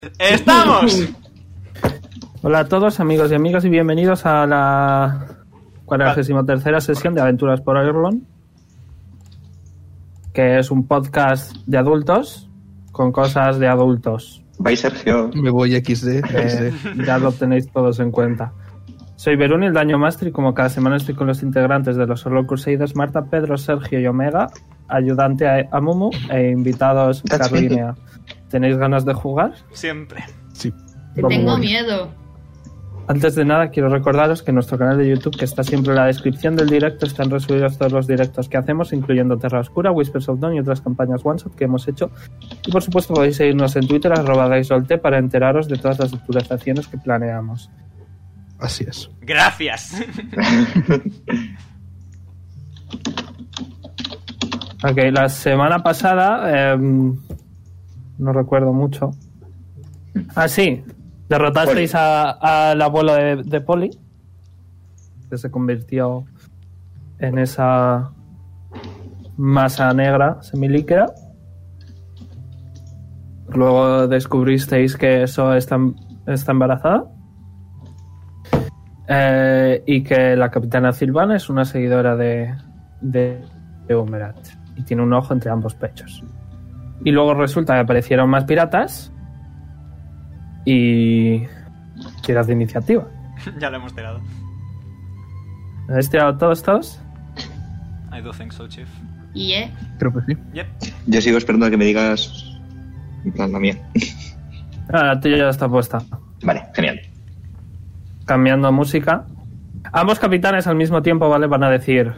¡Estamos! Hola a todos, amigos y amigas, y bienvenidos a la 43ª sesión de Aventuras por Ireland, que es un podcast de adultos con cosas de adultos. Bye, Sergio. Me voy XD. Ya lo tenéis todos en cuenta. Soy Beruni, el Daño Master, y como cada semana estoy con los integrantes de los Solo Crusaders, Marta, Pedro, Sergio y Omega, ayudante a Mumu e invitados Carlinea. ¿Tenéis ganas de jugar? Siempre. Sí. Tengo miedo. Antes de nada, quiero recordaros que en nuestro canal de YouTube, que está siempre en la descripción del directo, están resubidos todos los directos que hacemos, incluyendo Terra Oscura, Whispers of Dawn y otras campañas one-shot que hemos hecho. Y por supuesto podéis seguirnos en Twitter, @GaysRollT, para enteraros de todas las actualizaciones que planeamos. Así es. Gracias. Ok, la semana pasada, no recuerdo mucho. Ah, sí, derrotasteis al abuelo de Polly, que se convirtió en esa masa negra semilíquida. Luego descubristeis que eso está embarazada. Y que la capitana Silvana es una seguidora de Humerat y tiene un ojo entre ambos pechos. Y luego resulta que aparecieron más piratas y tiras de iniciativa. Ya lo hemos tirado. ¿Habéis tirado todos? I do think so, Chief. ¿Y Creo que sí. Yep. Yo sigo esperando a que me digas en plan la mía. La tuya ya está puesta. Vale, genial. Cambiando música. Ambos capitanes al mismo tiempo, ¿vale? Van a decir: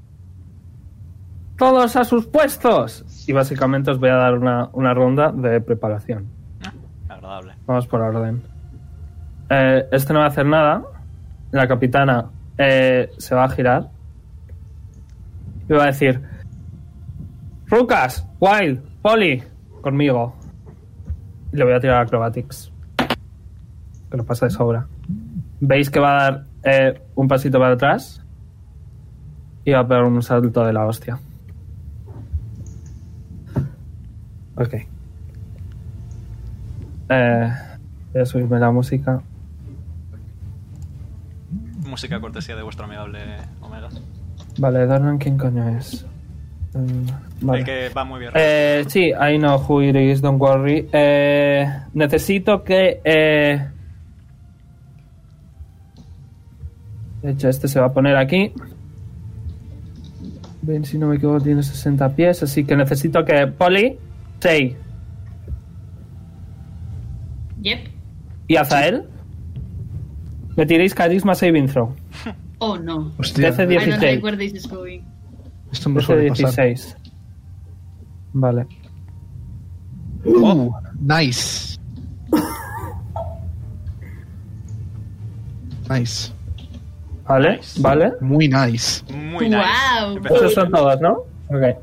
¡todos a sus puestos! Y básicamente os voy a dar una ronda de preparación. Agradable. Vamos por orden. Este no va a hacer nada. La capitana se va a girar y va a decir: Rucas, Wild, Polly, conmigo. Y le voy a tirar acrobatics, que lo pasa de sobra. Veis que va a dar un pasito para atrás y va a pegar un salto de la hostia. Ok. Voy a subirme la música. Música cortesía de vuestro amigable Omega. Vale, Dornan, ¿quién coño es? Vale. El que va muy bien. Sí, I know who it is, don't worry. Necesito que... de hecho, este se va a poner aquí. Ven, si no me equivoco, tiene 60 pies, así que necesito que Polly, Sei Yep. y Azael me tiréis carisma saving throw. Oh, no. Hostia, DC I don't 16. like where this is going. esto me DC suele pasar. 16. Vale. Nice. Nice. Vale, Nice. vale. Muy nice. Muy nice. Wow. Esos son todos, ¿no? Ok.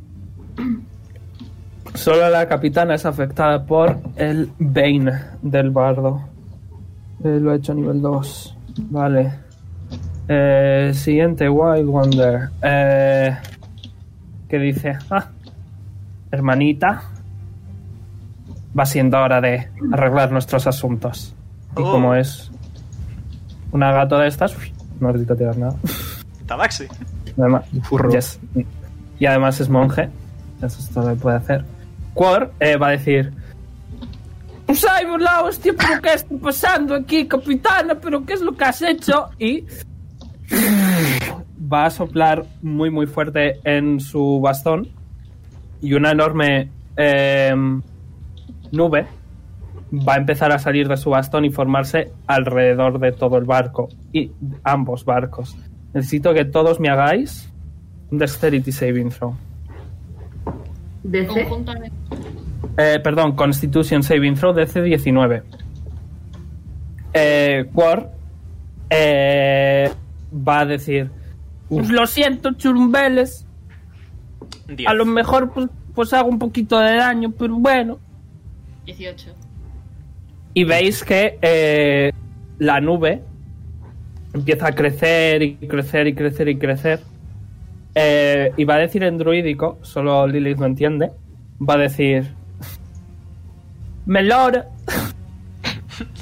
Solo la capitana es afectada por el Bane del bardo. Lo he hecho a nivel 2. Vale. Siguiente, Wild Wonder. ¿Qué dice? Hermanita, va siendo hora de arreglar nuestros asuntos. Y Oh. como es una gato de estas, no necesito tirar nada. Tabaxi. Además, Un furro. yes. Y además es monje. Eso es todo lo que puede hacer. Quor va a decir: pues ay, volado, hostia, ¿pero qué está pasando aquí, capitana? ¿Pero qué es lo que has hecho? Y va a soplar muy muy fuerte en su bastón y una enorme nube va a empezar a salir de su bastón y formarse alrededor de todo el barco y ambos barcos. Necesito que todos me hagáis un Dexterity Saving Throw. ¿DC? Conjuntamente. Perdón, Constitution Saving Throw DC 19. Quor va a decir: pues lo siento, churumbeles. 10. A lo mejor pues hago un poquito de daño, pero bueno. 18. Y veis que la nube empieza a crecer y crecer y crecer y crecer. Y va a decir en druídico, solo Lilith no entiende, va a decir: Melor,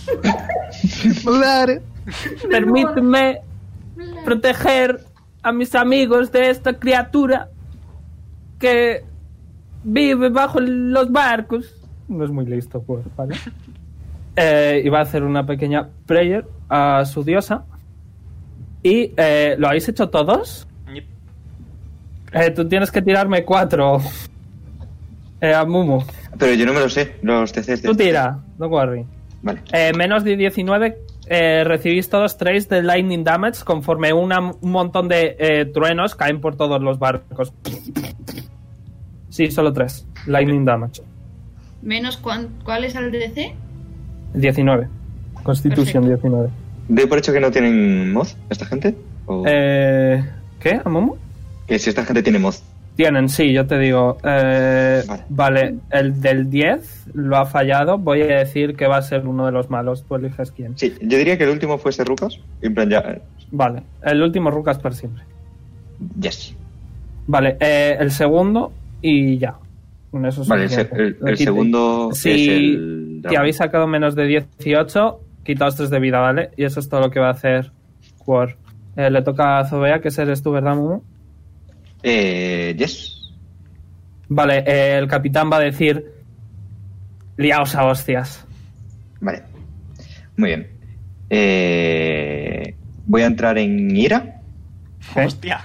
Madre. Permíteme proteger a mis amigos de esta criatura que vive bajo los barcos. No es muy listo, pues, ¿vale? Y va a hacer una pequeña prayer a su diosa. Y ¿lo habéis hecho todos? Yep. Tú tienes que tirarme 4. A Mumu. Pero yo no me lo sé, los TCs de... Tú tira, don't worry. Vale. Menos de 19, recibís todos 3 de lightning damage conforme un montón de truenos caen por todos los barcos. Sí, solo 3. Lightning damage. Menos ¿cuál es el DC? 19. Constitution Perfecto. 19. ¿Doy por hecho que no tienen mod esta gente? ¿O ¿Qué? ¿A Momo? que si esta gente tiene mod? Tienen, sí, yo te digo. Vale, el del 10 lo ha fallado. Voy a decir que va a ser uno de los malos. Tú eliges quién. Sí, yo diría que el último fuese Rucas. En plan ya... Vale, el último Rucas para siempre. Yes. Vale, el segundo y ya. Con eso es Vale, suficiente. el segundo Si es el... te habéis sacado menos de 18, quitaos 3 de vida, ¿vale? Y eso es todo lo que va a hacer Quor. Le toca a Zobea, que eres tú, ¿verdad, Mumu? Yes. Vale, el capitán va a decir: liaos a hostias. Vale. Muy bien. Voy a entrar en ira, ¿Eh? Hostia.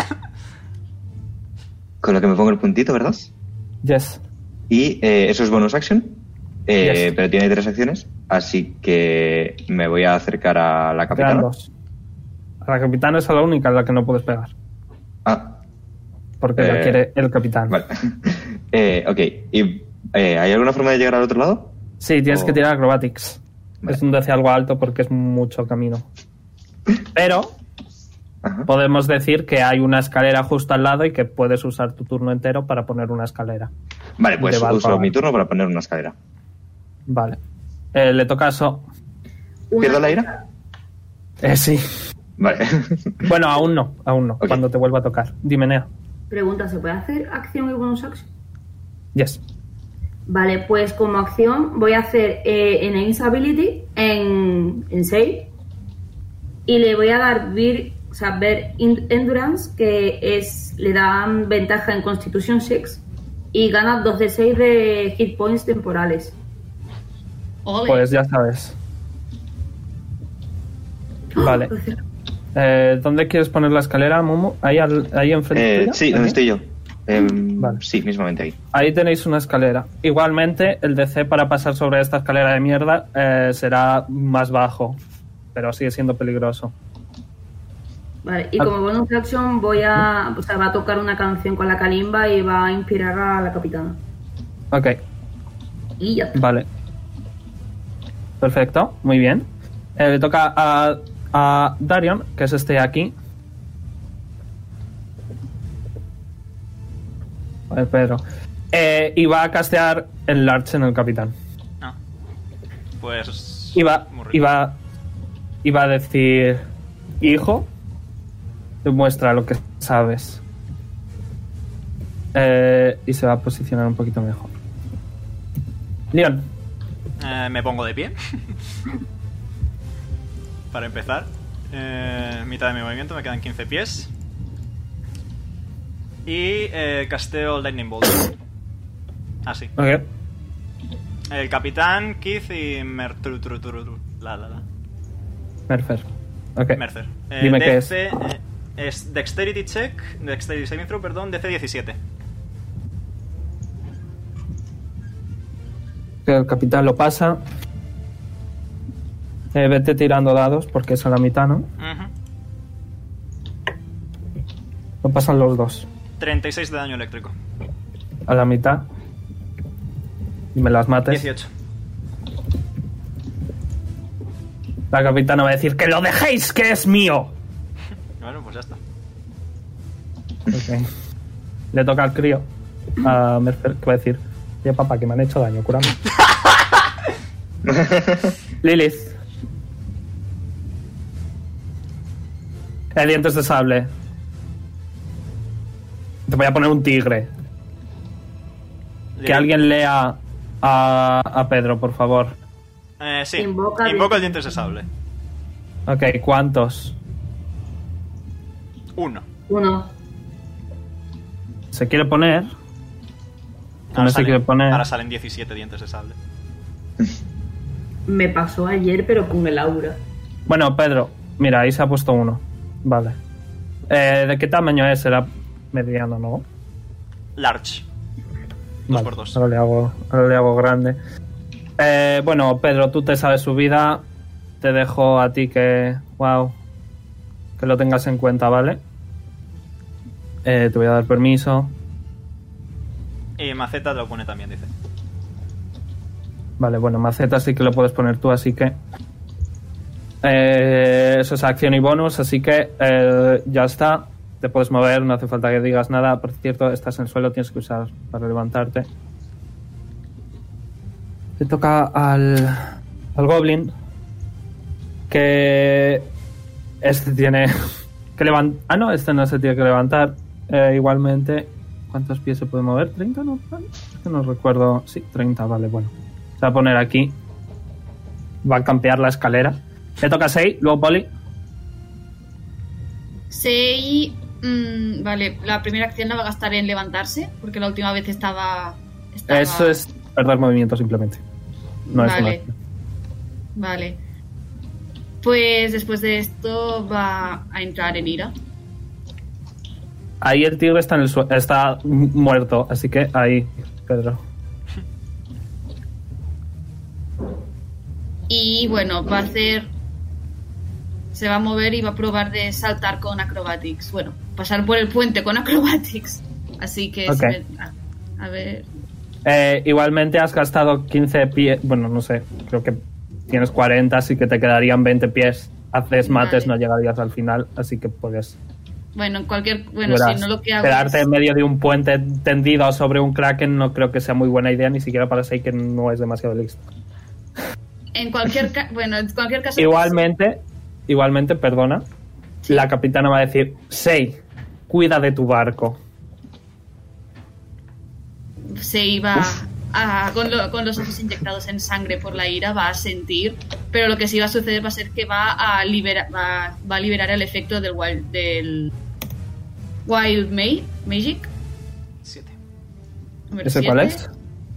con lo que me pongo el puntito, ¿verdad? Yes. Y eso es bonus action, Yes. pero tiene 3 acciones, así que me voy a acercar a la Quedan capitana. 2. A la capitana es a la única a la que no puedes pegar. Ah, Porque la quiere el capitán. vale. Ok, ¿y hay alguna forma de llegar al otro lado? Sí, tienes Oh. que tirar acrobatics. Vale. Es un DC algo alto porque es mucho camino. Pero Ajá. podemos decir que hay una escalera justo al lado y que puedes usar tu turno entero para poner una escalera. Vale, pues De uso Valpara. mi turno para poner una escalera. Vale. Le toca a So. ¿Pierdo la ira? Sí. Vale. Bueno, aún no. Ok. Cuando te vuelva a tocar. Dime, Nea. Pregunta, ¿se puede hacer acción y bonus action? Yes. Vale, pues como acción voy a hacer Enhance Ability en Save y le voy a dar Ver Endurance, que le dan ventaja en Constitution 6 y gana 2 de 6 de hit points temporales. Ole. Pues ya sabes. Vale. ¿Dónde quieres poner la escalera, Momo? ¿Ahí enfrente? tuya? Sí, ¿dónde estoy yo? Vale. Sí, mismamente ahí. Ahí tenéis una escalera. Igualmente, el DC para pasar sobre esta escalera de mierda será más bajo, pero sigue siendo peligroso. Vale, y como bonus action va a tocar una canción con la kalimba y va a inspirar a la capitana. Ok, Y ya está. vale. Perfecto, muy bien. Le toca a Darion, que es este de aquí. A ver, Pedro. Y va a castear el Large en el capitán. Ah. Pues... Iba muy rico. a decir: hijo, demuestra lo que sabes. Y se va a posicionar un poquito mejor. Leon, Me pongo de pie. Para empezar. Mitad de mi movimiento, me quedan 15 pies. Y casteo Lightning Bolt. Así. ok. El capitán, Keith y Mercer. Mercer. Ok. Mercer. Dime qué es. Es Dexterity Check. Dexterity Saving Throw, perdón, DC 17. El capitán lo pasa. Vete tirando dados porque es a la mitad, ¿no? Ujú. Lo pasan los dos. 36 de daño eléctrico. A la mitad. Y me las mates. 18. La capitana va a decir: ¡que lo dejéis, que es mío! Bueno, pues ya está. Ok. Le toca al crío. A Mercer, que va a decir: oye, papá, que me han hecho daño, curame. Lilith. Dientes de sable. Te voy a poner un tigre. Que alguien lea a Pedro, por favor. Sí. Invoca Invoco el dientes de sable. Ok, ¿cuántos? 1. 1. ¿Se quiere poner? No se quiere poner. Ahora salen 17 dientes de sable. Me pasó ayer, pero con el aura. Bueno, Pedro, mira, ahí se ha puesto 1. Vale. ¿De qué tamaño es? Será mediano, ¿no? Large. Vale, 2x2. ahora le hago grande. Bueno, Pedro, tú te sabes su vida. Te dejo a ti que lo tengas en cuenta, ¿vale? Te voy a dar permiso. Y Maceta lo pone también, dice. Vale, bueno, Maceta sí que lo puedes poner tú, así que... eso es acción y bonus, así que ya está. Te puedes mover, no hace falta que digas nada. Por cierto, estás en el suelo, tienes que usar para levantarte. Te toca al Goblin. Que... Este tiene que levantar... Ah, no, este no se tiene que levantar. Igualmente... ¿Cuántos pies se puede mover? ¿30? No, es que no recuerdo. Sí, 30, vale, bueno. Se va a poner aquí. Va a campear la escalera. Le toca a 6, luego Poli. 6. Vale, la primera acción la va a gastar en levantarse, porque la última vez estaba... Eso es perder movimiento simplemente. No es Vale. una... Vale. Pues después de esto va a entrar en ira. Ahí el tigre está en el está muerto, así que ahí, Pedro. Y bueno, va a hacer... Se va a mover y va a probar de saltar con acrobatics. Bueno, pasar por el puente con acrobatics. Así que... Ok. A ver... Igualmente has gastado 15 pies. Bueno, no sé, creo que tienes 40, así que te quedarían 20 pies. Haces mates, Vale. no llegarías al final, así que puedes... Bueno, en cualquier... Bueno, verás, si no lo que hago quedarte es... en medio de un puente tendido sobre un kraken no creo que sea muy buena idea, ni siquiera para Sei, que no es demasiado listo. En cualquier bueno, en cualquier caso... Igualmente, perdona, Sí. la capitana va a decir: Sei, cuida de tu barco. Se iba con los ojos inyectados en sangre por la ira, va a sentir, pero lo que sí va a suceder va a ser que va a liberar el efecto del Wild Magic. 7. Número ¿Ese 7. cuál es?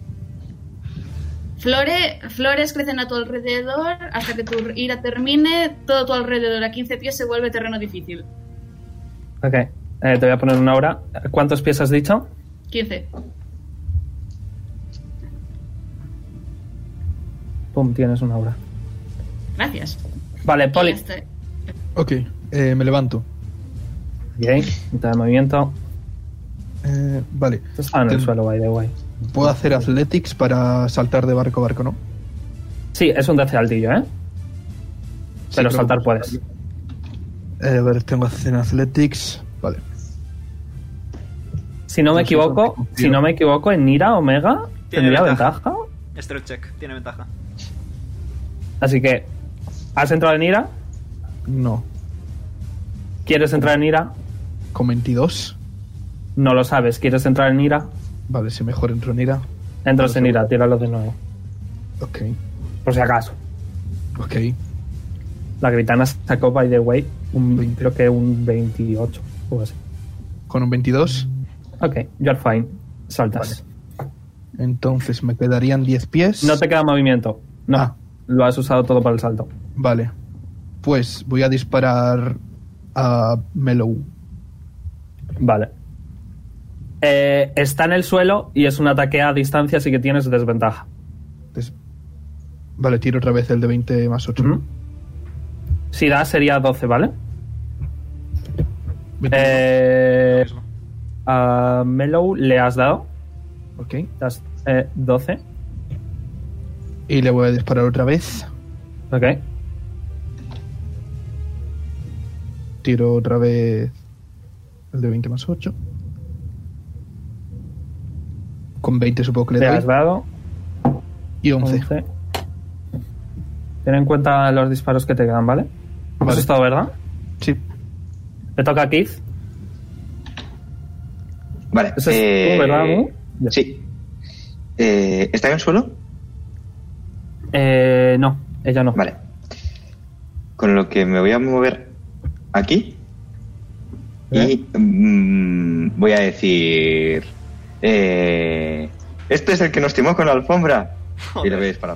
Flores crecen a tu alrededor hasta que tu ira termine. Todo tu alrededor a 15 pies se vuelve terreno difícil. Ok, te voy a poner una hora. ¿Cuántos pies has dicho? 15. Pum, tienes una hora. Gracias. Vale, Poli. Y ya está. Ok, me levanto. Ok, mitad de movimiento. Vale. Esto está en el suelo, by the way. Puedo hacer athletics para saltar de barco a barco, ¿no? Sí, es un DC altillo, ¿eh? Sí, Pero creo saltar que- puedes. A ver, tengo que hacer athletics. Vale. Si no me No sé cuánto equivoco, en Nira Omega Tiene tendría ventaja. ventaja. Strength check, tiene ventaja. Así que, ¿has entrado en Ira? No. ¿Quieres entrar en Ira? Con 22. No lo sabes. ¿Quieres entrar en Ira? Vale, si mejor entro en ira. Entras en Ira, tíralo de nuevo. Ok. Por si acaso. Ok. La gritana sacó, by the way, creo que un 28 o así. Con un 22. Ok, you're fine. Saltas. Entonces me quedarían 10 pies. No te queda movimiento. No. Ah. Lo has usado todo para el salto. Vale. Pues voy a disparar a Mellow. Vale. Está en el suelo y es un ataque a distancia, así que tienes desventaja. Vale, tiro otra vez el de 20 más 8. Ujú. Si da, sería 12, ¿vale? 21. Mismo. A Mellow le has dado. Ok. Das, 12. Y le voy a disparar otra vez. Ok. Tiro otra vez el de 20 más 8. Con 20 supongo que le Le doy. has dado. Y 11. 11. Ten en cuenta los disparos que te quedan, ¿vale? Vale. Eso es todo, ¿verdad? Sí. Le toca a Keith. Vale. Eso es tú, ¿verdad, Mu? Ya. Sí. ¿Está en el suelo? No, ella no. Vale. Con lo que me voy a mover aquí. Y voy a decir... este es el que nos timó con la alfombra. Y le voy a disparar.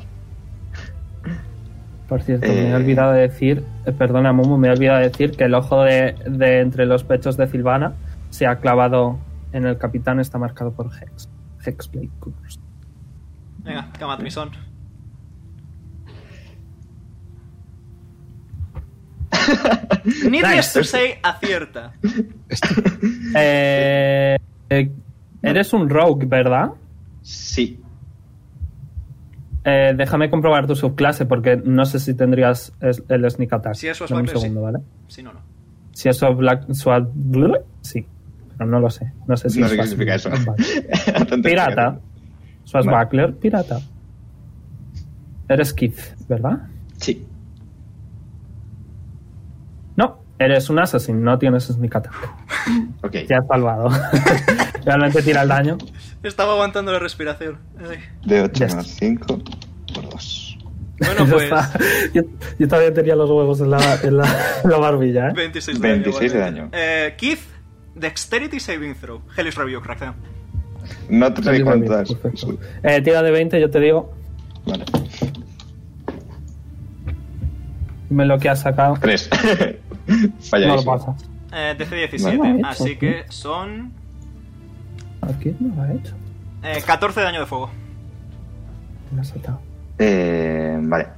Por cierto, me he olvidado de decir... perdona, Momo, me he olvidado de decir que el ojo de entre los pechos de Silvana se ha clavado en el capitán, está marcado por Hex. Hexblade Curse. Venga, Camatrisón. Needless to say, acierta. Eres un rogue, ¿verdad? Sí. Déjame comprobar tu subclase porque no sé si tendrías el sneak attack. Si eso es Dame un Swagler, segundo, sí. ¿vale? Si no, no. Si eso sí, pero no lo sé. No sé si No es sé qué significa eso. Vale. Pirata. Swashbuckler, pirata. Eres Keith, ¿verdad? Sí. No, eres un assassin, no tienes sneak attack. Ok. Te has salvado. Realmente tira el daño. Estaba aguantando la respiración. Ay. De 8 Ya más 5 por 2. Bueno, Ya pues está. Yo todavía tenía los huevos en la barbilla, ¿eh? 26 de 26 de daño. Keith, Dexterity Saving Throw. Hellish Rebuke, reacción. No te sé cuántas. Perfecto. Tira de 20, yo te digo. Vale. Dime lo que has sacado. 3. No Falláis. lo pasas. DC 17, Vale, hecho, así sí. que son Aquí no lo ha hecho. 14 de daño de fuego. Me has saltado. Vale.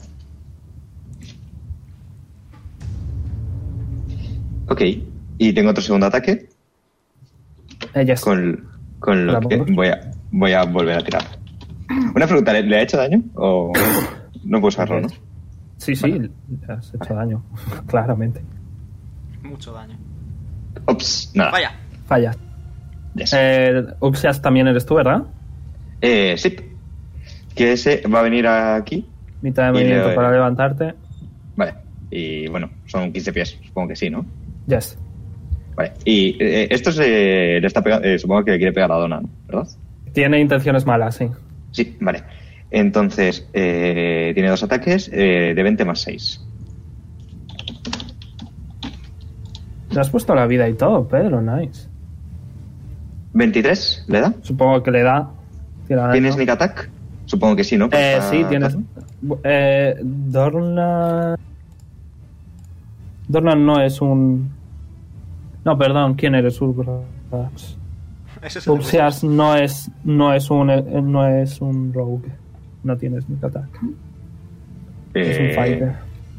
Ok. Y tengo otro segundo ataque. Yes. Con lo La que pongo. voy a volver a tirar. Una pregunta, ¿le ha hecho daño? ¿O no puedo usarlo, no? Sí, le has hecho daño. Claramente. Mucho daño. Ups, nada. Vaya. Falla. Yes. Uxias también eres tú, ¿verdad? Sí. Que ese va a venir aquí. Mitad de Y movimiento le- para levantarte. Vale. Y bueno, son 15 pies. Supongo que sí, ¿no? Yes. Vale. Y esto le está pegando. Supongo que le quiere pegar a Donna, ¿no? ¿Verdad? Tiene intenciones malas, sí. Sí, vale. Entonces, tiene 2 ataques de 20 más 6. Le has puesto la vida y todo, Pedro, nice. 23, ¿le da? Supongo que le da. Tira daño. ¿Tienes sneak attack? Supongo que sí, ¿no? Pues Sí, tienes. Dorna. Dorna no es un. No, perdón, ¿quién eres? Urbrax. Ese es el Uxias no es un rogue. No tienes sneak attack. Es un fighter.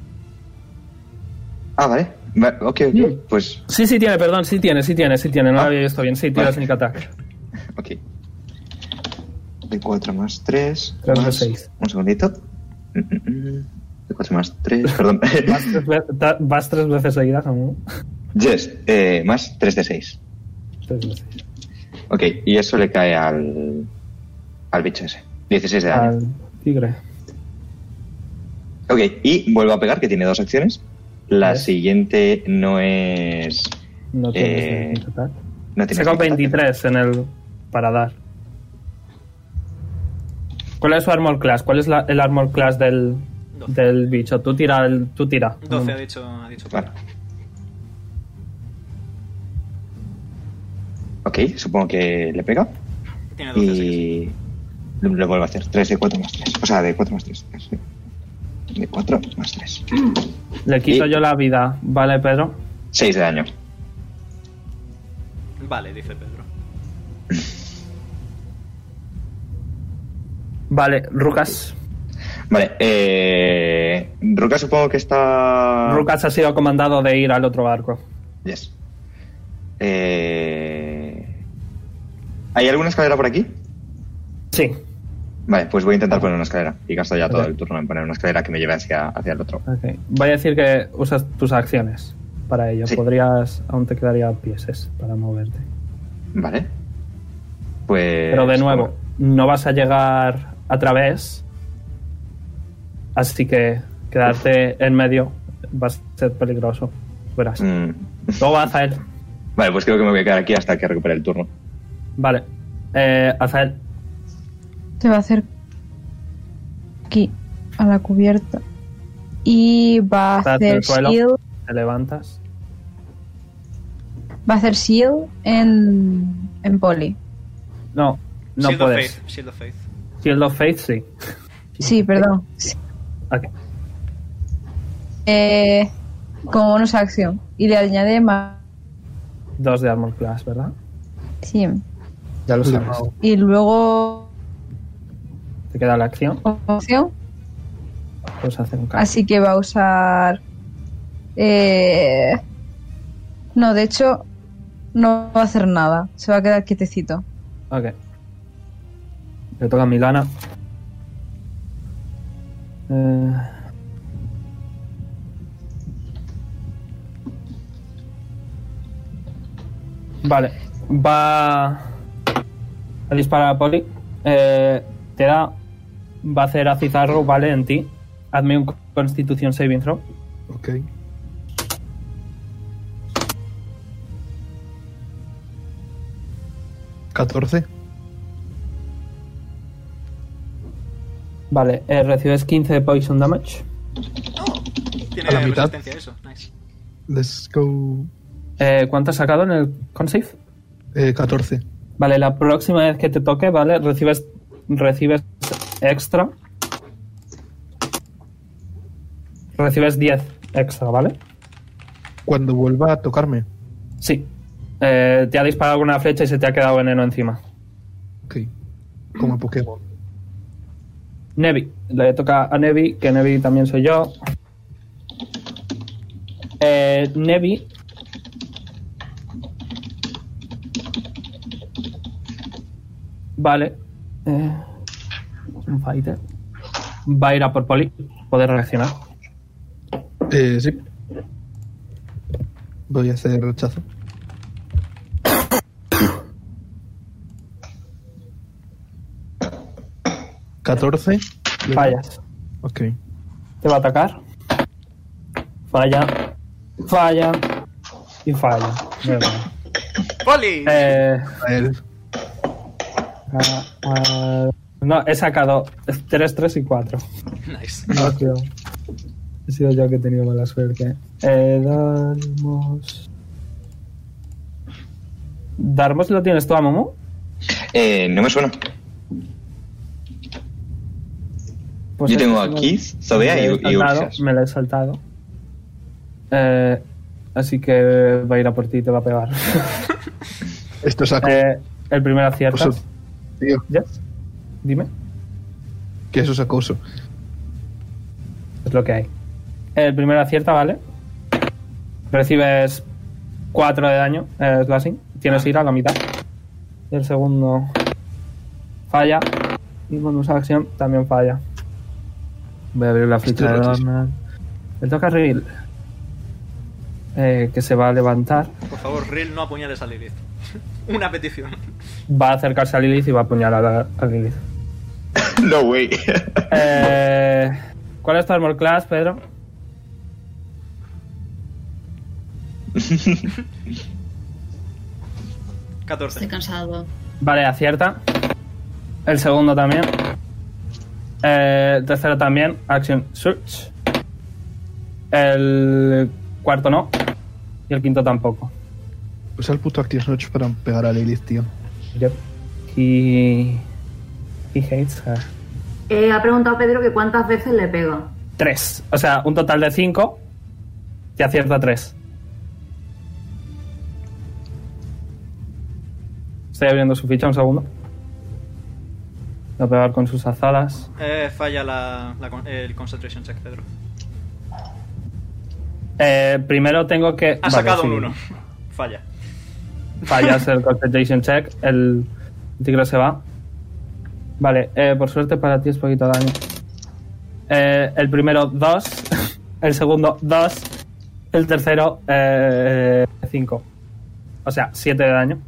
Vale. Ok. Pues, Sí, tiene, perdón, sí tiene. No lo Ah. había visto bien. Sí, tira Vale. sneak attack. ok. De 4 más 3. 3 de 6. Un segundito. De 4 más 3. Perdón. Vas 3 veces seguidas, ¿no? Yes. Más 3 de 6. 3 veces. Ok. Y eso le cae al bicho ese. 16 de daño. Al tigre. Ok. Y vuelvo a pegar, que tiene 2 acciones. La Yes. siguiente no es. No tiene sneak attack. No tiene Saca sneak attack. 23 en el para dar. ¿Cuál es su armor class? ¿Cuál es el armor class del 12. bicho? Tú tira. 12 ha dicho. Vale. Ok, supongo que le pega. Tiene 12, sí. Y le vuelvo a hacer 3 de 4 más 3. O sea, de 4 más 3. De 4 más 3. Le quito Y- yo la vida, ¿vale, Pedro? 6 de daño. Vale, dice Pedro. Vale, Rukas. Vale, Ruka supongo que está... Rukas ha sido comandado de ir al otro barco. Yes. ¿Hay alguna escalera por aquí? Sí. Vale, pues voy a intentar poner una escalera. Y gasto ya todo Ok. el turno en poner una escalera que me lleve hacia el otro. Ok. Voy a decir que usas tus acciones para ello. Sí. Podrías, aún te quedaría pieses para moverte. Vale. Pues... Pero de nuevo, no vas a llegar a través. Así que quedarte en medio va a ser peligroso. Verás. Luego Azael. Vale, pues creo que me voy a quedar aquí hasta que recupere el turno. Vale. Azael. ¿Qué va a hacer aquí? a la cubierta. Y va a Estás en hacer el suelo. shield. Te levantas. Va a hacer shield en Poli. No Shield puedes. of Faith. Shield of Faith. Shield of Faith, sí. Sí, perdón. Sí. Ok. Como bonus acción. Y le añade más. 2 de Armor Class, ¿verdad? Sí. Ya lo sabes. Y luego. Te queda la acción. Opción. Puedes hacer un cambio. Así que va a usar. No, de hecho, no va a hacer nada. Se va a quedar quietecito. Ok. Le toca a Milana. Vale. Va a disparar a Poli. Te da. Va a hacer a Cizarro, vale, en ti. Hazme un Constitution Saving Throw. Ok. ¿14? Vale, recibes 15 de Poison Damage. Tiene A la mitad. resistencia a eso. Nice. Let's go. ¿Cuánto has sacado en el Con-Save? 14. Vale, la próxima vez que te toque, ¿vale? Recibes extra. Recibes 10 extra, ¿vale? Cuando vuelva a tocarme. Sí. Te ha disparado alguna flecha y se te ha quedado veneno encima. Ok. Como en Pokémon. Nevi. Le toca a Nevi, que Nevi también soy yo. Nevi. Vale. Un fighter. Va a ir a por Poli. Poder reaccionar. Sí. Voy a hacer rechazo. ¿14? Fallas. Ok. Te va a atacar. Falla. Falla. Y falla. Muy bien. ¡Poli! A él. No, he sacado 3, 3 y 4. Nice. No, tío. He sido yo que he tenido mala suerte. ¿Darmos lo tienes tú a Momo? No me suena. Pues Yo este tengo sí a me- Keith, Zodea me y lo he saltado, Urshas. Me lo he saltado. Así que va a ir a por ti y te va a pegar. Esto es El primer acierta. acoso. Tío, ¿Ya? Dime. que eso es acoso. Es lo que hay. El primero acierta, ¿vale? Recibes 4 de daño, slashing. Tienes ira a la mitad. Y el segundo falla. Y bonus acción también falla. Voy a abrir la ficha de rotísimo. Dornan. Le toca a Reveal. Que se va a levantar. Por favor, Rill, no apuñales a Lilith. Una petición. Va a acercarse a Lilith y va a apuñalar a Lilith. No way. ¿Cuál es tu armor class, Pedro? Estoy 14. cansado. Vale, acierta. El segundo también. Tercero también. Action Search. El cuarto no. Y el quinto tampoco. Usa el puto Active Notch para pegar a Lilith, tío. Yep. He hates her. Ha preguntado Pedro que cuántas veces le pega. 3. O sea, un total de 5. Y acierta 3. Estoy abriendo su ficha un segundo. Voy a pegar con sus azadas. Falla el concentration check, Pedro. Primero tengo que... Ha vale, sacado sí. un 1. Falla. Fallas el concentration check. El tigre se va. Vale, por suerte para ti es poquito daño. El primero 2. El segundo 2. El tercero 5. O sea, 7 de daño.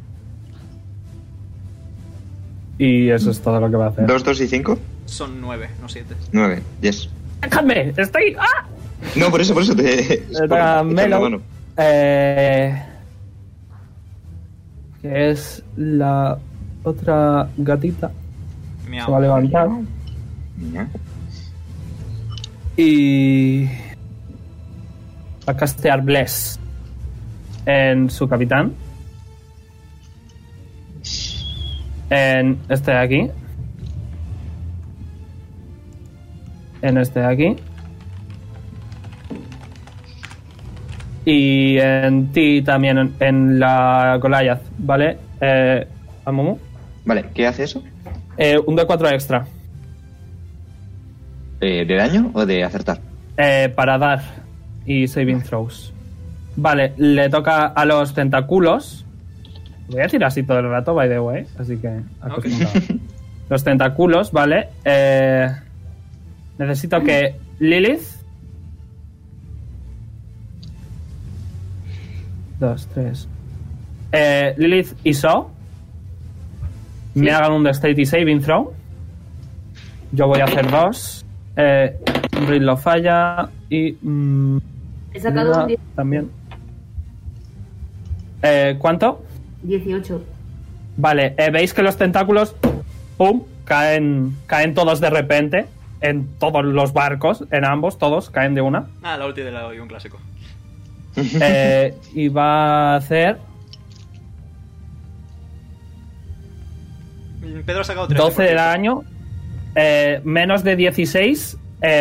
Y eso es todo lo que va a hacer. 2, 2 y 5. Son 9, no 7. 9. Yes. ¡Déjame! ¡Estoy! ¡Ah! No, por eso te. Le toca a Melo. Que es la otra gatita. Se va a Miau. levantar. Ya. Y va a castear Bless en su capitán. En este de aquí. En este de aquí. Y en ti también, en la Goliath, ¿vale? Amumu. Vale, ¿qué hace eso? Un D4 extra. ¿De daño o de acertar? Para dar y saving throws. Vale, le toca a los tentáculos. Voy a decir así todo el rato, by the way. Así que acostumbrado. Los tentáculos, vale. Necesito que Lilith. 2, 3. Lilith y So me hagan un Dexterity Saving Throw. Yo voy a hacer 2. Reed lo falla y. He sacado un 10. También. ¿Cuánto? 18. Vale, veis que los tentáculos. ¡Pum! Caen todos de repente. En todos los barcos, en ambos, todos caen de una. La ulti de la un clásico. Y va a hacer Pedro ha sacado 3. 12 de daño, menos de 16,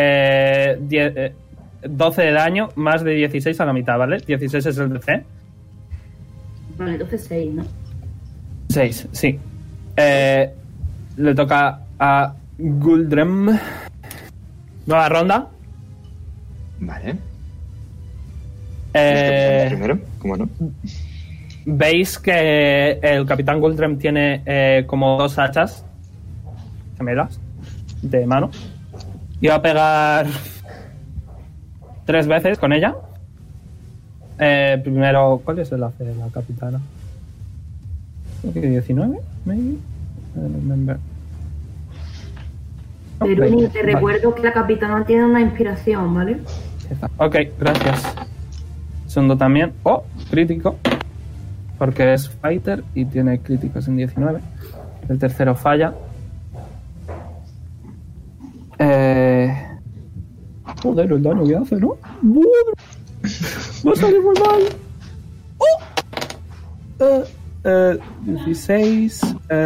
12 de daño, más de 16 a la mitad, ¿vale? 16 es el DC. Vale, entonces 6, ¿no? 6, sí. Le toca a Guldrem. Nueva ronda. Vale. Eh, Primero, ¿cómo no? Veis que el Capitán Guldrem tiene como 2 hachas gemelas de mano y va a pegar 3 veces con ella. Primero, ¿cuál es el AC de la capitana? Creo que 19, maybe. I don't remember. Peruni, te recuerdo que la capitana tiene una inspiración, ¿vale? Ok, gracias. Segundo también. Oh, crítico. Porque es fighter y tiene críticos en 19. El tercero falla. Joder, el daño que hace, ¿no? Va a salir muy mal. 16.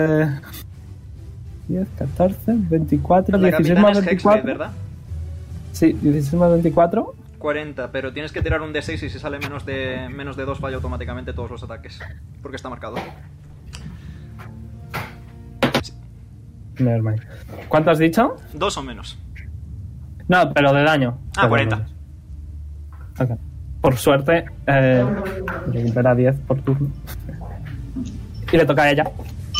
10, 14, 24, La 16 capitana más es 24. Hexblade, ¿verdad? Sí, 16 más 24. 40, pero tienes que tirar un D6 y si sale menos de 2 falla automáticamente todos los ataques. Porque está marcado. Nevermind. ¿Cuánto has dicho? 2 o menos. No, pero de daño. Ah, 40. Ok. Por suerte, recupera 10 por turno. Y le toca a ella.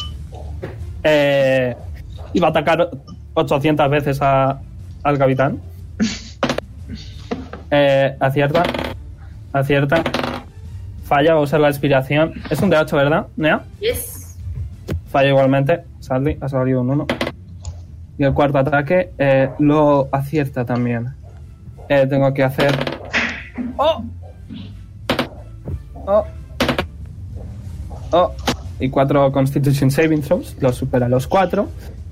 Y va a atacar 800 veces al capitán. Acierta. Falla, va a usar la inspiración. Es un D8, ¿verdad, Nea? Yes. Falla igualmente. Sadly, ha salido un 1. Y el cuarto ataque lo acierta también. Tengo que hacer... ¡Oh! Y 4 Constitution Saving Throws. Lo supera los 4.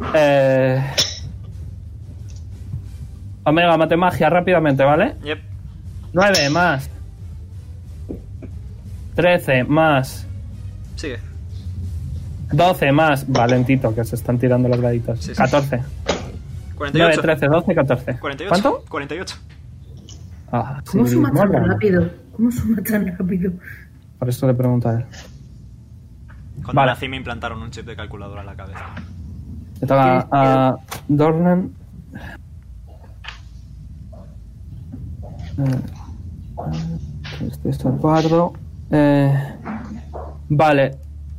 Omega, mate magia rápidamente, ¿vale? Yep. 9 más 13 más Sigue. 12 más Valentito, que se están tirando los daditos. Sí, sí. 14. 9, 48. 13, 12, 14. 48. ¿Cuánto? 48. Ah, ¿Cómo sí, suma muy tan bueno. rápido? ¿Cómo suma tan rápido? Por eso le pregunto a él. Cuando Vale. nací me implantaron un chip de calculadora en la cabeza. Le toca a Dornan. Este es el cuadro. Vale.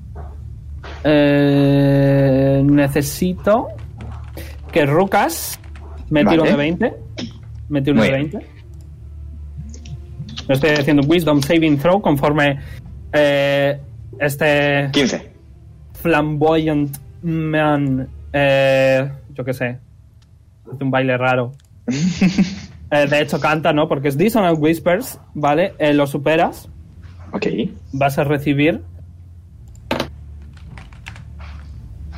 Necesito que Rukas me tire Vale. un de 20. Me tire un Muy de bien. 20. Estoy haciendo Wisdom Saving Throw conforme este 15. flamboyant man, yo qué sé, hace un baile raro. De hecho canta, ¿no? Porque es Dissonant Whispers, ¿vale? Lo superas, Ok. vas a recibir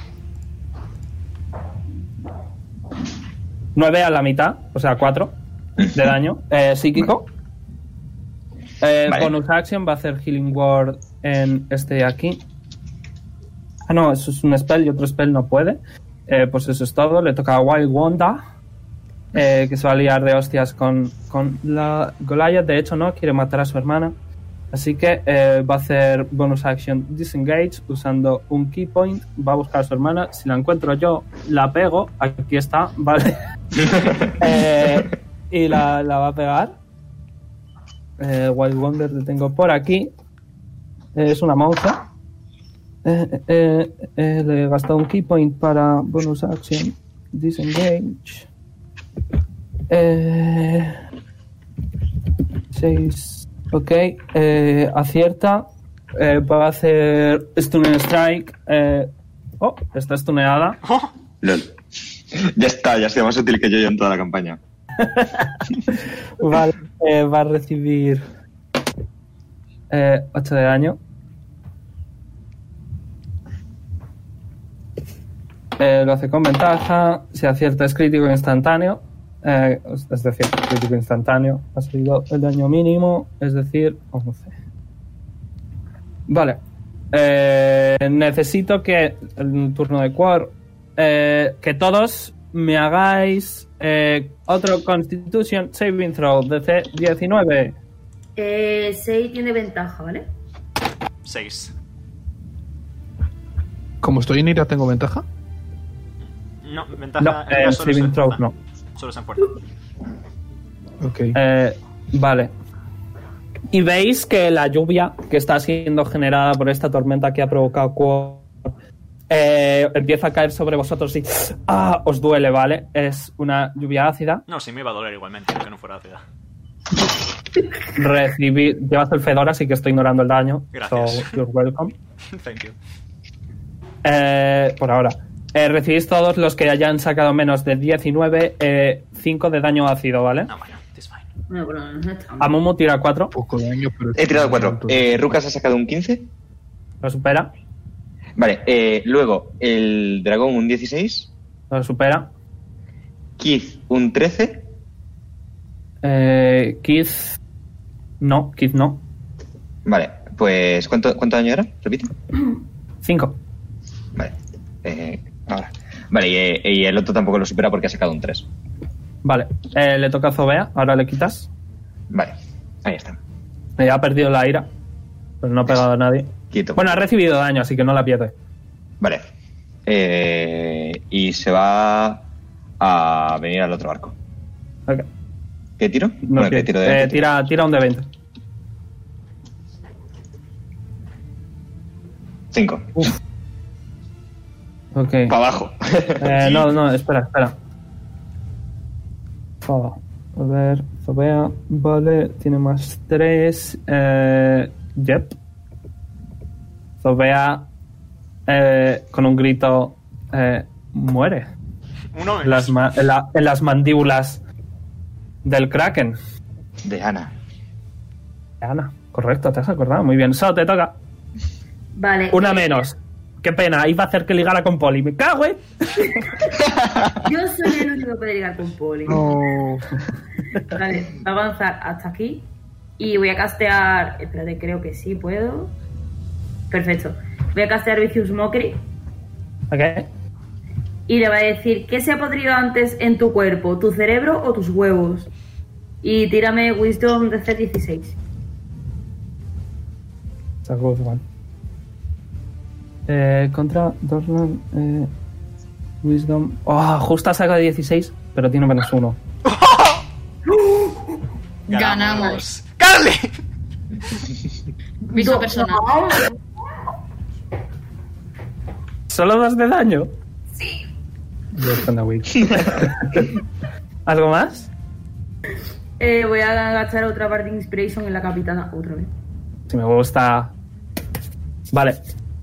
9 a la mitad, o sea 4 de daño psíquico. Vale. Bonus action va a hacer Healing Word en este de aquí. Ah, no, eso es un spell y otro spell no puede. Pues eso es todo. Le toca a Wild Wanda, que se va a liar de hostias con la Goliath. De hecho, no, quiere matar a su hermana. Así que va a hacer bonus action Disengage usando un key point. Va a buscar a su hermana. Si la encuentro yo, la pego. Aquí está, vale. Y la va a pegar. Wild Wonder le tengo por aquí. Es una monja. Le he gastado un key point para bonus action Disengage. 6. Ok. Acierta. Va a hacer Stun Strike. Está stuneada. LOL. Ya está, ya ha sido más útil que yo en toda la campaña. Vale. Va a recibir 8 de daño. Lo hace con ventaja. Si acierta es crítico instantáneo. Es decir, crítico instantáneo. Ha salido el daño mínimo. Es decir, 11. Vale. Necesito que en el turno de Quor que todos me hagáis otro Constitution Saving Throw DC 19. 6 tiene ventaja, ¿vale? 6. Como estoy en ira, ¿tengo ventaja? No, ventaja. No, ella solo Saving es- Throw no. Solo es en fuerza. Ok. Vale. Y veis que la lluvia que está siendo generada por esta tormenta que ha provocado Quor empieza a caer sobre vosotros y os duele, ¿vale? Es una lluvia ácida. No, sí me iba a doler igualmente, aunque no fuera ácida. Llevas el fedora, así que estoy ignorando el daño. Gracias. So, you're welcome. Thank you. Por ahora. Recibís todos los que hayan sacado menos de 19, 5 de daño ácido, ¿vale? No, bueno, it's fine. Bueno, pero no está mal. Amumu tira 4, Poco daño, pero... He tirado 4. Rukas ha sacado un 15. lo supera. Vale, luego el dragón un 16. Lo supera. Keith un 13. Keith no. Vale, pues ¿cuánto daño era? Repite. 5. Vale, ahora. Vale, y el otro tampoco lo supera porque ha sacado un 3. Vale, le toca a Zobea, ahora le quitas. Vale, ahí está. Ha perdido la ira, pero no ha pegado a nadie. Quieto. Bueno, ha recibido daño, así que no la pierde. Vale. Y se va a venir al otro arco. Ok. ¿Qué tiro? No ¿qué pierde. tiro de Tira un de 20. 5. Ok. Para abajo. No, espera. A ver, Zobea, vale, tiene más 3. Yep. Zobea, con un grito, muere. Uno En las, menos. en las mandíbulas del Kraken. De Ana. Ana, correcto, te has acordado. Muy bien. So, te toca. Vale. Una menos. Qué pena, iba a hacer que ligara con Poli. Me cago en... Yo soy el único que puede ligar con Poli. No. Vale, voy a avanzar hasta aquí. Y voy a castear. Espérate, creo que sí puedo. Perfecto. Voy a castear Vicious Mockery. Ok. Y le va a decir: ¿qué se ha podrido antes en tu cuerpo? ¿Tu cerebro o tus huevos? Y tírame Wisdom DC 16. It's a good one. Contra Dornan. Wisdom. Justo saca 16, pero tiene menos 1. Ganamos. ¡Carly! Misma persona. ¿Solo 2 de daño? Sí. ¿Algo más? Voy a gastar otra parte de Inspiration en la capitana otra vez. Si me gusta. Vale.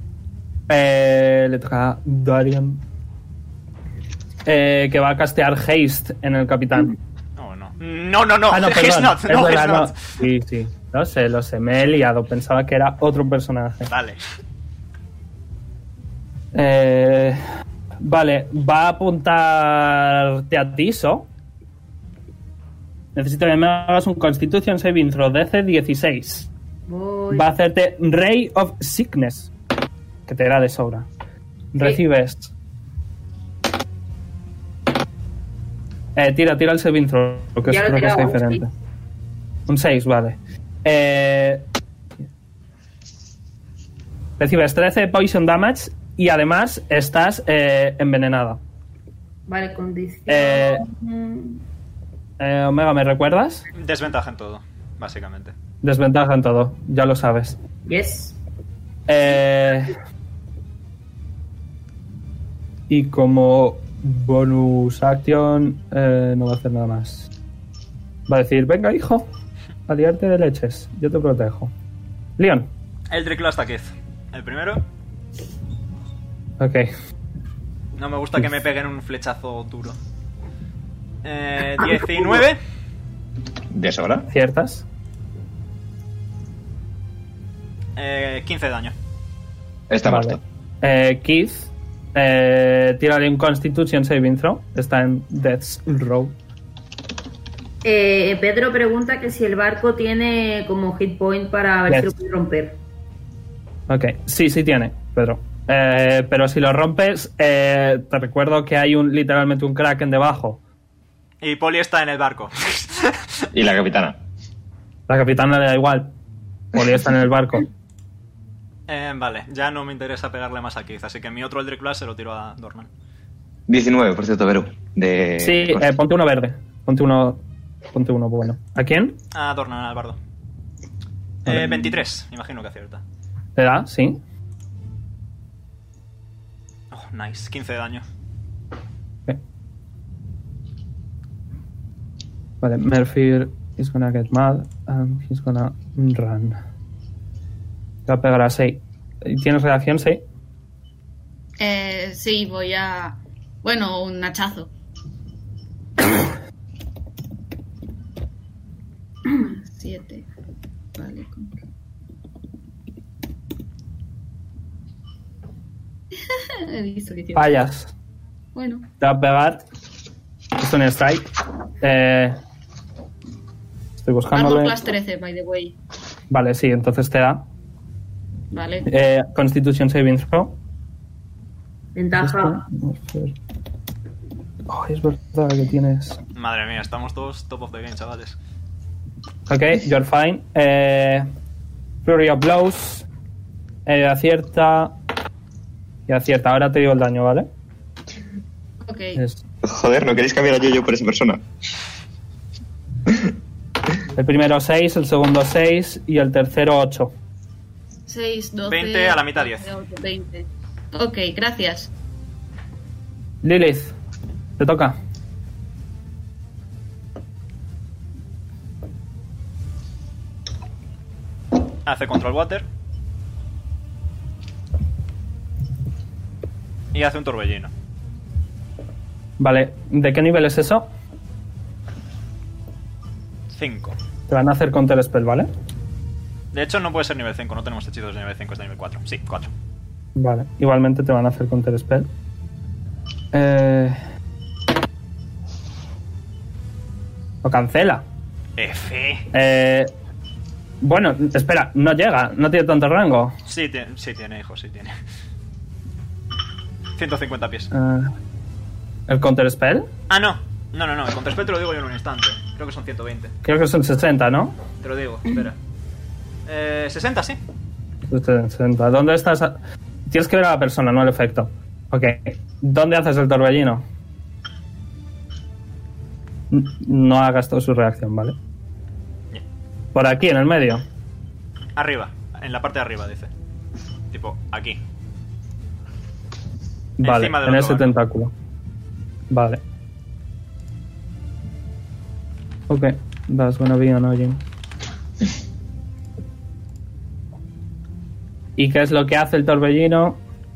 Le toca a Darian. Que va a castear Haste en el capitán. No, no. No. Ah, no, He's perdón. not. Es No, he's verdad, no. not. Sí. Lo sé. Me he liado. Pensaba que era otro personaje. Vale. Vale, va a apuntarte a ti, So. necesito que me hagas un Constitution Saving Throw DC 16. Voy. Va a hacerte Ray of Sickness, que te da de sobra. Recibes... tira el saving throw, que Ya lo creo he que es tirado, diferente. Un 6, vale. Recibes 13 poison damage y además estás envenenada. Vale, condición. Omega, ¿me recuerdas? Desventaja en todo, básicamente. Desventaja en todo, ya lo sabes. Yes. Y como bonus action, no va a hacer nada más. Va a decir, venga, hijo, a liarte de leches, yo te protejo. Leon. Eldritch Blast a Keith. El primero. Ok. No me gusta que me peguen un flechazo duro. 19. ¿De sobra? ¿Ciertas? 15 de daño. Está Vale. muerto. Keith, tírale un Constitution Saving Throw. Está en Death's Row. Pedro pregunta que si el barco tiene como hit point para ver Yes. si lo puede romper. Ok, sí tiene, Pedro. Pero si lo rompes, te recuerdo que hay literalmente un Kraken debajo. Y Polly está en el barco. Y la capitana. La capitana le da igual. Polly está en el barco. Vale, ya no me interesa pegarle más a Keith, así que mi otro Eldritch Blast se lo tiro a Dornan. 19, por cierto, Beru. Sí, ponte uno verde. Ponte uno bueno. ¿A quién? A Dornan, al bardo. Vale. 23, imagino que acierta. ¿Te da? Sí. Oh, nice, 15 de daño. Ok. Vale, Murphy is gonna get mad and he's gonna run. Te va a pegar a 6. ¿Tienes reacción, 6? Sí, voy a... Bueno, un hachazo. 7. Vale. He visto que tiene... Fallas. Bueno, Te va a pegar. Es un strike. Estoy Armor buscándole. plus 13, by the way. Vale, sí, entonces te da. Vale. Constitution Saving Throw. Ventaja. Oh, es verdad que tienes. Madre mía, estamos todos top of the game, chavales. Ok, you're fine. Flurry of Blows. Acierta. Y acierta. Ahora te digo el daño, ¿vale? Ok. Es- Joder, ¿no queréis cambiar a Yoyo por esa persona? el primero 6, el segundo 6 y el tercero 8. 6, 12... 20 a la mitad, 10. 20. Ok, gracias. Lilith, te toca. Hace control water. Y hace un torbellino. Vale, ¿de qué nivel es eso? 5. Te van a hacer counter spell, ¿vale? De hecho, no puede ser nivel 5, no tenemos hechizos de nivel 5, es de nivel 4. Sí, 4. Vale, igualmente te van a hacer counter spell. Lo cancela. F. Bueno, espera, no llega, no tiene tanto rango. Sí, tiene, hijo, sí tiene. 150 pies. ¿El counter spell? Ah, no. No, el contraspell te lo digo yo en un instante. Creo que son 120. Creo que son 60, ¿no? Te lo digo, espera. 60, sí. 60. ¿Dónde estás? Tienes que ver a la persona, no el efecto. Ok. ¿Dónde haces el torbellino? No ha gastado su reacción, ¿vale? Bien. Por aquí, en el medio. Arriba, en la parte de arriba, dice. Tipo, aquí. Vale, Encima del en otro ese barco. tentáculo. Vale. Ok, that's gonna be annoying. ¿Y qué es lo que hace el torbellino?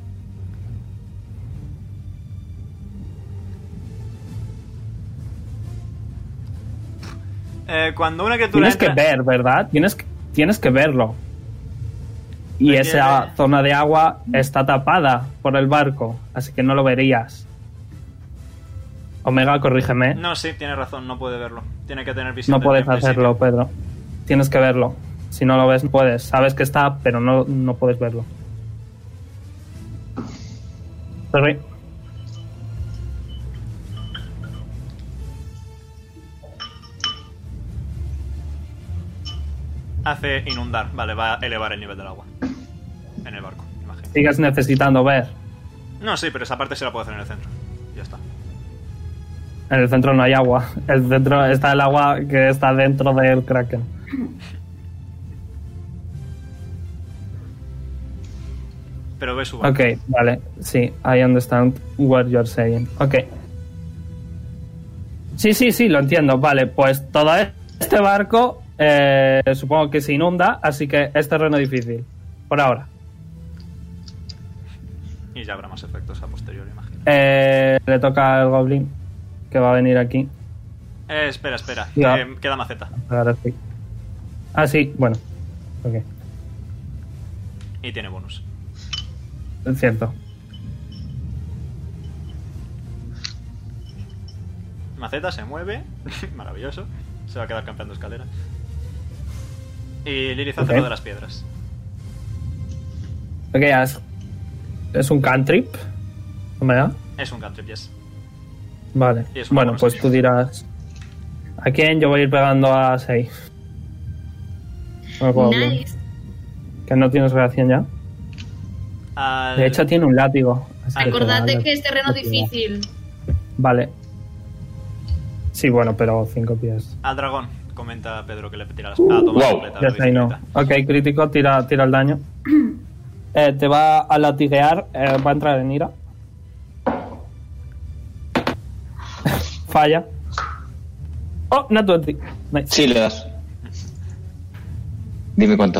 Cuando una criatura Tienes que entra... ver, ¿verdad? Tienes que verlo. Y Me esa tiene- zona de agua está tapada por el barco, así que no lo verías. Omega, corrígeme. No, sí, tienes razón, no puede verlo. Tiene que tener visión. No puedes hacerlo, Pedro. Tienes que verlo. Si no lo ves, no puedes. Sabes que está, pero no puedes verlo. Sorry. Hace inundar. Vale, va a elevar el nivel del agua. En el barco, imagino. Sigues necesitando ver. No, sí, pero esa parte se la puedo hacer en el centro. Ya está. En el centro no hay agua. En el centro está el agua que está dentro del Kraken. Pero ve su barco. Ok, vale. Sí, I understand what you're saying. Ok. Sí, lo entiendo. Vale, pues todo este barco supongo que se inunda, así que es terreno difícil. Por ahora. Y ya habrá más efectos a posteriori, imagino. Le toca al Goblin, que va a venir aquí. Espera. Ya. Queda maceta. Ahora sí. Ah, sí, bueno. Ok, Y tiene bonus. es cierto. Maceta se mueve. Maravilloso. Se va a quedar campeando escalera. Y Lilith hace Ok. lo de las piedras. Ok, es un cantrip. ¿No me da? Es un cantrip, yes. Vale. Y es un Bueno, bonus pues acción. tú dirás. ¿A quién? Yo voy a ir pegando a 6. Nice. Que no tienes reacción ya. Al... De hecho, tiene un látigo. así que te Acordate da que es terreno látigo. difícil. Vale. Sí, bueno, pero 5 pies. Al dragón. Comenta Pedro que le tira las... toma Wow. completa. Ya la está, no. bicicleta. Ok, crítico, tira el daño. Te va a latiguear, va a entrar en ira. Falla. Oh, not 20. Nice. Sí, le das. Dime cuánto.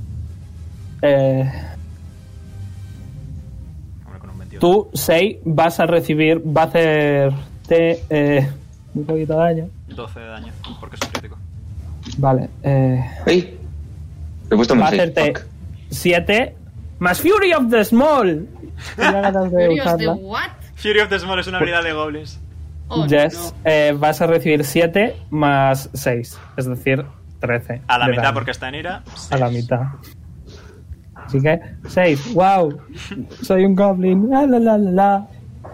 Hombre, con un 22. Tú, 6, vas a recibir, va a hacerte muy poquito daño. 12 de daño, porque es un crítico. Vale, ¡Ey! Le he puesto va a más 6. hacerte 7 más Fury of the Small. Tenía ganas de Furious de usarla. what? Fury of the Small es una habilidad de goblins. Oh, Yes, no. vas a recibir 7 más 6, es decir, 13. A la de mitad daño. porque está en ira. A la mitad. Así que, 6, wow, soy un goblin, la.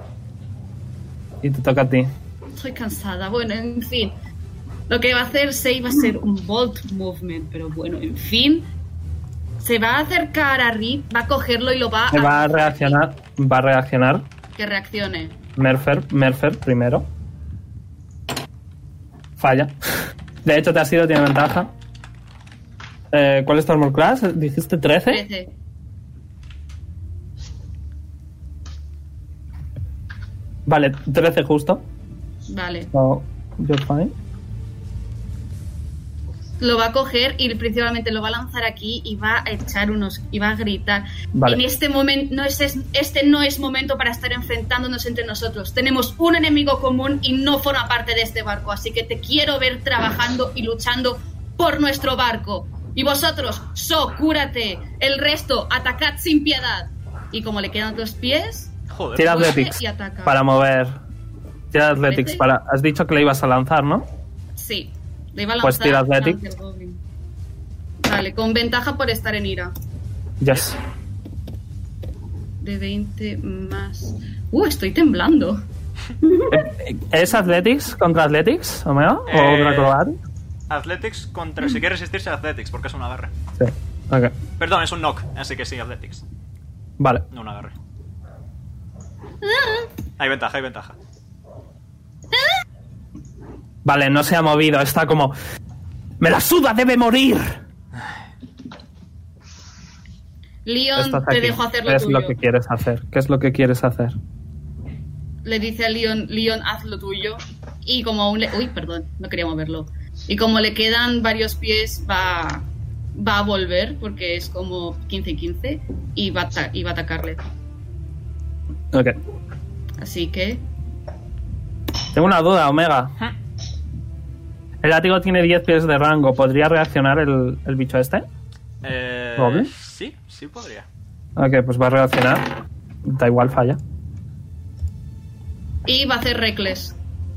Y te toca a ti. Estoy cansada. Bueno, en fin. Lo que va a hacer Sei va a ser un Bolt Movement, pero bueno, en fin. Se va a acercar a Rip, va a cogerlo y lo va Va a reaccionar. Que reaccione. Mercer primero. Falla. De hecho, te ha sido, tiene ventaja. ¿Cuál es tu armor class? ¿Dijiste 13? 13. Vale, 13 justo. Vale. So, you're fine. Lo va a coger y principalmente lo va a lanzar aquí y va a echar y va a gritar. Vale. En este momento este no es momento para estar enfrentándonos entre nosotros. Tenemos un enemigo común y no forma parte de este barco, así que te quiero ver trabajando y luchando por nuestro barco. Y vosotros, cúrate. El resto, atacad sin piedad. Y como le quedan 2 pies, Joder. Tira Mueve Athletics y ataca. para mover. Tira Athletics ¿Parece? para... Has dicho que le ibas a lanzar, ¿no? sí. Le iba a Pues lanzar tira Athletic. hacia el Goblin. Vale, con ventaja por estar en ira. Yes. De 20 más... estoy temblando. ¿Es Athletics contra Athletics, Omega? ¿O Eh, Acrobatic? Athletics contra... Si quiere resistirse a Athletics, porque es un agarre. Sí. Ok. Perdón, es un knock, así que sí, Athletics. Vale. No un agarre. Hay ventaja. Vale, no se ha movido. Está como... ¡Me la suda! ¡Debe morir! Leon, Estás te aquí. dejo hacer ¿Qué lo es tuyo. lo que quieres hacer? ¿Qué es lo que quieres hacer? Le dice a Leon, haz lo tuyo. Y como aún le... Uy, perdón, no quería moverlo. Y como le quedan varios pies, va a volver, porque es como 15 y 15, y va a atacarle. Ok. Así que... Tengo una duda, Omega. El látigo tiene 10 pies de rango. ¿Podría reaccionar el bicho este? ¿Goblin? Sí podría. Ok, pues va a reaccionar. Da igual, falla. Y va a hacer Reckless.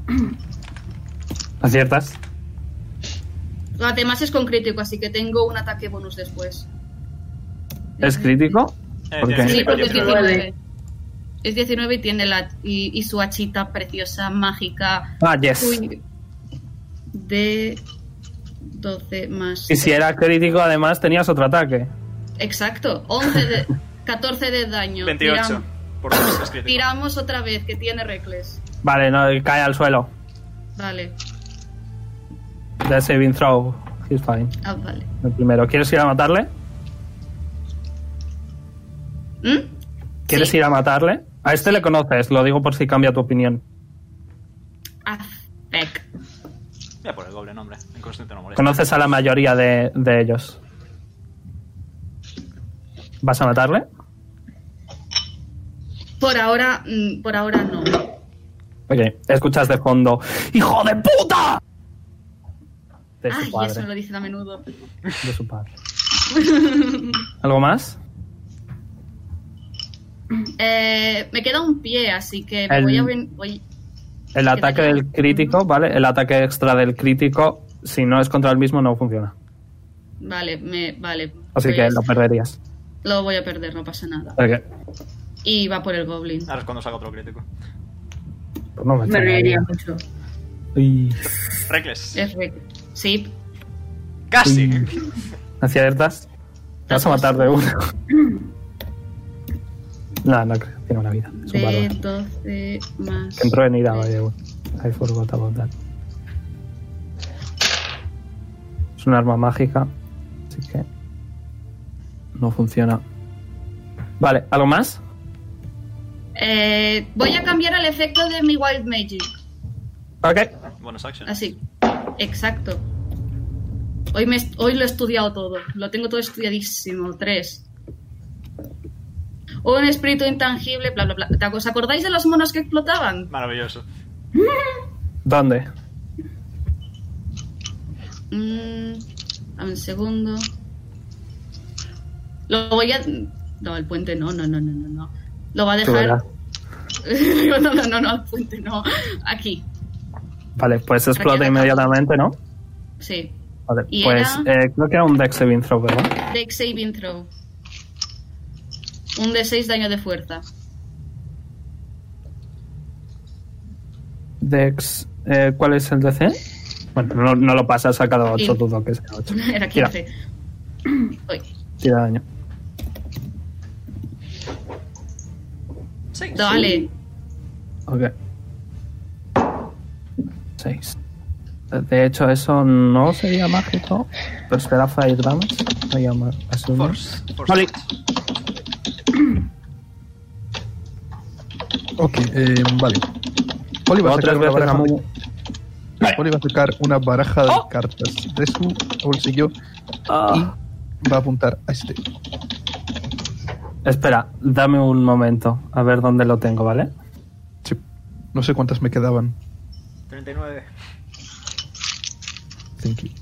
Aciertas. Además es con crítico, así que tengo un ataque bonus después. ¿Es crítico? ¿Por qué? Sí, porque es 19. 19. Es 19 y tiene y su hachita preciosa, mágica. Ah, yes. Uy, de 12 más. Y si era crítico, además, tenías otro ataque. Exacto, 14 de daño. 28. Por lo menos es crítico. Tiramos otra vez, que tiene Reckless. Vale, no, cae al suelo. Vale. The saving throw. He's fine. Ah, vale. El primero. ¿Quieres ir a matarle? ¿Quieres Sí. ir a matarle? A este le conoces, lo digo por si cambia tu opinión. Aztec. Ya por el doble nombre. Inconsciente no molesta. Conoces a la mayoría de ellos. ¿Vas a matarle? Por ahora no. Ok, escuchas de fondo. ¡Hijo de puta! De su Ay, padre. eso me lo dicen a menudo. De su padre. ¿Algo más? Me queda un pie, así que El- voy. El ataque del crítico, ¿vale? El ataque extra del crítico, si no es contra el mismo, no funciona. Vale, vale. Así pues que lo perderías. lo voy a perder, no pasa nada. Ok. Y va por el Goblin. Ahora es cuando saca otro crítico. Pues no me Me reiría mucho. Uy. Reckless. Sí. Casi. ¿Aciertas? Te vas a matar de uno. No creo. Tiene una vida. Es un De bárbaro. 12 más. Que entró en ira, vaya. I forgot about that. Es un arma mágica. Así que... no funciona. Vale, ¿algo más? Voy a cambiar el efecto de mi Wild Magic. Ok. Bonus action. Así. Exacto. Hoy lo he estudiado todo. Lo tengo todo estudiadísimo. 3. Un espíritu intangible, bla, bla, bla. ¿Os acordáis de los monos que explotaban? Maravilloso. ¿Dónde? Dame un segundo. Lo voy a... No, el puente no. Lo va a Tú verás. dejar... no, el puente no. Aquí. Vale, pues explota Aquí inmediatamente, ¿no? Sí. Vale, Y pues era- creo que era un Dex saving throw, ¿verdad? Dex saving throw. Un de 6 daño de fuerza. Dex, ¿cuál es el DC? Bueno, no lo pasa, has sacado 8, Sí. dudo que sea 8. Era Tira. 15. Uy. Tira daño. Sí. Dale. Ok. 6. De hecho, eso no sería mágico, pero será fire damage. Voy a asumir. Force. Vale. Ok, vale. Oli va a O sacar 3 una veces a baraja. Mumu. Oli va a sacar una baraja de ¡Oh! cartas de su bolsillo Ah. y va a apuntar a este. Espera, dame un momento. A ver dónde lo tengo, ¿vale? Sí. No sé cuántas me quedaban. 39. Thank you.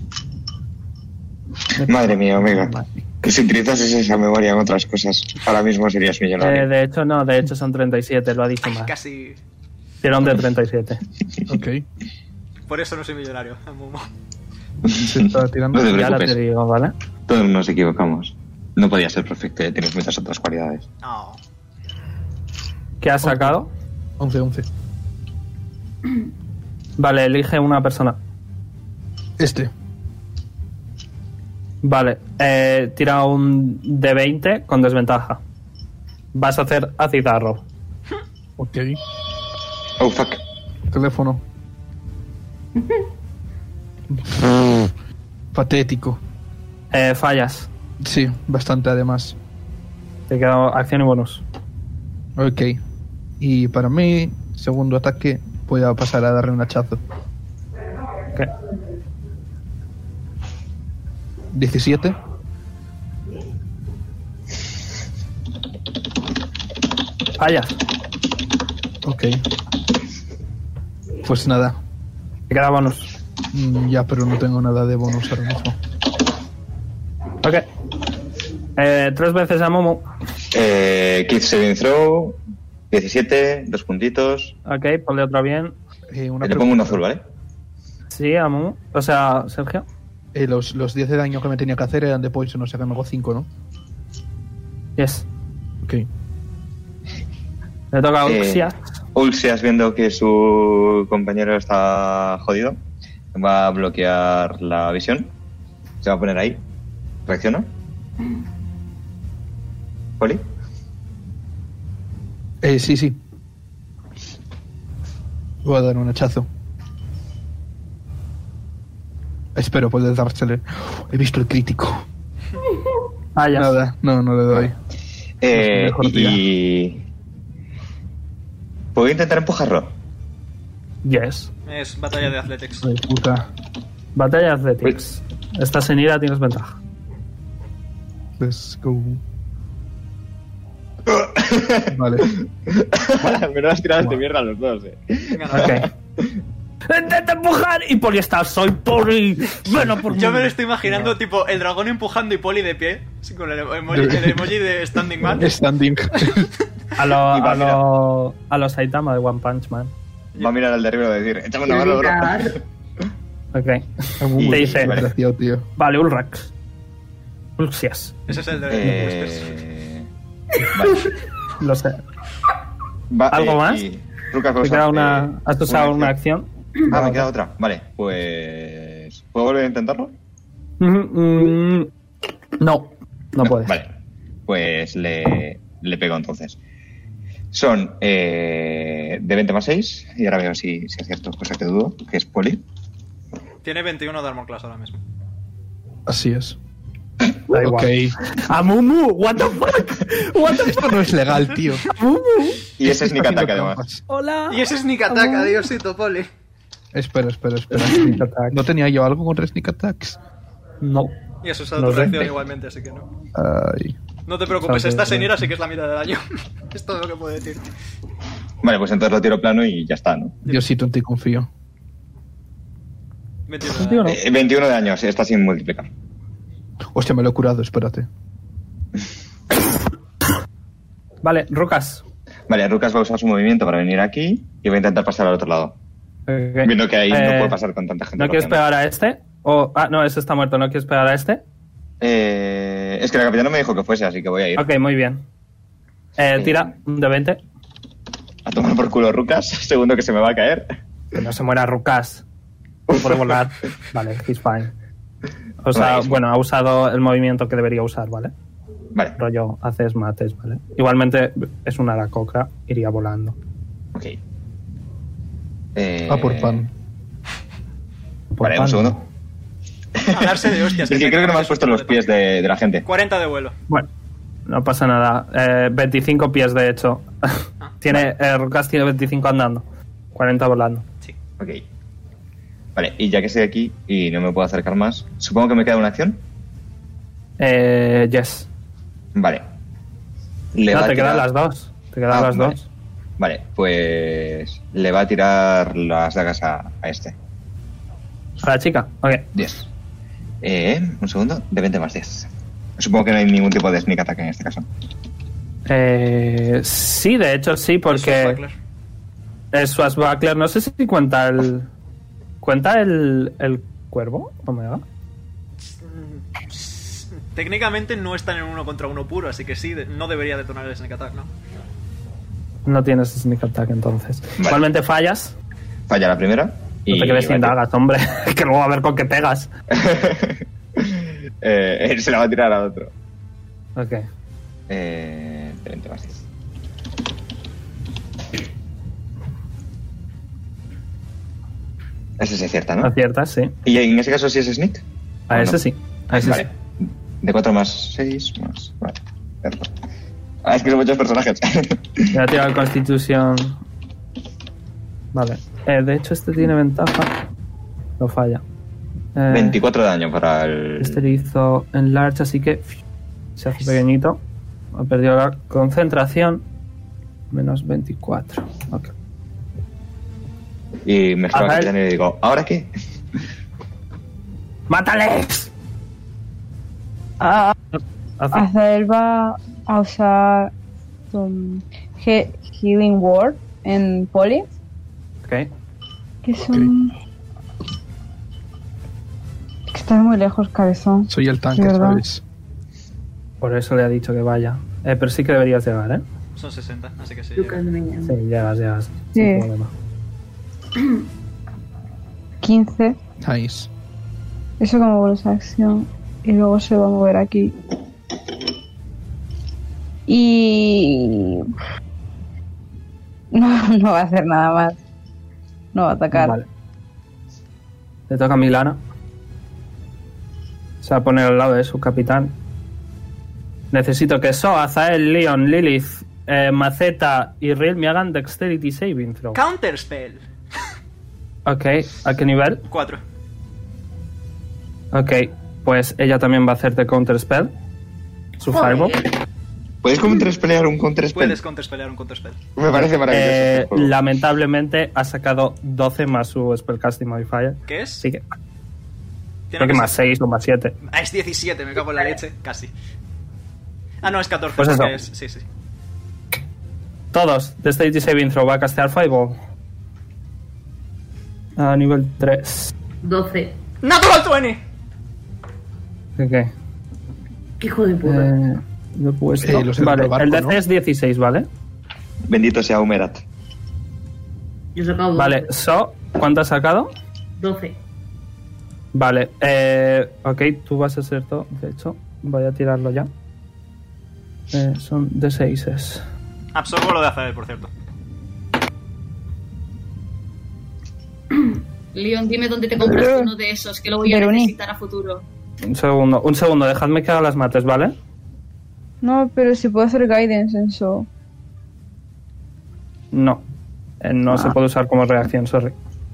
Madre mía, Omega. Que si utilizases esa memoria en otras cosas, ahora mismo serías millonario. De hecho, no, de hecho son 37, lo ha dicho más. Casi. Tirón de 37. Ok. Por eso no soy millonario. Momo. Se está tirando. No te Y ahora preocupes. te digo, ¿vale? Todos nos equivocamos. No podía ser perfecto, tienes muchas otras cualidades. No. ¿Qué has sacado? 11. Vale, elige una persona. Este. Vale, tira un de 20 con desventaja. Vas a hacer acid arrow. Ok. Oh, fuck. Teléfono. Patético. Fallas. Sí, bastante además. Te queda acción y bonus. Ok. Y para mí, segundo ataque, voy a pasar a darle un hachazo. Ok. 17. Fallas. Ok. Pues nada. Te queda bonus. Ya, pero no tengo nada de bonus ahora mismo. Ok. 3 veces a Momo. Keith Saving Throw, 17, 2 puntitos. Ok, ponle otra bien. Una Le pongo un azul, ¿vale? Sí, Amu. O sea, Sergio. Los 10 de daño que me tenía que hacer eran de poison, o sea que me hago 5, ¿no? Yes. Ok. Le toca a Uxias. Ulsias, viendo que su compañero está jodido, va a bloquear la visión. Se va a poner ahí. ¿Reacciona? ¿Poli? Sí. Voy a dar un hachazo. Espero poder dársele. He visto el crítico. Ah, ya. Nada, no le doy. Mejor Y... ¿Puedo intentar empujarlo? Yes. Es batalla de Athletics. Ay, puta. Batalla Athletics. Estás en ira, tienes ventaja. Let's go. Vale. Menudas tiradas de mierda los dos, Venga, no. Ok. ¡Intenta empujar! Y Poli está, soy Poli. Bueno, por Yo mí. me lo estoy imaginando, tipo, el dragón empujando y Poli de pie. Sí, con el emoji de Standing Man. Standing. A los Saitama de One Punch Man. Va a mirar al de arriba y va a decir, échame una mano, bro. Ok. Y- Te dice, vale. Desgraciado, tío. vale, Ulrax. Ulxias. Ese es el de Whispers. Vale. Lo sé. Va, ¿Algo más? y Rukas va a ¿Te usar, queda una, ¿Has usado una acción? Ah, me queda otra. Vale, pues... ¿Puedo volver a intentarlo? No puedes. Vale, pues le pego entonces. Son de 20 más 6, y ahora veo si es cierto, cosa que dudo, que es Poli. Tiene 21 de Armor Class ahora mismo. Así es. Da igual. Ok. Amumu, what the fuck? What the Esto no es legal, tío. Amumu. Y ese es Sneak Haciendo Attack, además. trampas. Hola. Y ese es Sneak Attack, adiósito, Poli. Espera. Sneak attack. ¿No tenía yo algo contra Sneak Attacks? No. Y has usado No tu sé. reacción igualmente, así que no. Ay. No te preocupes, Sabe, estás en sí. ira, así que es la mitad del daño. Es todo lo que puedo decir. Vale, pues entonces lo tiro plano y ya está, ¿no? Diosito, en ti confío. 21 Contigo no. 21 de daño, está sin multiplicar. Hostia, me lo he curado, espérate. Vale, Rukas. Vale, Rukas va a usar su movimiento para venir aquí y va a intentar pasar al otro lado. Okay. Viendo que ahí no puede pasar con tanta gente. ¿No quieres bloqueando. pegar a este? No, ese está muerto. ¿No quieres pegar a este? Es que la capitana me dijo que fuese, así que voy a ir. Ok, muy bien. Tira un de 20. A tomar por culo Rukas, segundo que se me va a caer. Que no se muera Rukas. No puede volar. Vale, he's fine. O sea, Vale, bueno, ha usado el movimiento que debería usar, ¿vale? Vale, Rollo, haces mates, ¿vale? Igualmente es una aracoca, iría volando. ok. A por pan. Por Vale, pan. un segundo. A darse de hostias. Es que creo que no me has puesto los pies de la gente. 40 de vuelo. Bueno, no pasa nada. 25 pies, de hecho. Rukas tiene 25 andando. 40 volando. Sí. Ok. Vale, y ya que estoy aquí y no me puedo acercar más, supongo que me queda una acción. Yes. Vale. Le No, va a te quedan tirar- las dos. Te quedan las vale. dos. Vale, pues le va a tirar las dagas a este. A la chica. Ok. 10. Un segundo, de 20 más 10. Supongo que no hay ningún tipo de sneak attack en este caso. Sí, de hecho sí, porque Swashbuckler. el Swashbuckler, no sé si cuenta el... ¿Cuenta el cuervo, Omega? Técnicamente no están en uno contra uno puro, así que sí, no debería detonar el Sneak Attack, ¿no? No tienes sneak attack entonces. Vale. Igualmente fallas. Falla la primera. No te quedes sin va a dagas, hombre. Que luego a ver con qué pegas. se la va a tirar al otro. Ok. De 20 más 10. Ese se acierta, ¿no? Aciertas, sí. ¿Y en ese caso sí es sneak? A ¿O ese no? sí. A ese Vale. sí. De 4 más 6 más... Vale. Perfecto. Es que son muchos personajes. Voy a tirar Constitución. Vale. De hecho, este tiene ventaja. Lo falla. 24 de daño para el... Este le hizo enlarge, así que se hace pequeñito. Ha perdido la concentración. Menos 24. Ok. Y me escribo a Ajá. capitán y le digo, ¿ahora qué? ¡Mátales! Hace- Azael va a usar Healing Word en Poli. Ok. Que son... Que están muy lejos, cabezón. Soy el tanque, Sí, ¿verdad? ¿sabes? Por eso le ha dicho que vaya. Pero sí que deberías llegar, ¿eh? Son 60, así que sí. Lucas me llama. Sí, llegas. Sí. Sin problema. 15. Nice. Eso como bonus acción. Y luego se va a mover aquí. Y... No va a hacer nada más. No va a atacar. Vale. Le toca a Milana. Se va a poner al lado de su capitán. Necesito que So, Azael, Leon, Lilith, Maceta y Riel me hagan Dexterity Saving Throw. Counterspell. Ok, ¿a qué nivel? 4. Ok, pues ella también va a hacerte Counter Spell. Su Fireball. ¿Puedes contraspelear un contraspell? Puedes counterspellear un counterspell. Me parece maravilloso. este juego. Lamentablemente ha sacado 12 más su Spellcasting Modifier. ¿Qué es? Así que Tiene creo que más ser- 6 o más 7. Ah, es 17, me cago en la leche. Casi. Ah, no, es 14. Pues porque eso. Sí. Todos. Dexterity Saving Throw va a castear Fireball. A nivel 3. 12. ¡Natural 20! Ok. ¿Qué hijo de puta? Lo he puesto. los del Vale, barco, el DC ¿no? es 16, ¿vale? Bendito sea Humerat. Yo he sacado 12. Vale, So, ¿cuánto has sacado? 12. Vale, ok, tú vas a ser todo. De hecho, voy a tirarlo ya. Son de 6. Absorbo lo de Azael, por cierto. Leon, dime dónde te compraste uno de esos, que lo voy a Veroni. necesitar a futuro. Un segundo, dejadme que haga las mates, ¿vale? No, pero si puedo hacer guidance en eso. No. No se puede usar como reacción, sorry.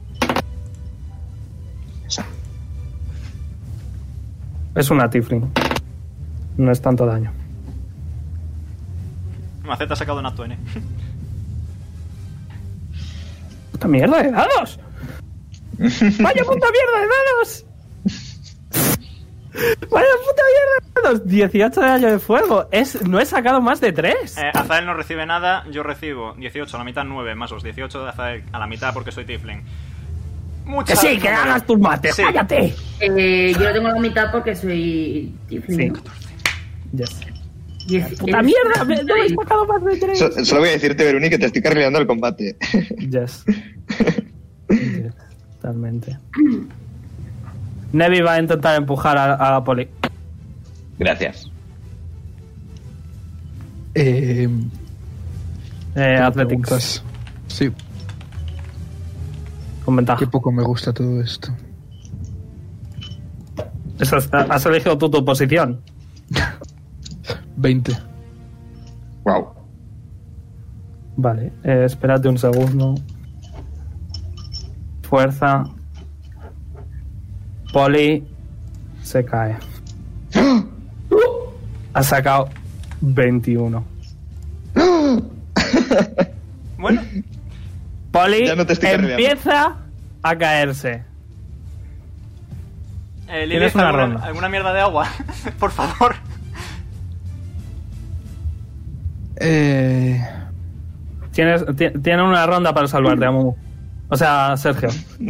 Es una Tifling. No es tanto daño. Maceta ha sacado un Nat 20. ¡Puta mierda de dados! ¡Vaya puta mierda de dados! ¡Vaya puta mierda de dados! 18 de daño de fuego. No he sacado más de 3. Azael no recibe nada, yo recibo 18 a la mitad, 9 más los 18 de Azael a la mitad porque soy Tifling. Que sí, que hagas tus mates, Sí. cállate. Yo lo tengo a la mitad porque soy Tifling. Sí. Yes. Diez- ¡Puta mierda! ¡No he sacado más de 3! Solo voy a decirte, Veruni, que te estoy carrileando el combate. Yes. Yes, totalmente. Nevi va a intentar empujar a la poli. Gracias. Athletics. Preguntas. Sí, Con ventaja. qué poco me gusta todo esto. Has elegido tú tu posición. 20. Wow. Vale, espérate un segundo. Fuerza. Poli se cae. Ha sacado 21. Bueno, Poli Ya no te estoy carrileando. empieza a caerse. Lilith, Tienes una ronda. ¿alguna mierda de agua? Por favor. Tiene una ronda para salvarte, Amumu. O sea, Sergio.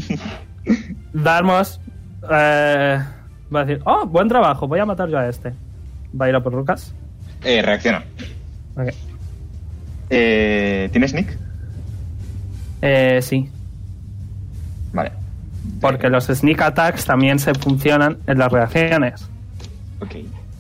Darmos va a decir, oh, buen trabajo, voy a matar yo a este. Va a ir a por Lucas. Reacciona. Ok. ¿Tienes Nick? Sí, Vale. porque los sneak attacks también se funcionan en las reacciones. Ok.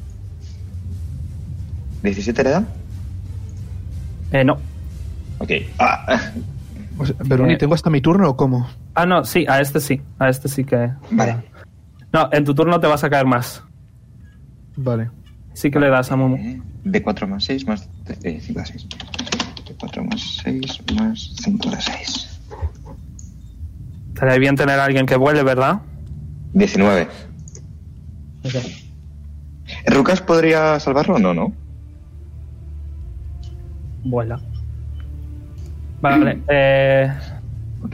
¿17 le da? No. Ok. O sea, Veroni, ¿tengo hasta mi turno o cómo? Ah, no, sí, a este sí. A este sí que... Vale. No, en tu turno te vas a caer más. Vale. Sí que le das a Mumu. De 4 más 6 más 5 de 6. De 4 más 6 más 5 de 6. Estaría bien tener a alguien que vuele, ¿verdad? 19. Ok. ¿Rucas podría salvarlo o no? No. Vuela. Vale, Ok.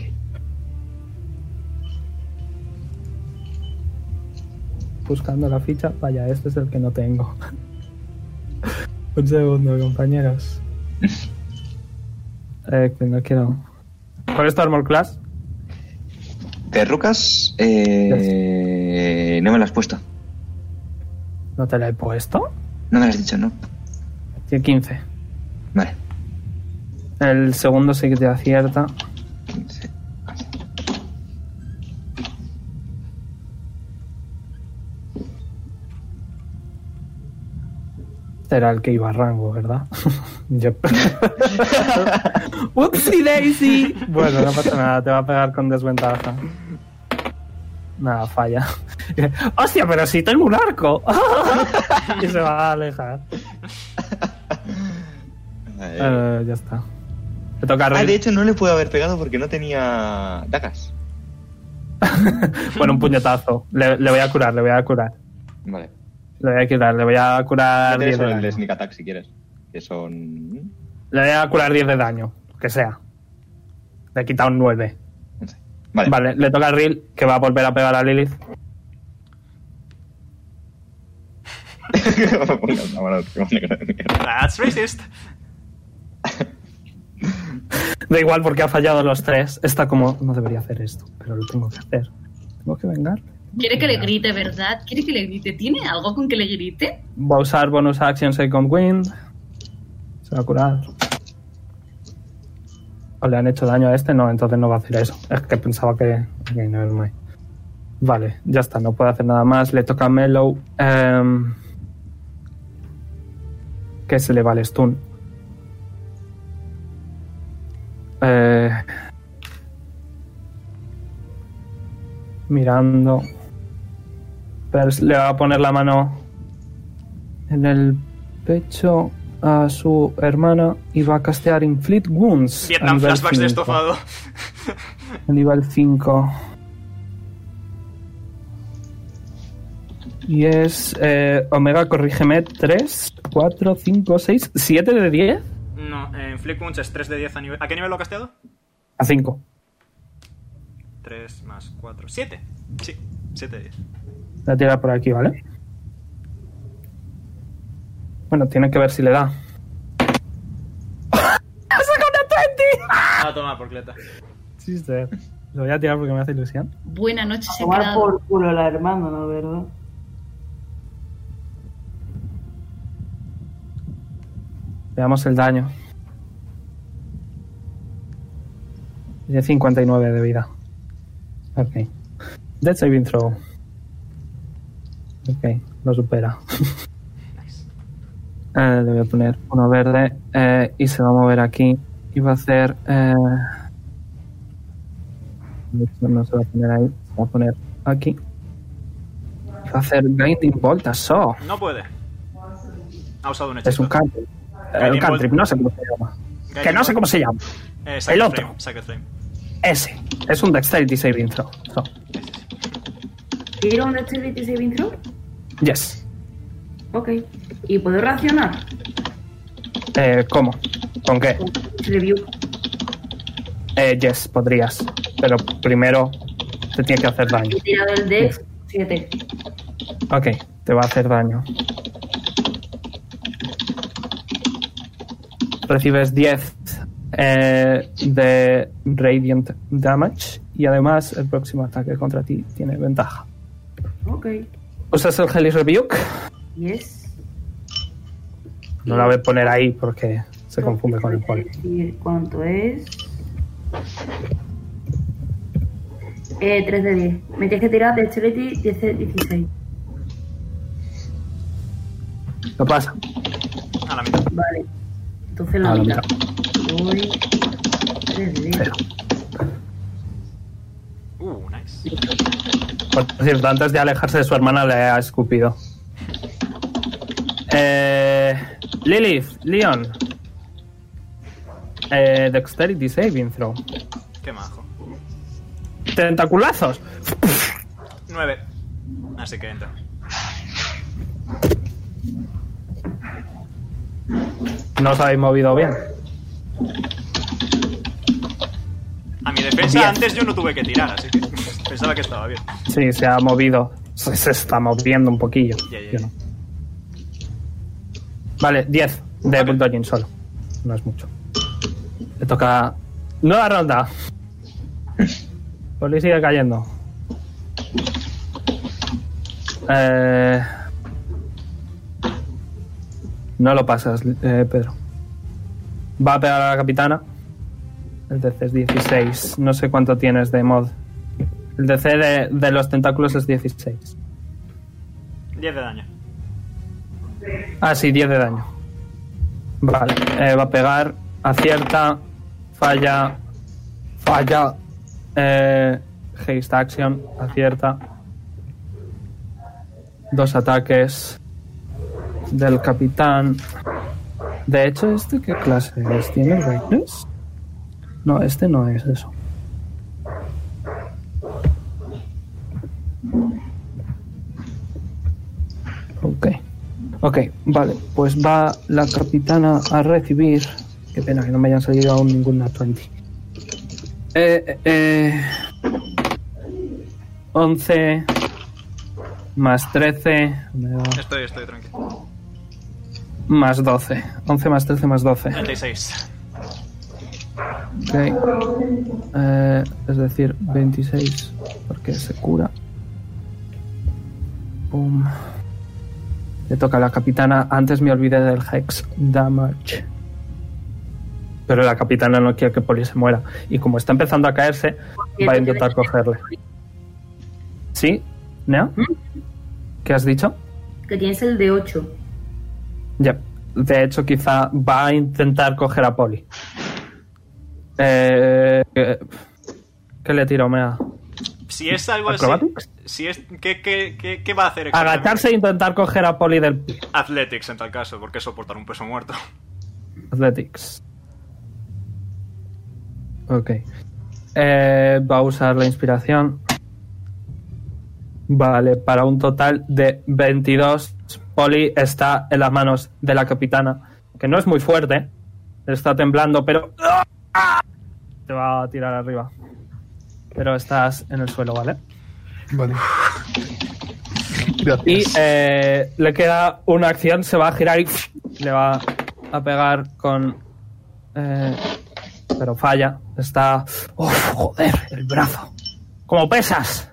buscando la ficha. Vaya, este es el que no tengo. Un segundo, compañeros. Que no quiero. ¿Cuál es tu armor class? Rucas, no me lo has puesto. ¿No te la he puesto? No me lo has dicho, ¿no? Tiene 15. Vale. El segundo sí que te acierta. 15. Este era el que iba a rango, ¿verdad? ¡Upsi Daisy! Bueno, no pasa nada, te va a pegar con desventaja. Nada, falla. ¡Hostia, pero si tengo un arco! Y se va a alejar. Ya está. Te toca a de Rill. hecho no le puedo haber pegado porque no tenía dagas. Bueno, un puñetazo. Le voy a curar. Vale. Le voy a curar 10 de el daño. de sneak attack si quieres. Que son... Le voy a curar 10 de daño, que sea. Le he quitado un 9. Vale, le toca a Rill, que va a volver a pegar a Lilith. That's racist. Da igual porque ha fallado los 3. Está como, no debería hacer esto, pero lo tengo que hacer. Tengo que vengar. Quiere que le grite, ¿verdad? ¿Quiere que le grite? ¿Tiene algo con que le grite? Va a usar bonus action Second Wind. Se va a curar. ¿O le han hecho daño a este? No, entonces no va a hacer eso. Es que pensaba que... Ok, never mind. Vale, ya está, no puede hacer nada más. Le toca a Mellow. Que se le va el stun. Mirando. Pero le va a poner la mano en el pecho a su hermana y va a castear Inflict Wounds. Vietnam flashbacks de estofado. Nivel 5. Y es... Omega, corrígeme. 3, 4, 5, 6, 7 de 10. No, en Flick Wounds es 3 de 10 a nivel... ¿A qué nivel lo ha casteado? A 5. 3 más 4... 7. Sí, 7 de 10. Voy a tirar por aquí, ¿vale? Bueno, tiene que ver si le da. ¡Ha sacado una 20! Ah, toma, porcleta. Sí, sí. Lo voy a tirar porque me hace ilusión. Buena noche se ha Tomar quedado. por culo la hermana, ¿no? ¿Verdad? Veamos el daño. Tiene 59 de vida. Ok. Death saving throw. Ok, lo supera. Le voy a poner uno verde y se va a mover aquí. Y va a hacer... no se va a poner ahí, se va a poner aquí. Y va a hacer Guiding Bolt a Saw. No puede. Ha usado un hechizo. Es un cantrip. Guiding Cantrip, Bolt. no sé cómo se llama. Guiding Que no sé Bolt. cómo se llama. Sacred El otro. Flame, Sacred Flame. Ese. Es un Dexterity Saving Throw. So, ¿Tiro un Dexterity Saving Throw? yes. Ok. ¿Y puedo reaccionar? ¿Cómo? ¿Con qué? Review. Yes, podrías. Pero primero te tiene que hacer daño. He tirado el Dex 7. Ok, te va a hacer daño. Recibes 10 de Radiant Damage y además el próximo ataque contra ti tiene ventaja. Ok. ¿Usas el Hellish Rebuke? Yes. No la voy a poner ahí porque se confunde con el poli. Decir ¿cuánto es? 3 de 10. Me tienes que tirar Dexterity 16. ¿Qué pasa? A la mitad. Vale. Entonces la A la mitad. Voy 3 de 10. Cero. Nice. Por cierto, antes de alejarse de su hermana le ha escupido. Lilith, Leon. Dexterity Saving Throw. Qué majo. Tentaculazos. 9. Así que entra. No os habéis movido bien. A mi defensa, 10. antes yo no tuve que tirar, así que pensaba que estaba bien. Sí, se ha movido. Se está moviendo un poquillo. Ya, ya, Yo ya. no. Vale, 10 de Ok. bulldoging solo. No es mucho. Le toca nueva ronda. Poli sigue cayendo. No lo pasas, Pedro. Va a pegar a la capitana. El DC es 16. No sé cuánto tienes de mod. El DC de los tentáculos es 16. 10 de daño. Ah, sí, 10 de daño. Vale, va a pegar. Acierta. Falla. Falla. Haste action. Acierta. 2 ataques del capitán. De hecho, ¿este qué clase es? ¿Tiene Reckless? No, este no es eso. Ok, vale. Pues va la capitana a recibir... Qué pena que no me hayan salido aún ningún nat 20. 11 más 13 Estoy tranquilo. más 12. 11 más 13 más 12. 36. Ok. Es decir, 26 porque se cura. Pum. Le toca a la capitana. Antes me olvidé del Hex Damage. Pero la capitana no quiere que Poli se muera. Y como está empezando a caerse, va a intentar cogerle. ¿Sí? ¿Nea? ¿Qué has dicho? Que tienes el de 8. Ya. De hecho, quizá va a intentar coger a Poli. ¿Qué le tiro, Mea? Si es algo así... ¿Acrobatics? Si es, ¿qué va a hacer exactamente? Agacharse e intentar coger a Poli del pie. Athletics en tal caso, porque es soportar un peso muerto. Athletics. Ok. Va a usar la inspiración. Vale, para un total de 22. Poli está en las manos de la capitana, que no es muy fuerte. Está temblando, pero... Te va a tirar arriba. Pero estás en el suelo, ¿vale? Vale. Y Gracias. le queda una acción. Se va a girar y le va a pegar con... pero falla. Está... ¡Oh, joder! El brazo. ¡Como pesas!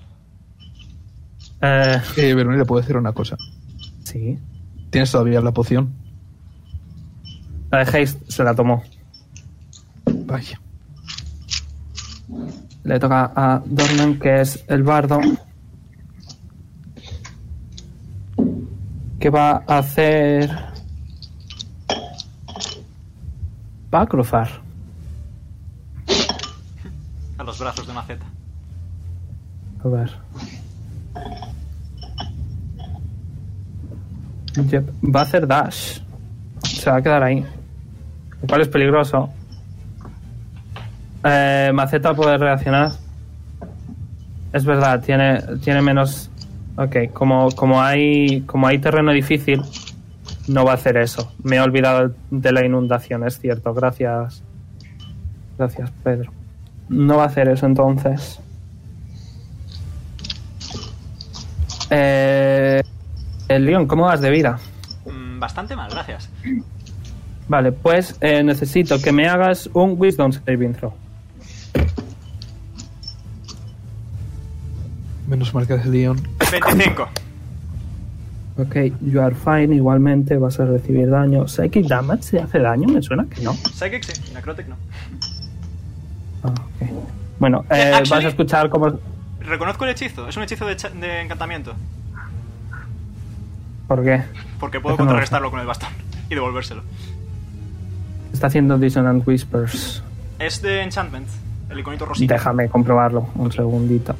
Verónica, ¿le puedo decir una cosa? Sí. ¿Tienes todavía la poción? La de Haste se la tomó. Vaya. Le toca a Dornan, que es el bardo. ¿Qué va a hacer? Va a cruzar. A los brazos de Maceta. A ver. Yep. Va a hacer dash. Se va a quedar ahí. Lo cual es peligroso. Maceta puede reaccionar. Es verdad, tiene menos... Ok, como hay terreno difícil, no va a hacer eso. Me he olvidado de la inundación, es cierto. Gracias. Gracias, Pedro. No va a hacer eso entonces. Leon, ¿cómo vas de vida? Bastante mal, gracias. Vale, pues necesito que me hagas un Wisdom Saving Throw. Menos mal que es Leon. 25. Ok, you are fine. Igualmente vas a recibir daño. Psychic Damage, ¿se hace daño? Me suena que no. Psychic sí, Necrotic no. Ah, ok. Bueno, Actually- vas a escuchar cómo... Reconozco el hechizo, es un hechizo de encantamiento. ¿Por qué? Porque puedo Eso no lo contrarrestarlo con el bastón y devolvérselo. Está haciendo Dissonant Whispers. Es de enchantment, el iconito rosita. Déjame comprobarlo un segundito.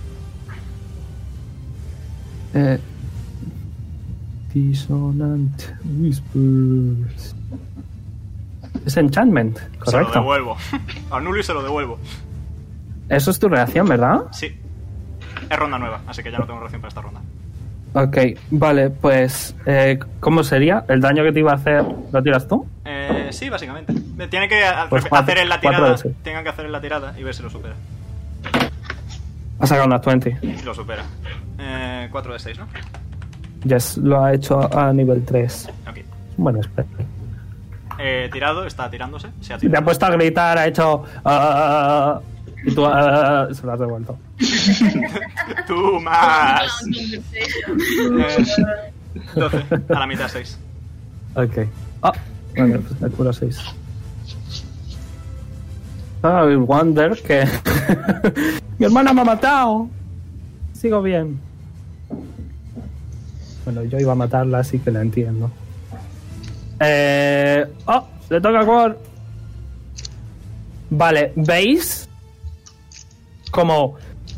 Dissonant Whispers. Es enchantment, Se lo correcto. devuelvo. Anulo y se lo devuelvo. Eso es tu reacción, ¿verdad? Sí. Es ronda nueva, así que ya no tengo reacción para esta ronda. Ok, vale, pues ¿cómo sería? ¿El daño que te iba a hacer lo tiras tú? Sí, básicamente. Tiene que Pues cuatro- hacer en la cuatro tirada. de seis. Tengan que hacer en la tirada y ver si lo supera. Ha sacado una 20. Y lo supera. 4 de 6, ¿no? Yes, lo ha hecho a nivel 3. Ok. Bueno, espera. Tirado, está tirándose. Se ha Te ha tirado. puesto a gritar, ha hecho... Y tú se lo has devuelto. Tú más. 12. A la mitad 6. Ok. Ah, bueno, pues me curo 6. I wonder que... Mi hermana me ha matado. Sigo bien. Bueno, yo iba a matarla, así que la entiendo. Oh, le toca a Quor. Vale, ¿veis? Como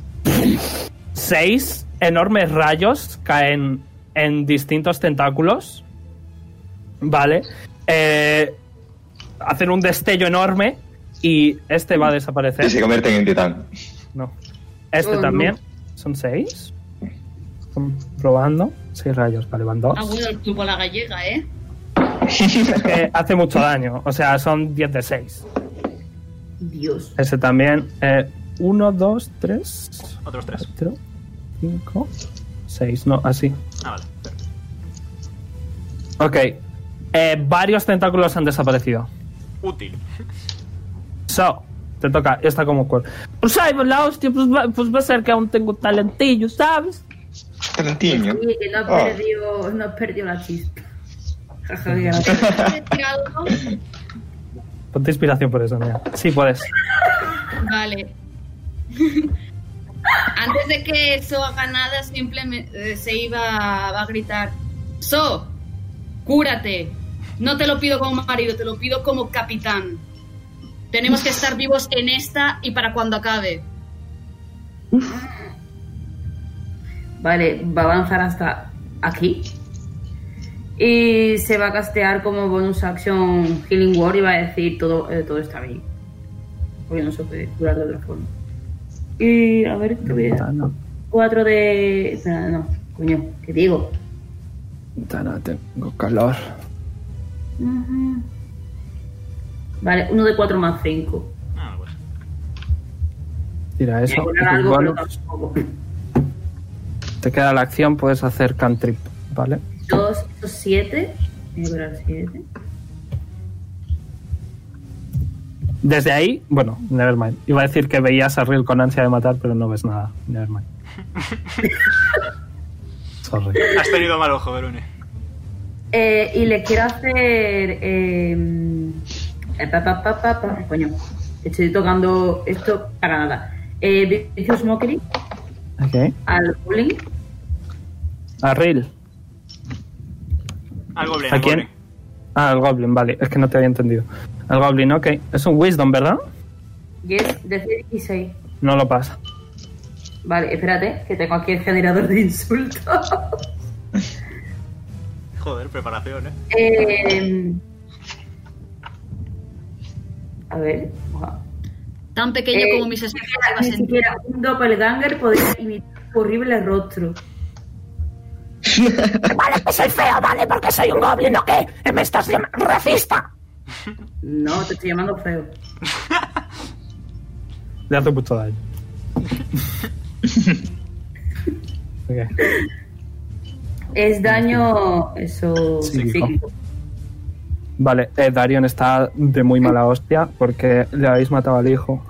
6 enormes rayos caen en distintos tentáculos. Vale. Hacen un destello enorme y este va a desaparecer. Y se convierten en titán. No. Este también. Son 6. Comprobando. 6 rayos. Vale, van 2. Ah, bueno, el tubo a la gallega, ¿eh? Es que hace mucho daño. O sea, son 10 de 6. Dios. Ese también. 1, 2, 3. Otros 3. 4, 5, 6. No, así. Ah, vale. Ok. Varios tentáculos han desaparecido. Útil. So, te toca. Está como cuerpo. Pues ay, la hostia, pues va a ser que aún tengo talentillo, ¿sabes? Talentillo. Sí, que no has perdido la chispa. Jaja, que no. ¿Puedes decir algo? Ponte inspiración por eso, mira. Sí, puedes. Vale. Antes de que So haga nada, simplemente va a gritar: So, cúrate. No te lo pido como marido, te lo pido como capitán. Tenemos que estar vivos en esta y para cuando acabe. Vale, va a avanzar hasta aquí. Y se va a castear como bonus action Healing Word y va a decir todo está bien. Porque no se puede curar de otra forma. Y a ver, ¿qué voy a... 4 de... No, coño, ¿qué digo? No tengo calor. Vale, 1 de 4 más 5. Ah, pues. Tira eso. Voy a poner algo, pero Bueno, tampoco. te queda la acción, puedes hacer cantrip, ¿vale? 2, 7. Voy a poner 7. Desde ahí, bueno, nevermind. Iba a decir que veías a Riel con ansia de matar, pero no ves nada. Nevermind. Sorry. Has tenido mal ojo, Verone. Y le quiero hacer... Coño, estoy tocando esto para nada. Vicious Mockery Ok. al Goblin. A Riel. Algo bien. ¿A quién? Ah, al Goblin, vale. Es que no te había entendido. Al Goblin, ok. Es un Wisdom, ¿verdad? Yes, de 16. No lo pasa. Vale, espérate, que tengo aquí el generador de insultos. Joder, preparación, ¿eh? A ver. Wow. Tan pequeño como mis expectativas. Ni siquiera un doppelganger podría imitar su horrible rostro. Vale, que soy feo, vale, porque soy un Goblin, ¿o qué? ¿Me estás llamando racista? No, te estoy llamando feo. Le hace mucho daño. Okay. Es daño, eso, Psíquico. psíquico. Vale, Darion está de muy mala hostia porque le habéis matado al hijo.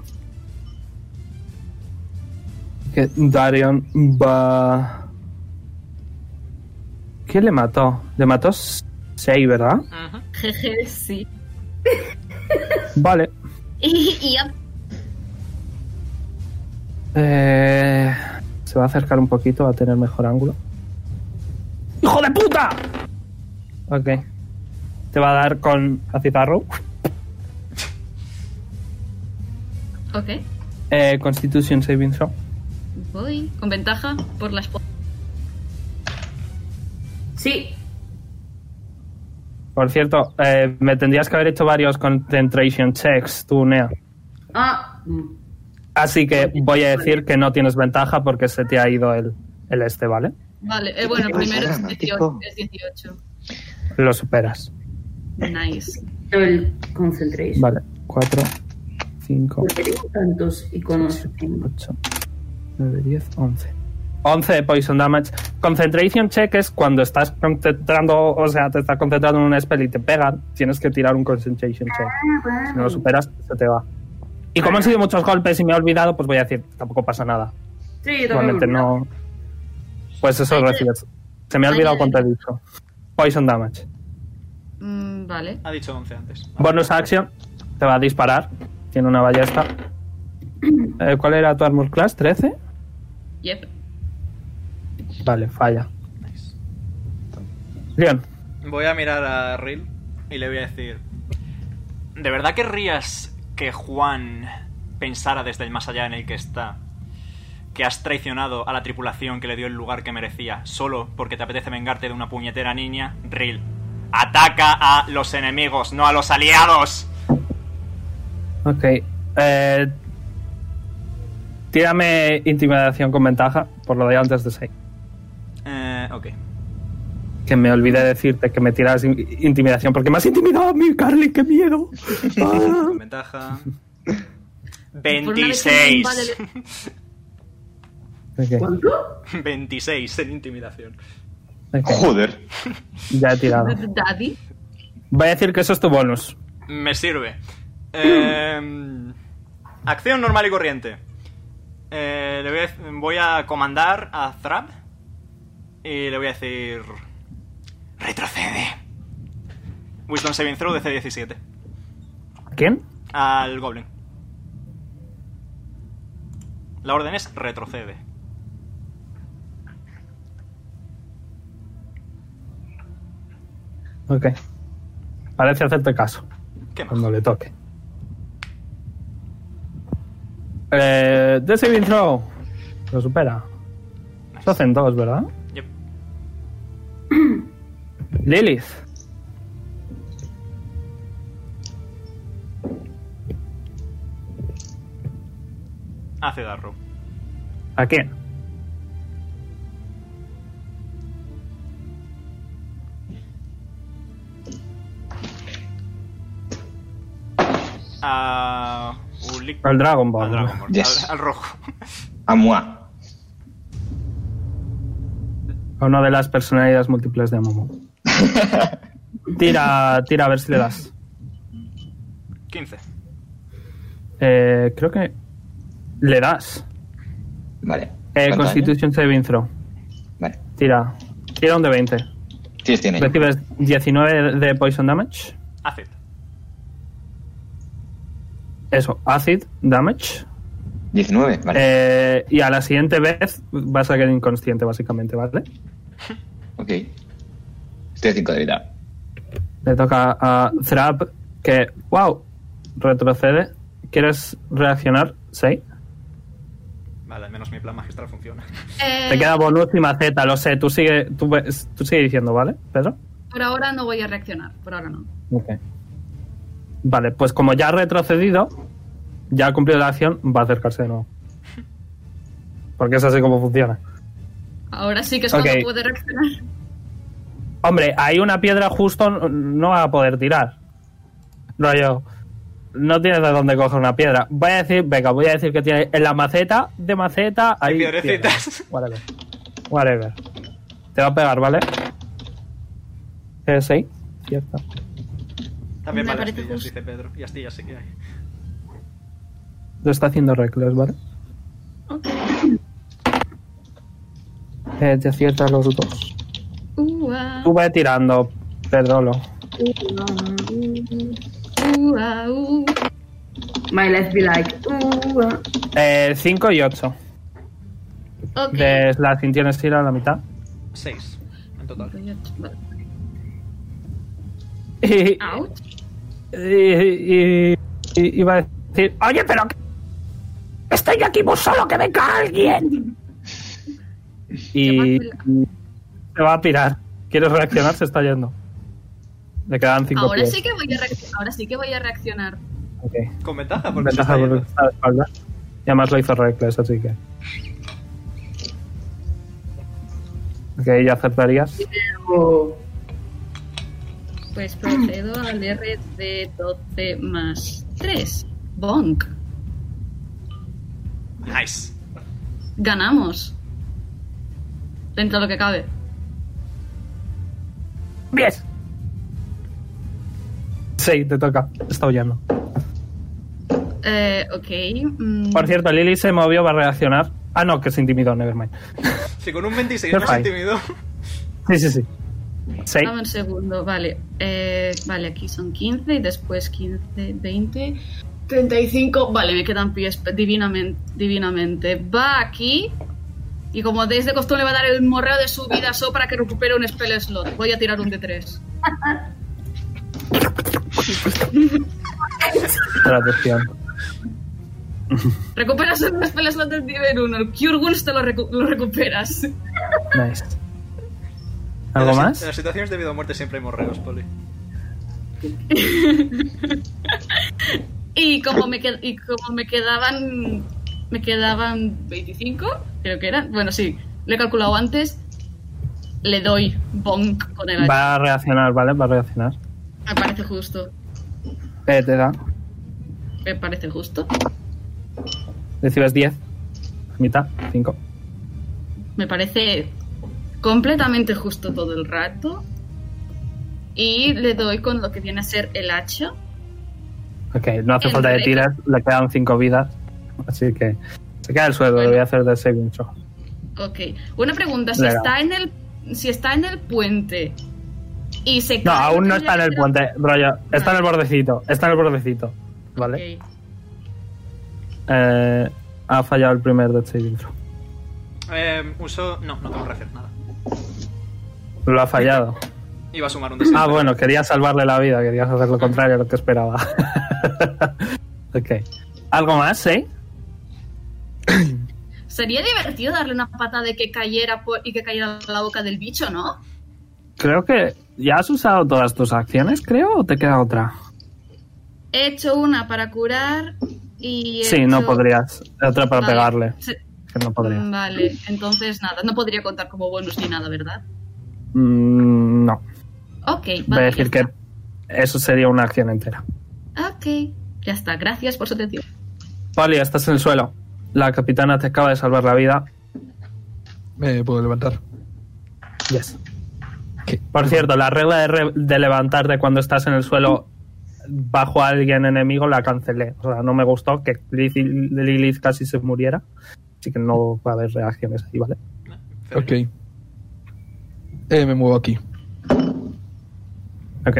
Que Darion va... ¿Quién le mató? Le mató Sei, ¿verdad? Ajá. Jeje, sí. Vale. Y Se va a acercar un poquito, va a tener mejor ángulo. ¡Hijo de puta! Ok. Te va a dar con Acitarro. ok. Constitution Saving Throw. Voy. Con ventaja por la esposa. Sí, Por cierto, me tendrías que haber hecho varios concentration checks, tú, Nea. Así que voy a decir que no tienes ventaja porque se te ha ido el este, ¿vale? Vale, bueno, ¿Qué primero pasa, es 18. dramático? Es 18. Lo superas. Nice. el concentration. Vale, 4, 5, Porque tengo tantos iconos. 8, 9, 10, 11. 11 de poison damage. Concentration check es cuando estás concentrando, o sea, te estás concentrando en un spell y te pegan, tienes que tirar un concentration check. Si no lo superas, se te va. Y como han sido muchos golpes y me he olvidado, pues voy a decir, tampoco pasa nada. Sí, Igualmente no... Pues eso Hay que- recibes. Se me ha hay olvidado que- cuánto he dicho. Poison damage. Vale. Ha dicho 11 antes. Bonus action. Te va a disparar. Tiene una ballesta. ¿Cuál era tu armor class? ¿13? Yep. Vale, falla. Nice. Leon. Voy a mirar a Ril y le voy a decir... ¿De verdad querrías que Juan pensara desde el más allá en el que está que has traicionado a la tripulación que le dio el lugar que merecía solo porque te apetece vengarte de una puñetera niña? Ril, ataca a los enemigos, no a los aliados. Ok. Tírame intimidación con ventaja por lo de antes de 6. Ok. Que me olvidé decirte que me tiras intimidación porque me has intimidado a mí, Carly, qué miedo. Ah. Con ventaja. Por una vez que me 26. Ok, ¿Cuánto? 26 en intimidación. ok. Joder. Ya he tirado. Daddy. Voy a decir que eso es tu bonus. Me sirve. Acción normal y corriente. Voy a comandar a Thrap y le voy a decir... Retrocede. Wisdom Saving Throw de C17. ¿A quién? Al Goblin. La orden es retrocede. Ok. Parece hacerte caso ¿Qué más? cuando le toque. The saving throw. Lo supera. Eso hacen dos, ¿verdad? Yep. Lilith. Hace Darrow. ¿A quién? A... Ulic- Al Dragon Ball. Al Dragon Ball. Yes. Al rojo. A moi. A una de las personalidades múltiples de Momo. Tira a ver si le das. 15. Creo que le das. Vale. ¿Cuánto Constitution saving throw. daño? Vale. Tira un de 20. Sí, tiene. Recibes 19 de poison damage. Acid. Eso, acid damage. 19, vale. Y a la siguiente vez vas a quedar inconsciente, básicamente, ¿vale? Ok. Estoy a 5 de vida. Le toca a Thrap, que, wow, retrocede. ¿Quieres reaccionar? Sí. Vale, al menos mi plan magistral funciona. Te queda bonus y maceta, lo sé. Tú sigue diciendo, ¿vale, Pedro? Por ahora no voy a reaccionar. Por ahora no. Ok. Vale, pues como ya ha retrocedido, ya ha cumplido la acción, va a acercarse de nuevo. Porque es así como funciona. Ahora sí que es cuando Ok. puede reaccionar. Hombre, hay una piedra justo, no va a poder tirar. Rollo, no tienes de dónde coger una piedra. Voy a decir que tiene en la maceta de maceta. Hay Hay piedrecitas. piedras. Whatever. Te va a pegar, ¿vale? Sí, cierto. También Me vale parece astillas, justo. dice Pedro. Y astillas sí que hay. Lo está haciendo reckless, ¿vale? Ok. Te aciertas los dos. Ua, Tú ve tirando, Pedrolo. ua, My let's be like. 5 y 8. Ok. De slashing tienes que ir a la mitad. 6 en total. Vale. Y, Ouch. y iba a decir, oye, pero estoy aquí muy solo, que venga alguien. Y se va a pirar. ¿Quieres reaccionar? Se está yendo. Le quedan 5 Ahora pies. sí que voy a ahora sí que voy a reaccionar. Ok. Con ventaja, porque Ventaja se porque está está de espalda. Y además lo hizo reckless, así que... Ok, ya acertarías. Pues procedo al R de 12 más 3. Bonk. yendo. Nice. Ganamos. Dentro de lo que cabe. ¡Bien! Sí, te toca. Está huyendo. Ok. Por cierto, Lily se movió, va a reaccionar. Ah, no, que se intimidó, nevermind. Si con un 26 Qué no se fine. intimidó. Sí. 6. Dame un segundo, vale. Vale, aquí son 15 y después 15, 20, 35. Vale, me quedan pies divinamente. Va aquí. Y como desde costumbre le va a dar el morreo de su vida so para que recupere un spell slot. Voy a tirar un D3. Traducción. Recuperas un spell slot del nivel 1. El Cure Wounds te lo recuperas. Nice. ¿Algo más? En las situaciones de vida o muerte siempre hay morreos, Poli. Y como me quedaban 25, creo que eran. Bueno, sí, lo he calculado antes. Le doy bonk con el hacha. Va a reaccionar, ¿vale? Va a reaccionar. Me parece justo. Te da. Me parece justo. Recibes 10. Mitad. 5. Me parece completamente justo todo el rato. Y le doy con lo que viene a ser el hacha. Ok, no hace El falta que reto. tires. Le quedan 5 vidas. Así que se queda el suelo. Bueno. Le voy a hacer de saving throw. Ok. Una pregunta, si Venga. está en el puente y se No, cae aún no otra está en el vez, puente, rollo. Está en el bordecito. Está en el bordecito. ¿Vale? Ok. Ha fallado el primer de saving throw. Uso... No tengo que hacer nada. Lo ha fallado. Iba a sumar un deseo. Ah, bueno, querías salvarle la vida. Querías hacer lo contrario a lo que esperaba. Ok. ¿Algo más, Sería divertido darle una patada de que cayera y que cayera a la boca del bicho, ¿no? Creo que ya has usado todas tus acciones, creo, o te queda otra. He hecho una para curar y... he Sí, no hecho- podrías. Otra para Vale. pegarle. Se- Que no podría. Vale, entonces nada, no podría contar como bonus ni nada, ¿verdad? No. Ok, Voy a vale, decir ya que está. eso sería una acción entera. Ok, ya está, gracias por su atención. Poli, estás en el suelo. La capitana te acaba de salvar la vida. Me puedo levantar. Yes. ¿Qué? Por cierto, la regla de levantarte cuando estás en el suelo bajo a alguien enemigo la cancelé. O sea, no me gustó que Lilith casi se muriera. Así que no va a haber reacciones ahí, ¿vale? Ok. Me muevo aquí. Ok.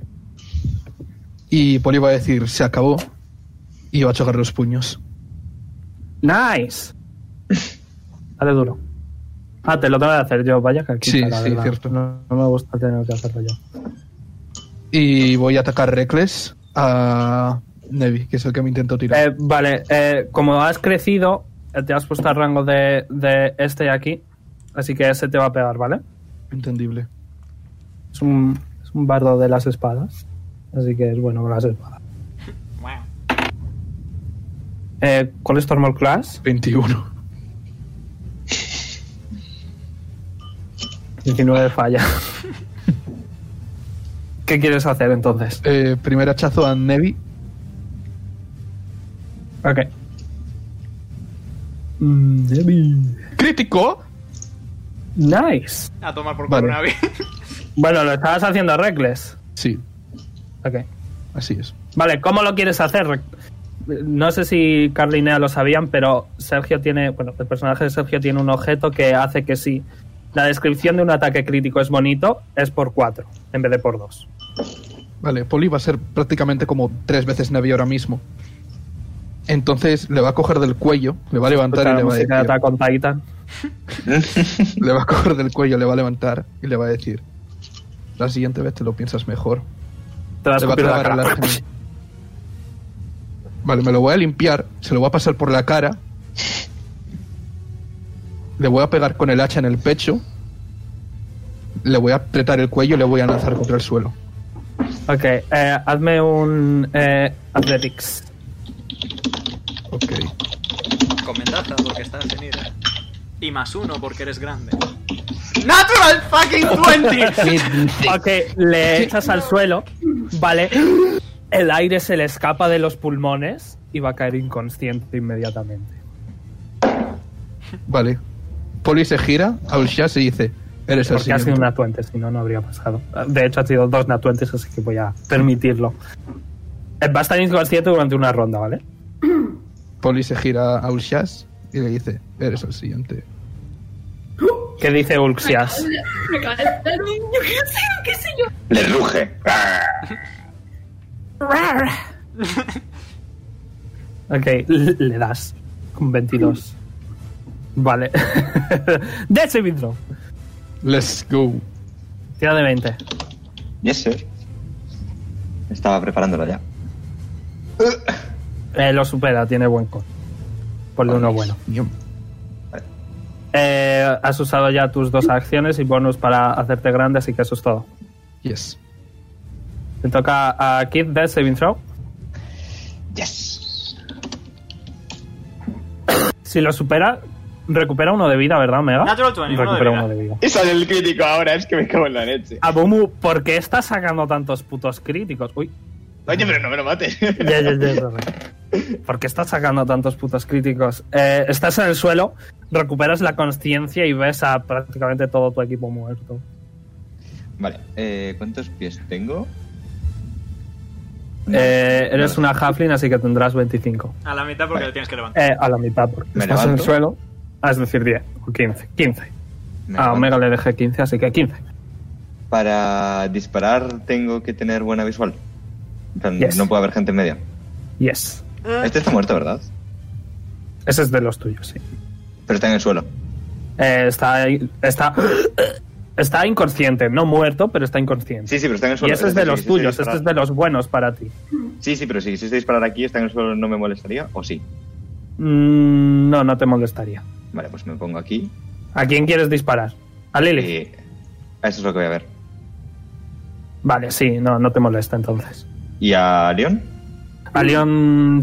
Y Poli va a decir, se acabó. Y va a chocar los puños. ¡Nice! Dale duro. Ah, te lo tengo que hacer yo. Vaya que aquí Sí, está, la sí, verdad. cierto. No me gusta tener que hacerlo yo. Y voy a atacar Reckless a Nevi, que es el que me intentó tirar. Vale, como has crecido, te has puesto al rango de este de aquí. Así que ese te va a pegar, ¿vale? Entendible. Es un bardo de las espadas. Así que es bueno con las espadas. Wow. ¿Cuál es tu armor class? 21. 19 falla. ¿Qué quieres hacer entonces? Primer hachazo a Nevi. Ok. Debbie. ¡Crítico! Nice. A tomar por Vale. culo, Navi. Bueno, lo estabas haciendo a Reckless. Sí, Ok. así es. Vale, ¿cómo lo quieres hacer? No sé si Carly y Nea lo sabían, pero Sergio tiene... Bueno, el personaje de Sergio tiene un objeto que hace que si la descripción de un ataque crítico es bonito, es por 4 en vez de por 2. Vale, Poli va a ser prácticamente como 3 veces Nevi ahora mismo. Entonces le va a coger del cuello, le va a levantar Escucha y la le va a música de decir... Attack on Titan. Le va a coger del cuello, le va a levantar y le va a decir... La siguiente vez te lo piensas mejor. Te vas a Le va a escupir la clavar el cara. arma. Vale, me lo voy a limpiar, se lo voy a pasar por la cara. Le voy a pegar con el hacha en el pecho. Le voy a apretar el cuello y le voy a lanzar contra el suelo. Ok, hazme un Athletics. Ok. Con ventaja porque estás en ira. Y +1 porque eres grande. ¡Natural fucking 20! Ok, le echas al suelo, ¿vale? El aire se le escapa de los pulmones y va a caer inconsciente inmediatamente. Vale. Poli se gira a Ulshas y dice... Eres el Porque ha sido siguiente. un natuente, si no, no habría pasado. De hecho, ha sido 2 natuentes, así que voy a permitirlo. Va a estar inconsciente durante una ronda, ¿vale? Poli se gira a Ulshas y le dice, eres el siguiente. ¿Qué dice Ulxias? Me acaba de dar un niño, qué sé yo. Le ruge. Ok, le das. Un 22. Vale. De saving throw. Let's go. Tira de 20. Yes, sir. Estaba preparándolo ya. Lo supera, tiene buen con. Ponle uno bueno. Yum. Has usado ya tus 2 acciones y bonus para hacerte grande, así que eso es todo. Yes. Te toca a Kid de saving throw. Yes. Si lo supera, recupera 1 de vida, ¿verdad, Mega? Natural 20, uno de recupera vida. 1 de vida. Y sale el crítico ahora, es que me cago en la leche. Abumu, ¿por qué estás sacando tantos putos críticos? Uy. Oye, pero no me lo mates. Ya. ¿Por qué estás sacando tantos putos críticos? Estás en el suelo, recuperas la consciencia y ves a prácticamente todo tu equipo muerto. Vale, ¿cuántos pies tengo? Eres una halfling, así que tendrás 25. A la mitad porque Vale. le tienes que levantar. A la mitad, porque Me estás en el levanto. suelo. Es decir, 10 o 15. 15. Me A levanto. Omega le dejé 15, así que 15. Para disparar tengo que tener buena visual. En plan, Yes. no puede haber gente en medio. Yes. Este está muerto, ¿verdad? Ese es de los tuyos, sí. Pero está en el suelo. Está inconsciente, no muerto, pero está inconsciente. Sí, pero está en el Y suelo. ese es de decir, los si quisiese tuyos, este disparar- es de los buenos para ti. Sí, pero si quisiese disparar aquí, está en el suelo, ¿no me molestaría? ¿O sí? No te molestaría. Vale, pues me pongo aquí. ¿A quién quieres disparar? ¿A Lily? Y eso es lo que voy a ver. Vale, sí, no te molesta entonces. ¿Y a Leon? A Leon...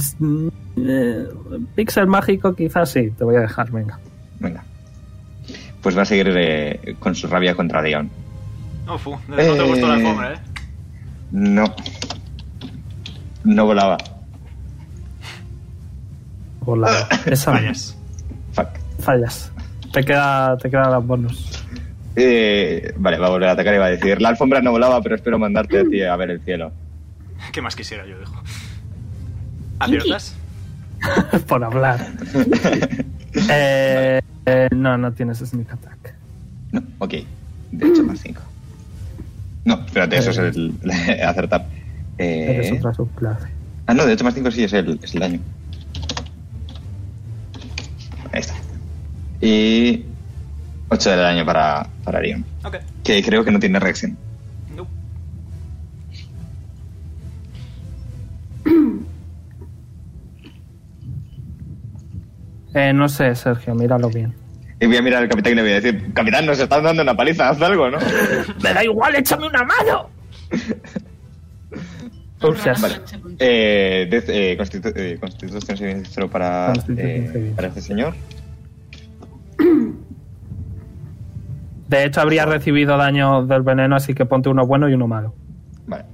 Pixel mágico quizás sí, te voy a dejar, venga. Venga. Pues va a seguir con su rabia contra Leon. No te gustó la alfombra, No. No volaba. Hola. Esa Fallas. Fuck. fallas. Te queda la bonus. Vale, va a volver a atacar y va a decir: la alfombra no volaba, pero espero mandarte a ti a ver el cielo. ¿Qué más quisiera yo, dijo? ¿Aciertas? Por hablar. No tienes sneak attack. No, ok. De hecho, más 5. No, espérate, eso es el acertar. Eres otra subclase. No, de hecho, más 5 sí es el daño. Ahí está. Y 8 de daño para Leon. Ok. Que creo que no tiene reacción. No. No sé, Sergio, míralo bien. Y voy a mirar al capitán y le voy a decir: capitán, nos están dando una paliza, haz algo, ¿no? ¡Me da igual, échame una mano! Ursias. Vale. Constitución siniestro para este señor. De hecho, habría recibido daño del veneno, así que ponte uno bueno y uno malo. Vale.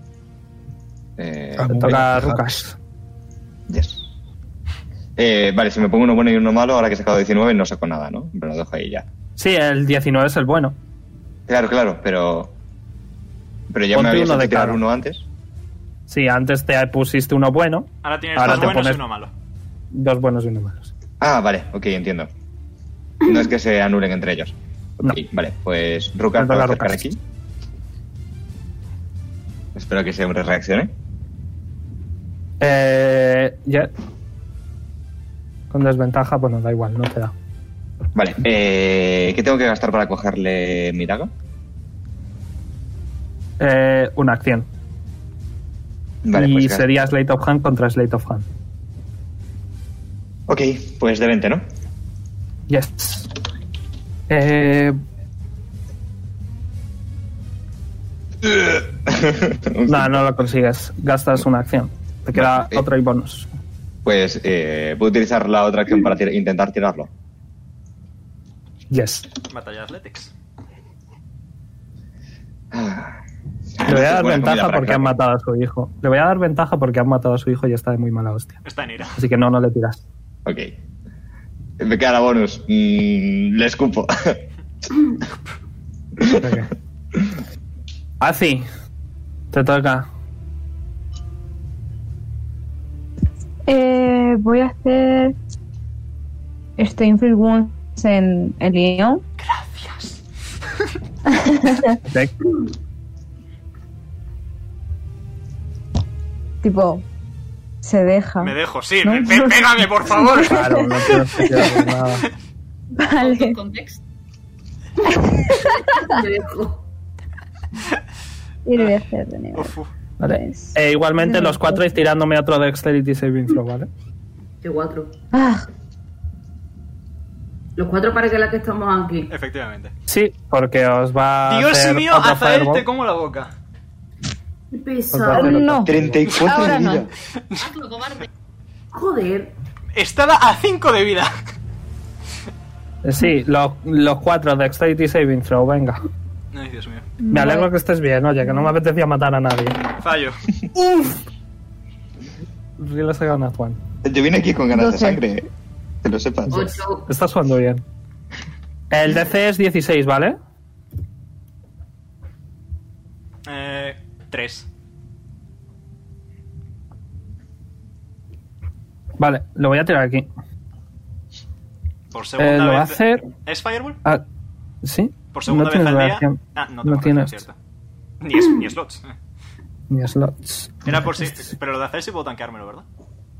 Te toca a Rukas. Yes. Vale, si me pongo uno bueno y uno malo, ahora que he sacado 19 no saco nada, ¿no? Pero lo dejo ahí ya. Sí, el 19 es el bueno. Claro, pero ya Ponte me habías uno hecho de tirar cada. uno antes. Sí, antes te pusiste uno bueno. Ahora tienes Ahora dos te buenos pones- y uno malo. Dos buenos y uno malos. Vale, ok, entiendo. No es que se anulen entre ellos. Ok, No. vale, pues Rukas Me va a toca acercar Rukas. aquí. Espero que ese hombre reaccione. Ya. Con desventaja, bueno, da igual, no te da. Vale, ¿qué tengo que gastar para cogerle mi daga? Una acción. Vale, y pues gasto. sería Slate of Hand contra Slate of Hand. Ok, pues de 20, ¿no? Yes. No lo consigues. Gastas una acción. Te queda Vale, otra y bonus. Pues puedo utilizar la otra acción para intentar tirarlo. Yes. Batalla de Athletics. Le voy a dar Buena comida ventaja para porque han Kraken. matado a su hijo. Le voy a dar ventaja porque han matado a su hijo y está de muy mala hostia. Está en ira. Así que no le tiras. Ok. Me queda la bonus. Le escupo. Así. Te toca. Voy a hacer Inflict Wounds en Leon. Gracias. Ok. Tipo, se deja. Me dejo, sí. ¿No? Pégame, por favor. Claro, no tienes que tirar nada. Vale. Context. Me dejo. Y le voy a hacer de nuevo. Uf. Vale. Pues, Igualmente los 4 ir tirándome otro Dexterity Saving Throw, ¿vale? De 4. Ah, Los 4 para que la que estamos aquí. Efectivamente. Sí, porque os va a Dios hacer mío, otro Azael, fireball. te como la boca. Qué Os va a pesado. hacer otro. no. 34 Ahora de no. vida. Hazlo, cobarde. Joder. Estaba a 5 de vida. Sí, los 4 Dexterity Saving Throw, venga. Ay, Dios mío. Me alegro que estés bien, oye, que no me apetecía matar a nadie. Fallo. Real has sacado Nat One. Yo vine aquí con ganas 12. de sangre, que lo sepas. 8. Estás jugando bien. El DC es 16, ¿vale? 3. Vale, lo voy a tirar aquí. Por segunda Lo vez. va a hacer... ¿Es Fireball? Ah, ¿sí? Por segunda no vez tienes al día. reacción. Ah, no, No tengo tienes. reacción, cierto. Ni slots. Ni slots. Era por si. Pero lo de hacer sí puedo tanqueármelo, ¿verdad?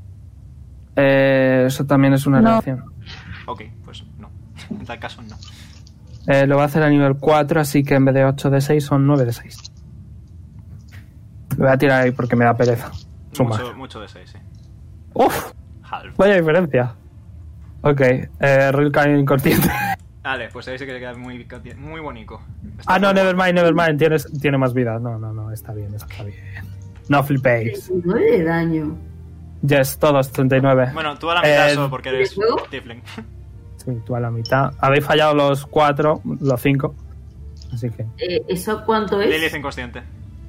Eso también es una No. reacción. Ok, pues no. En tal caso, no. Lo va a hacer a nivel 4, así que en vez de 8 de 6 son 9 de 6. Lo voy a tirar ahí porque me da pereza. Sumar. Mucho de 6, sí. ¡Uf! Half. Vaya diferencia. Ok, Real cae inconsciente. Vale, pues ahí sí que queda muy bonito. Ah, no, nevermind. Tiene más vida. No, está bien. No flipéis. 9 de daño. Yes, todos 39. Bueno, tú a la mitad Eh, solo porque eres ¿luego? Tifling. Sí, tú a la mitad. Habéis fallado los 4, los 5. Así que. ¿Eso cuánto es? Lilith inconsciente.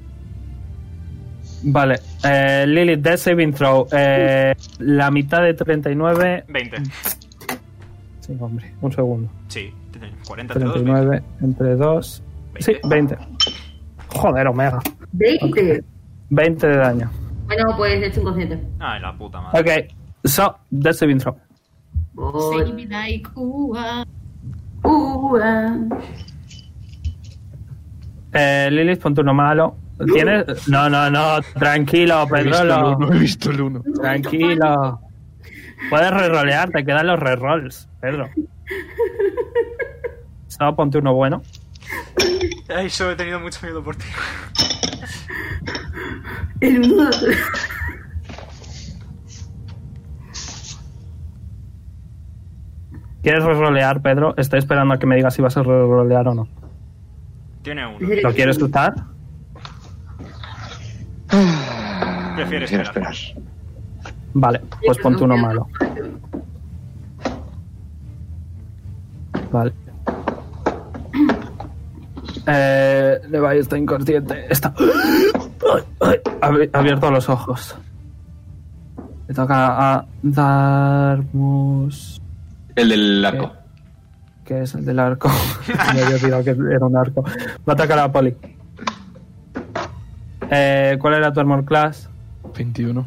Vale. Lilith, Death Saving Throw. La mitad de 39. 20. Sí, hombre. Un segundo. Sí, 40 entre 2. 39 entre 2. Sí, 20. Joder, Omega. 20. 20 de daño. Bueno, pues estoy inconsciente. Ay, la puta madre. Ok. So, Death Saving Throw. Say me like, ah. Lilith, ponte uno malo. ¿Tienes? No. Tranquilo, Pedrolo. No he visto el 1. Tranquilo. Puedes rerolear, te quedan los rerolls, Pedro. Solo ponte uno bueno. Ay, yo he tenido mucho miedo por ti. El 1. ¿Quieres rerolear, Pedro? Estoy esperando a que me digas si vas a rerolear o no. Tiene uno. ¿Lo quieres usar? Prefiero Quiero esperar. esperar. Vale, pues ponte uno malo. Vale. Levi está inconsciente. Está. Abierto los ojos. Le toca a Darmus. El del arco. Que es el del arco. Me había olvidado que era un arco. Va a atacar a Poli. ¿Cuál era tu armor class? 21.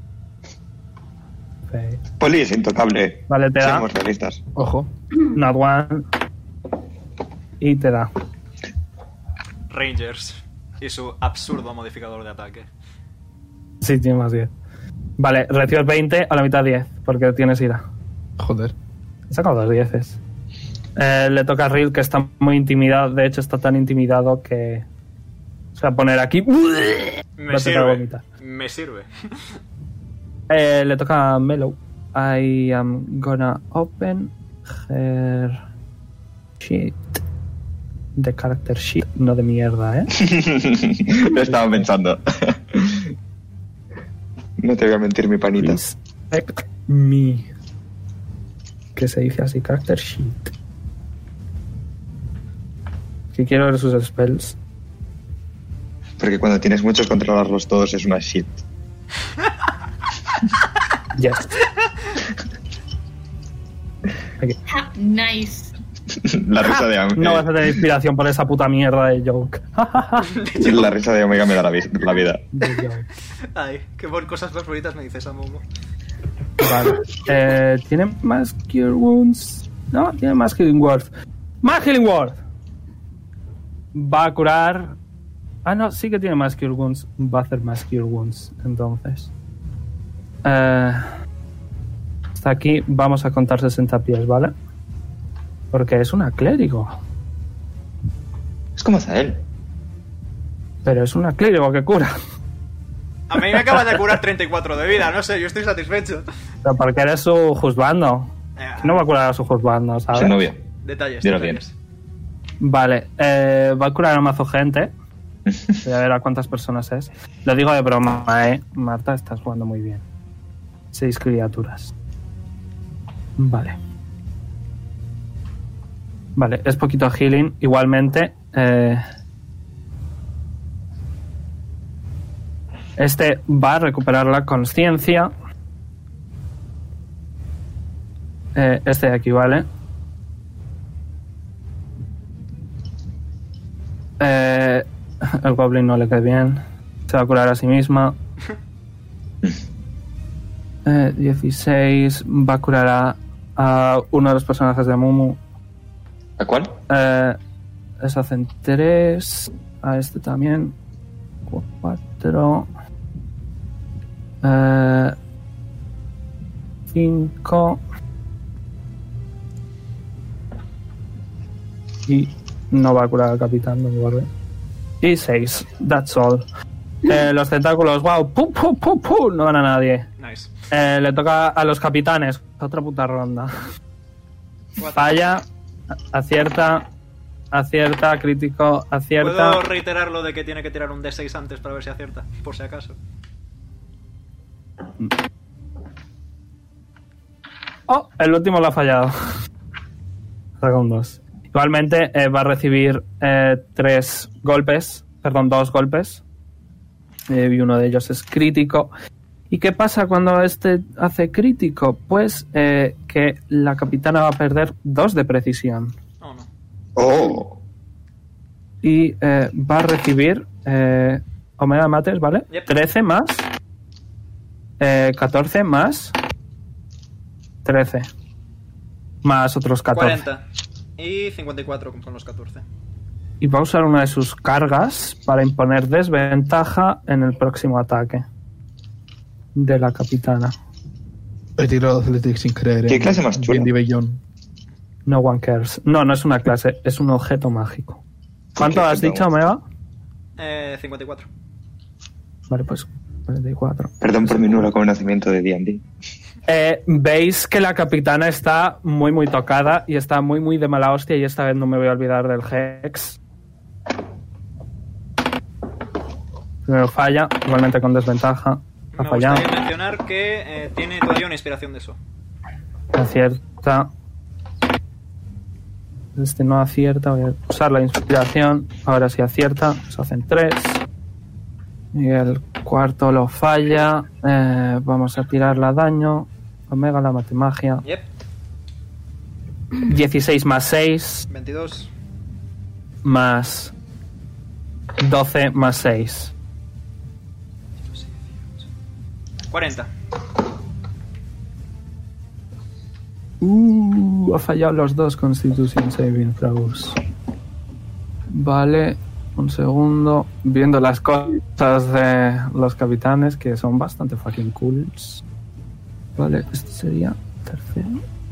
Ok. Poli es intocable. Vale, te da. Seamos realistas. Ojo. Not one. Y te da. Rangers y su absurdo modificador de ataque. Sí, tiene más 10. Vale, recibes 20 a la mitad 10, porque tienes ira. Joder. He sacado 2 10. Le toca a Real, que está muy intimidado. De hecho, está tan intimidado que se va a poner aquí. Va Me a tratar de sirve. vomitar. Me sirve. Le toca a Mellow. I am gonna open her sheet. De character sheet, no de mierda, ¿eh? Lo estaba pensando. No te voy a mentir, mi panita. Respect me. Que se dice así, character sheet. Que quiero ver sus spells. Porque cuando tienes muchos, controlarlos todos es una shit. Yes. Aquí. Ha, nice. La risa de No vas a tener inspiración por esa puta mierda de joke. La risa de Omega me da la vida. De joke. Ay, qué cosas más bonitas me dices, Amomo. Vale. ¿Tiene más Cure Wounds? No, tiene más Healing Word. ¡Más Healing Word! Va a curar... Ah, no, sí que tiene más Cure Wounds. Va a hacer más Cure Wounds, entonces. Hasta aquí vamos a contar 60 pies, ¿vale? Porque es una clérigo. Es como Zael. Pero es una clérigo que cura. A mí me acaba de curar 34 de vida, no sé, yo estoy satisfecho. Pero porque eres su juzgando. No va a curar a su juzgando, ¿sabes? Su novio. Detalles, Dilo detalles. Vale, va a curar a mazo gente. Voy a ver a cuántas personas es. Lo digo de broma, Marta, estás jugando muy bien. 6 criaturas. Vale. Vale, es poquito healing. Igualmente, este va a recuperar la conciencia. Este de aquí, ¿vale? El goblin no le cae bien. Se va a curar a sí misma. 16. Va a curar a uno de los personajes de Mumu. ¿A cuál? Eso hacen 3. A este también. 4. 5. Y no va a curar al capitán, no me guarde. Y 6. That's all. Los tentáculos, wow. ¡Pum, pum, pum, pum! No gana nadie. Nice. Le toca a los capitanes. Otra puta ronda. Falla. Acierta. Acierta. Crítico. Acierta. ¿Puedo reiterar lo de que tiene que tirar un D6 antes para ver si acierta? Por si acaso. Oh, el último lo ha fallado. Saca un 2. Igualmente va a recibir 2 golpes. Y uno de ellos es crítico. ¿Y qué pasa cuando este hace crítico? Pues que la capitana va a perder 2 de precisión. Oh, no. ¡Oh! Y va a recibir Omega Mates, ¿vale? Yep. 13 más 14 más 13 más otros 14. 40. Y 54 con los 14. Y va a usar una de sus cargas para imponer desventaja en el próximo ataque de la capitana. He tirado Athletics sin creer. ¿Qué clase más chula? D&D Beyond. No one cares. No, no es una clase, es un objeto mágico. ¿Cuánto has dicho, Omega? 54. Vale, pues 44. Perdón por mi nulo conocimiento de D&D. Veis que la capitana está muy muy tocada y está muy muy de mala hostia, y esta vez no me voy a olvidar del Hex. Primero falla, igualmente con desventaja. Ha Me fallado. gustaría mencionar que tiene todavía una inspiración de eso. Acierta. Este no acierta, voy a usar la inspiración. Ahora sí acierta, se hacen 3. Y el cuarto lo falla. Vamos a tirarle a daño. Omega, la matemagia. Yep. 16 más 6 22. más 12 más 6. 40. Ha fallado los 2 Constitution Saving Throws. Vale, un segundo. Viendo las cosas de los capitanes, que son bastante fucking cools. Vale, este sería tercero.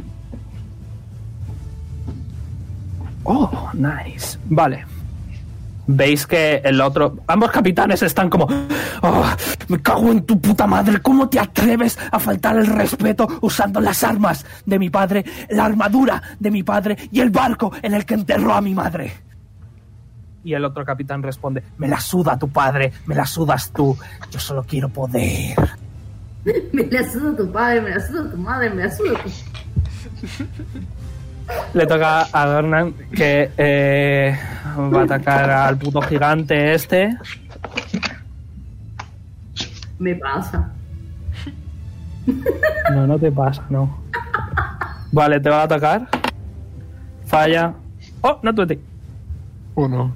Oh, nice. Vale. Veis que el otro... Ambos capitanes están como... Oh, me cago en tu puta madre. ¿Cómo te atreves a faltar el respeto usando las armas de mi padre, la armadura de mi padre y el barco en el que enterró a mi madre? Y el otro capitán responde: me la suda tu padre, me la sudas tú. Yo solo quiero poder. Me la suda tu padre, me la suda tu madre, me la suda tu... Le toca a Dornan, que va a atacar al puto gigante este. Me pasa. No, no te pasa, no. Vale, te va a atacar. Falla. Oh, no tuve. ¿O no?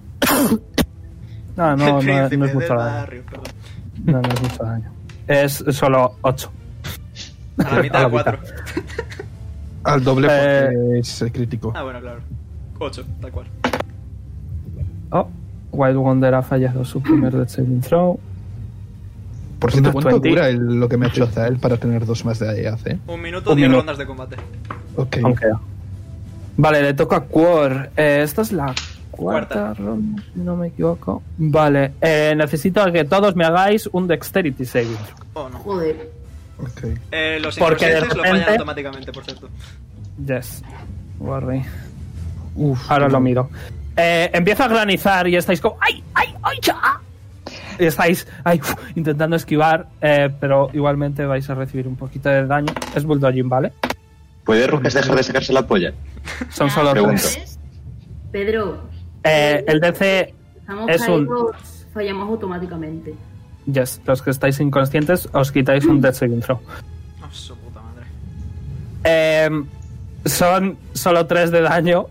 No El príncipe es mucho del daño. barrio, perdón. No es mucho daño. Es solo 8. A la mitad, 4. Al doble porque es crítico. Ah, bueno, claro. 8, tal cual. Oh, Wild Wonder ha fallado su primer Death Saving Throw. Por cierto, ¿cuánto 20? dura lo que me ha hecho Zael para tener 2 más de AC? 1 minuto, 10 rondas de combate. Ok. Aunque. Vale, le toca a Quor. Esta es la cuarta ronda, si no me equivoco. Vale, necesito que todos me hagáis un Dexterity Saving. Oh, no. Joder. Ok. Los Porque de inconscientes lo fallan repente- automáticamente, por cierto. Yes. Worry. Uf. Ahora lo miro. Empieza a granizar y estáis como ¡ay, ay, ay, ya! Y estáis ahí, intentando esquivar, pero igualmente vais a recibir un poquito de daño. Es bulldogging, ¿vale? ¿Puede Rucas dejar de sacarse la polla? Son Ya, solo pregunto. 3. Pedro, El DC, estamos Es un- caídos, fallamos automáticamente. yes, los que estáis inconscientes os quitáis un Death Saving Throw. Oh, su puta madre. Son solo 3 de daño.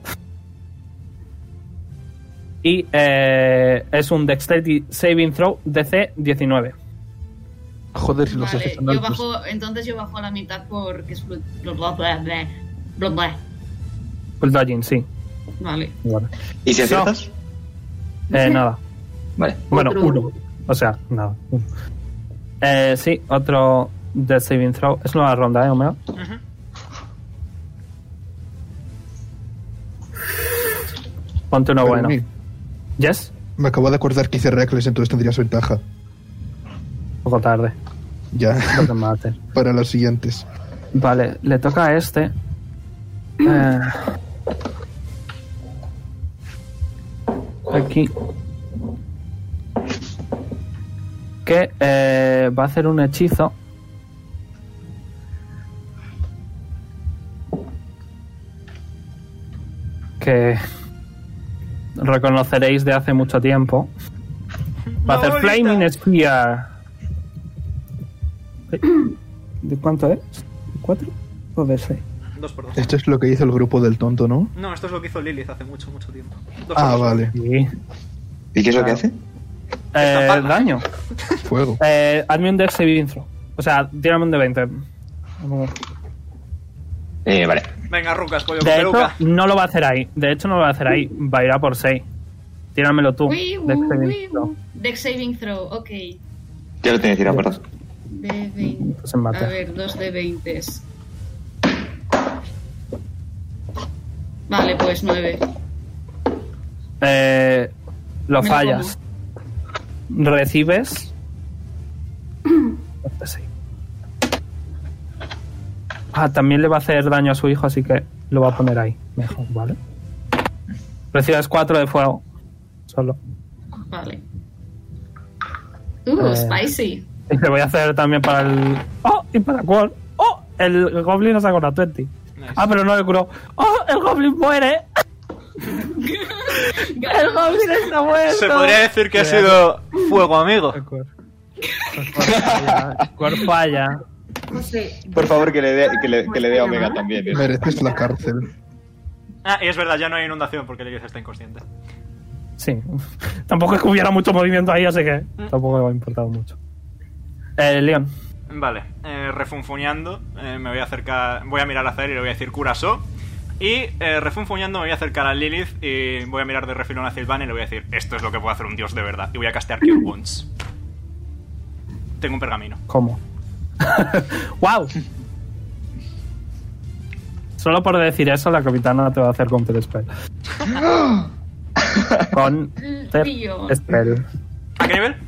Y es un Dexterity Saving Throw DC 19. Joder, si los Vale, haces yo bajo, entonces yo bajo a la mitad porque es Bulldogging, sí. Vale. Vale. ¿Y si aciertas? Nada. Vale. Bueno, Otro. 1. O sea, nada. Sí, otro Death Saving Throw. Es nueva ronda, Omega. Ujú. Ponte uno Pero, bueno. mí, Yes. me acabo de acordar que hice Reckless, entonces tendrías ventaja. Un poco tarde. Ya. Lo que mate. Para los siguientes. Vale, le toca a este. Aquí. Que va a hacer un hechizo. Que reconoceréis de hace mucho tiempo. Va a hacer Mamita. Flaming Spear. ¿De cuánto es? ¿4 o de 6? 2 por 2. Esto es lo que hizo el grupo del tonto, ¿no? No, esto es lo que hizo Lilith hace mucho, mucho tiempo. 2 Ah, por 2. vale. Sí. ¿Y qué es lo que hace? palma. Daño. Fuego. Hazme un Dex Saving Throw. O sea, tírame un de 20. Vale. Venga, Rucas, pollo con De hecho, peluca. no lo va a hacer ahí. De hecho, no lo va a hacer ahí. Va a ir a por 6. Tíramelo tú. Dex Saving Throw. Dex saving throw, ok. Ya lo tenía tirado, perdón. De 20. Pues embate. A ver, 2 de 20. Vale, pues 9. Lo Me lo fallas. Recibes. Sí. También le va a hacer daño a su hijo, así que lo va a poner ahí. Mejor, ¿vale? Recibes 4 de fuego. Solo. Vale. Eh, Spicy. Y le voy a hacer también para el. ¡Oh! Y para Quor. ¡Oh! El Goblin ha sacado una 20. Nice. Pero no le curó. ¡Oh! El Goblin muere. El Goblin está muerto. Se podría decir que ha sido fuego amigo. Quor falla. José, Por favor, que le dé a Omega también. Mereces la cárcel. Ah, y es verdad, ya no hay inundación porque Lilith está inconsciente. Sí. Tampoco es que hubiera mucho movimiento ahí, así que tampoco me ha importado mucho. Leon. Vale, refunfuñando, me voy a acercar, voy a mirar a Zael y le voy a decir Curaso. Y refunfuñando me voy a acercar a Lilith y voy a mirar de refilón a Silvana y le voy a decir, esto es lo que puede hacer un dios de verdad. Y voy a castear Cure Wounds. Tengo un pergamino. ¿Cómo? ¡Wow! Solo por decir eso, la capitana te va a hacer Comfort Spell. Con Tío. Spell. ¿A qué nivel?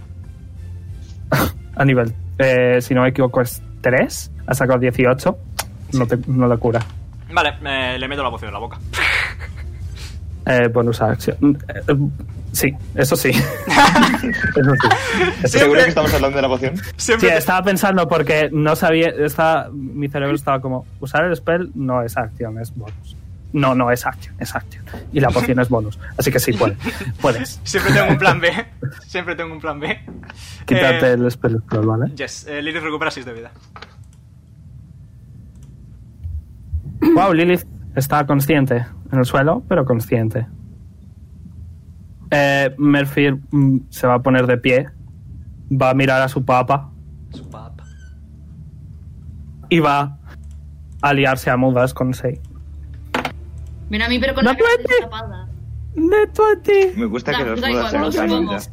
A nivel, si no me equivoco, es 3. Ha sacado 18. No te cura. Vale, le meto la poción en la boca. Bonus action. Sí, eso sí. Eso sí. ¿Seguro que estamos hablando de la poción? Sí, Siempre estaba pensando porque no sabía. Mi cerebro estaba como: usar el spell no es acción, es bonus. No es acción, es acción. Y la poción es bonus. Así que sí, puedes. Siempre tengo un plan B. Siempre tengo un plan B. Quítate el spell scroll, ¿vale? Yes, Lilith recupera 6 de vida. Wow, Lilith está consciente en el suelo, pero consciente. Merfir se va a poner de pie. Va a mirar a su papa. Su papa. y va a liarse a mudas con Sei. Ven a mí, pero con ¡No la cara puede! destapada. ¡Net 20! Me gusta que Da los igual, mudas sean nos los vamos.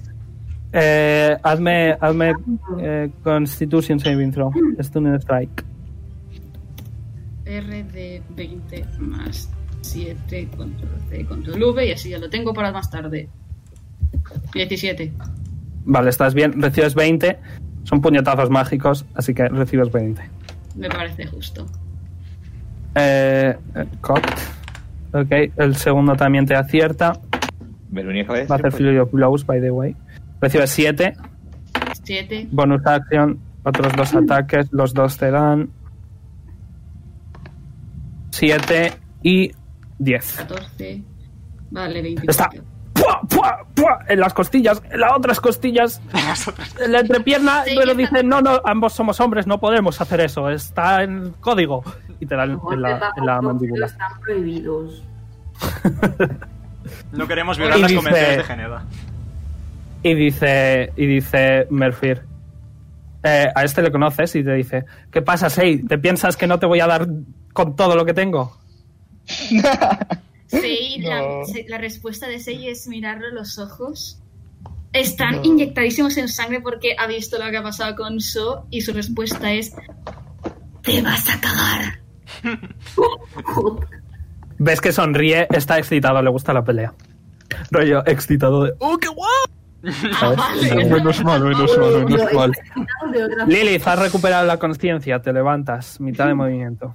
Hazme Constitution Saving Throw. Stun Strike. R de 20 más 7, control C, control V, y así ya lo tengo para más tarde. 17. Vale, estás bien. Recibes 20. Son puñetazos mágicos, así que recibes 20. Me parece justo. Cocked. Ok, el segundo también te acierta. Verónica Va a hacer Flurry of Blows, by the way. Recibes 7. 7. Bonus action. Otros 2 ataques. Los 2 te dan 7 y 10. 14. Vale, 24. Está ¡pua, pua, pua! En las costillas, en las otras costillas, en la entrepierna, Sí, pero está- dice, no, ambos somos hombres, no podemos hacer eso, está en código. Y te da en la mandíbula. Están prohibidos. No queremos violar Y las dice- convenciones de Geneva. Y dice Murphy, a este le conoces y te dice, ¿qué pasa, Sei? ¿Te piensas que no te voy a dar con todo lo que tengo? Sei, No. la respuesta de Sei es mirarlo a los ojos. Están inyectadísimos en sangre porque ha visto lo que ha pasado con So y su respuesta es: ¡te vas a cagar! Ves que sonríe, está excitado, le gusta la pelea. Rollo excitado de, ¡oh, qué guapo! Ah, vale. Menos mal. De otra Lilith, has recuperado la conciencia, te levantas, mitad de movimiento.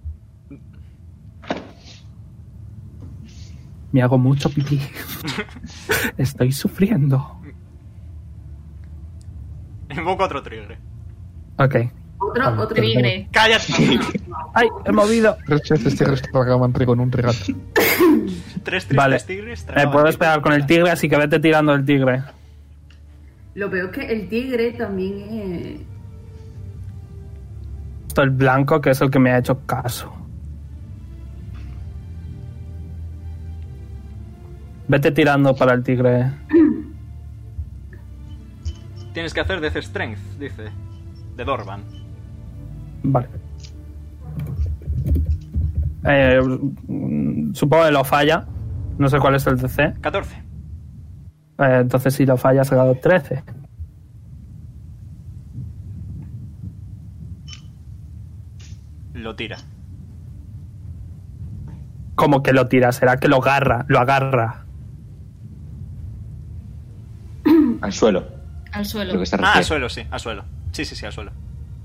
Me hago mucho pipí. Estoy sufriendo. Invoco otro tigre. Ok. otro Tigre. ¡Cállate! ¡Ay, he movido! 3 veces tigres pagaban con un regalo. 3 Vale. tigres. Puedo esperar con el tigre, así que vete tirando el tigre. Lo peor es que el tigre también es... Esto el blanco, que es el que me ha hecho caso. Vete tirando para el tigre. Tienes que hacer Death Strength, dice. De Dorban. Vale. Supongo que lo falla. No sé cuál es el DC. 14. Entonces si lo falla se ha dado 13. Lo tira. Como que lo tira, será que lo agarra. Al suelo. Al suelo. Lo que se Ah, refiere. al suelo, sí, al suelo. Sí, al suelo.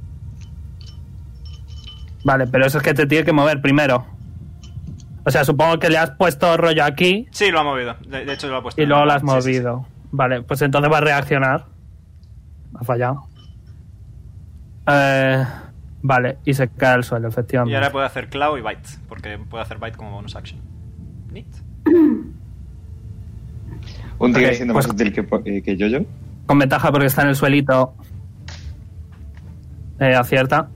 Vale, pero eso es que te tiene que mover primero. O sea, supongo que le has puesto rollo aquí Sí, lo ha movido. De hecho, lo ha puesto. y luego lo has Sí, sí, movido. Vale, pues entonces va a reaccionar. Ha fallado. Vale, y se cae al suelo, sí. Y efectivamente. ahora puede hacer Claw y Bite. Porque puede hacer Bite como bonus action. Neat. Un tigre Ok, siendo pues- más útil que yo. Con ventaja porque está en el suelito. Acierta.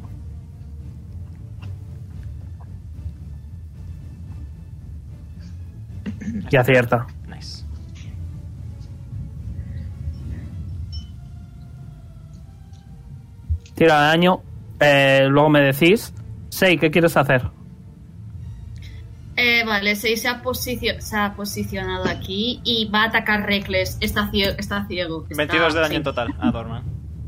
Y acierta. Nice. Tira de daño. Luego me decís. Sei, ¿qué quieres hacer? Vale, Sei se ha posicionado aquí y va a atacar Reckless. Está ciego. Está 22 de daño sí. en total a Dorman.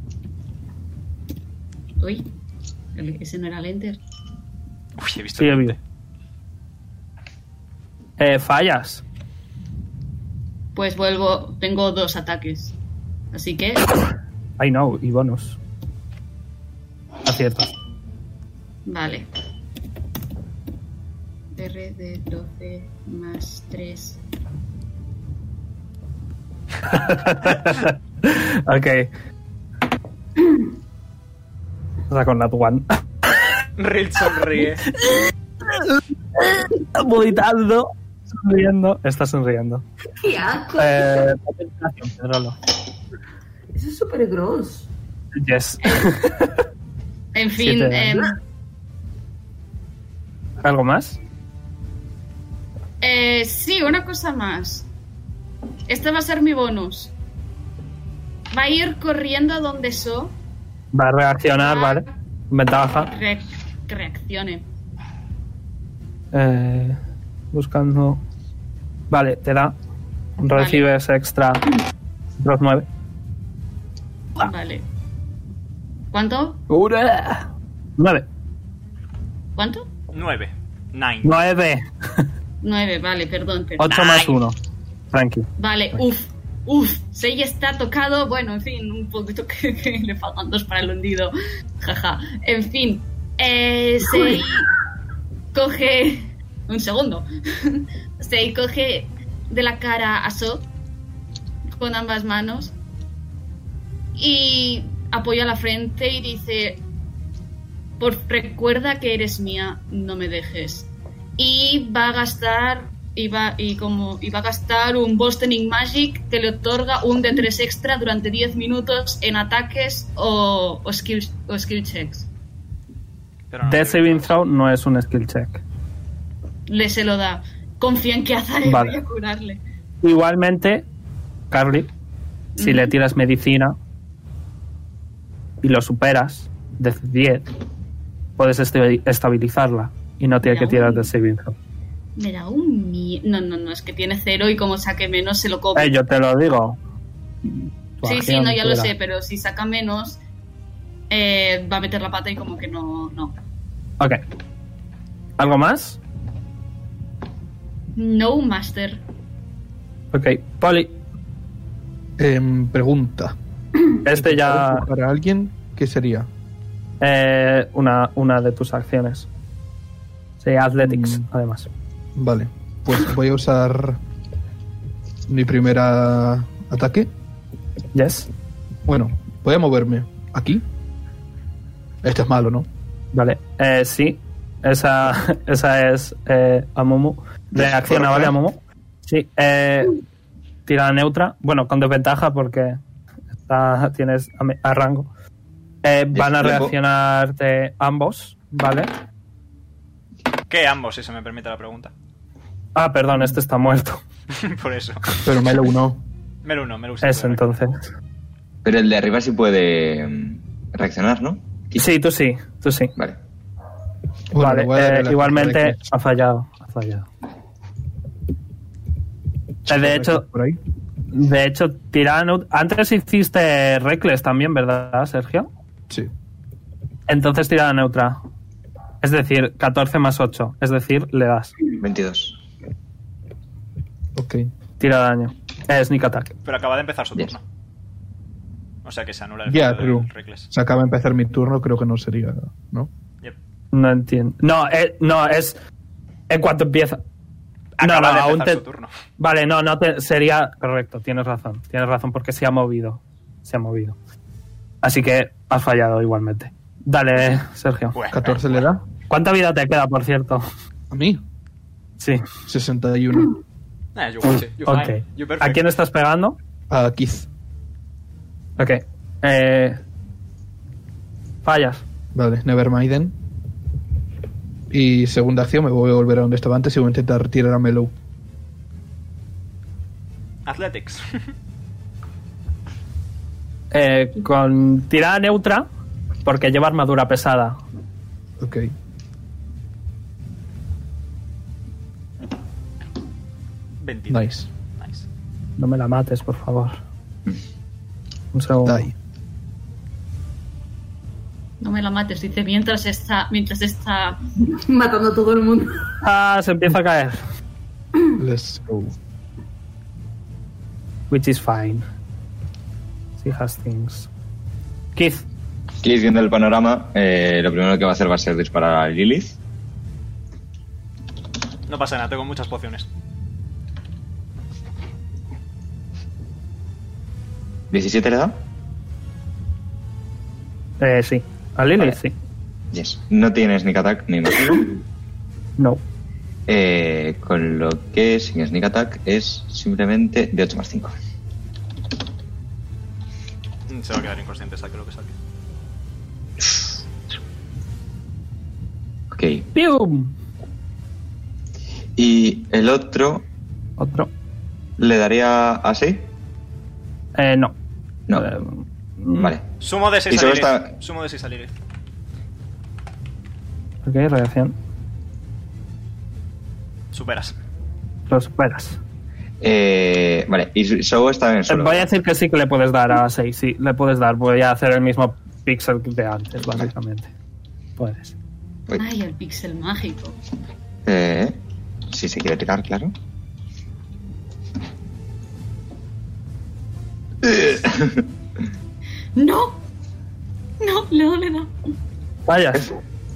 Uy, ese no era el Enter. Uy, he visto Sí, el he 20. Fallas. Pues vuelvo, tengo 2 ataques. Así que, I know, y bonus. Acierta. vale. R de 12 más 3. Ok. O sea, con Nat One. Rill sonríe. Vomitando. Sonriendo. Está sonriendo. ¡Qué asco! Pedrolo. Eso es súper gross. Yes. En fin, Sí, ¿Algo más? sí, una cosa más. Este va a ser mi bonus. Va a ir corriendo a donde So. Va a reaccionar, ¿vale? Ventaja. que reaccione. Buscando. Vale, te da. Recibes extra. Los 9. Vale. ¿Cuánto? 9. ¿Cuánto? 9. 9. 9. 9, vale, perdón. 8 más 1. Tranqui. Vale, Sei está tocado. Bueno, en fin, un poquito que le faltan 2 para el hundido. Jaja. En fin, Sei coge. Un segundo. Sei coge de la cara a So con ambas manos y apoya la frente y dice: recuerda que eres mía, no me dejes. Y va a gastar un Bolstening Magic que le otorga un D3 extra durante 10 minutos en ataques o skill checks. Death Saving Throw no es un skill check. Se lo da. Confía en que Azar Vale. vaya a curarle. Igualmente, Carly, si le tiras medicina y lo superas de 10, puedes estabilizarla y no tienes que tirar de saving throw. Me da un miedo. No, es que tiene 0 y como saque menos se lo come. Yo te lo digo. Sí, no, ya lo sé, pero si saca menos, va a meter la pata y como que no. Ok. ¿Algo más? No, Master. Ok. Poli, Pregunta. este ya... ¿Para alguien qué sería? una de tus acciones. Sí, Athletics, además. Vale, pues voy a usar mi primera ataque. Yes. Bueno, voy a moverme aquí. Esto es malo, ¿no? Vale. Sí. Esa es Amumu. Reacciona, ¿vale, Amumu? Sí. Tira neutra. Bueno, con desventaja porque tienes a rango. Van a reaccionarte ambos, ¿vale? ¿Qué ambos, si se me permite la pregunta? Ah, perdón, este está muerto. Por eso. Pero Melo no. Melo no. Eso, entonces. Pero el de arriba sí puede reaccionar, ¿no? Sí, tú sí. Vale. Bueno, Vale, le voy a dar el igualmente ataque. ha fallado. De hecho, tirar antes hiciste Reckless también, ¿verdad, Sergio? Sí. Entonces tira neutra. Es decir, 14 más 8. Es decir, le das. 22. Ok. Tira daño. Sneak attack. Pero acaba de empezar su Yes. turno. O sea que se anula el Ya, efecto pero del Reckless. se acaba de empezar mi turno, creo que no sería, ¿no? Yep. No entiendo. No, es en cuanto empieza. Acaba de aún empezar su turno. Vale, sería correcto, tienes razón porque se ha movido. Así que has fallado igualmente. Dale, Sergio. Bueno, 14 le da. ¿Cuánta vida te queda, por cierto? A mí, Sí. 61. You watch it, you Ok. fine, you perfect. ¿A quién estás pegando? A Keith. Ok. Fallas. Vale, Nevermind. Y segunda acción, me voy a volver a donde estaba antes y voy a intentar tirar a Melo. Athletics. Con tirada neutra, porque lleva armadura pesada. Ok. Nice. Nice. No me la mates, por favor. Un segundo. Die. No me la mates, dice mientras está Matando a todo el mundo. Ah, se empieza a caer. Let's go. Which is fine. She has things. Keith. Keith, viendo el panorama, lo primero que va a hacer va a ser disparar a Lilith. No pasa nada, tengo muchas pociones. 17 le da. Sí. A Lily, Vale. sí. Yes. No tiene sneak attack, me imagino. No. Con lo que sin sneak attack es simplemente de 8 más 5. Se va a quedar inconsciente, saque lo que saque. Ok. ¡Pium! Y el otro Otro. le daría a 6. No. No. Vale. Sumo de 6 Y a solo Lilith. está- Sumo de 6 a Lilith. Ok, reacción. Superas. Lo superas. Vale, y Show está en el suelo. Voy a decir que sí que le puedes dar a 6. Sí, le puedes dar. Voy a hacer el mismo pixel de antes, básicamente. Puedes. Uy. Ay, el pixel mágico. Si se quiere tirar, claro. ¡No! No, le da. Fallas.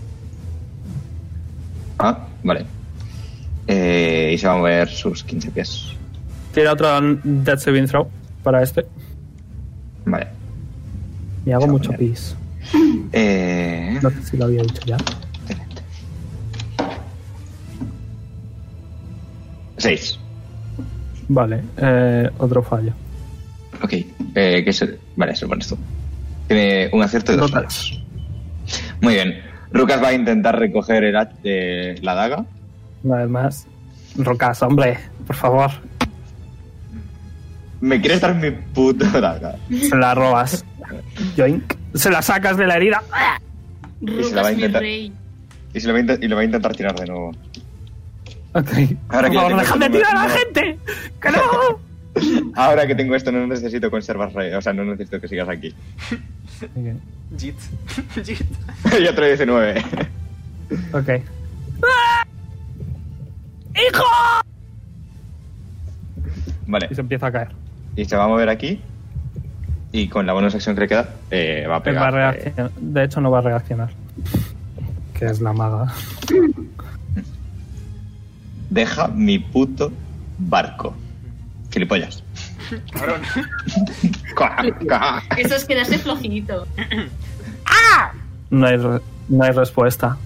Ah, vale. Y se va a mover sus 15 pies. Tira otro Death Saving Throw para este. Vale. Y hago Se va a mucho poner. pis. Eh, No sé si lo había dicho ya. excelente. 6. Vale, otro fallo. Ok. Vale, se lo pones tú. Tiene un acierto de 2 Total. fallos. Muy bien. Rukas va a intentar recoger la daga. Una vez más. Rocas, hombre, por favor. ¿Me quieres dar mi puta daga? Se la robas. Yoink. Se la sacas de la herida. Y se la va a Rucas, mi intentar. rey. Y lo va a intentar tirar de nuevo. Ok. Ahora Por que ya favor, tengo déjame esto, tirar a la no. gente. ¡Que no! Ahora que tengo esto no necesito conservar rey. O sea, no necesito que sigas aquí. Ok. Jit. Jit. Y otro 19. Ok. ¡Hijo! Vale. Y se empieza a caer. Y se va a mover aquí. Y con la bonus acción que le queda, va a Va pegar. a reaccionar. De hecho, no va a reaccionar. Que es la maga. Deja mi puto barco. Gilipollas. Cabrón. Eso es quedarse flojito. No hay respuesta.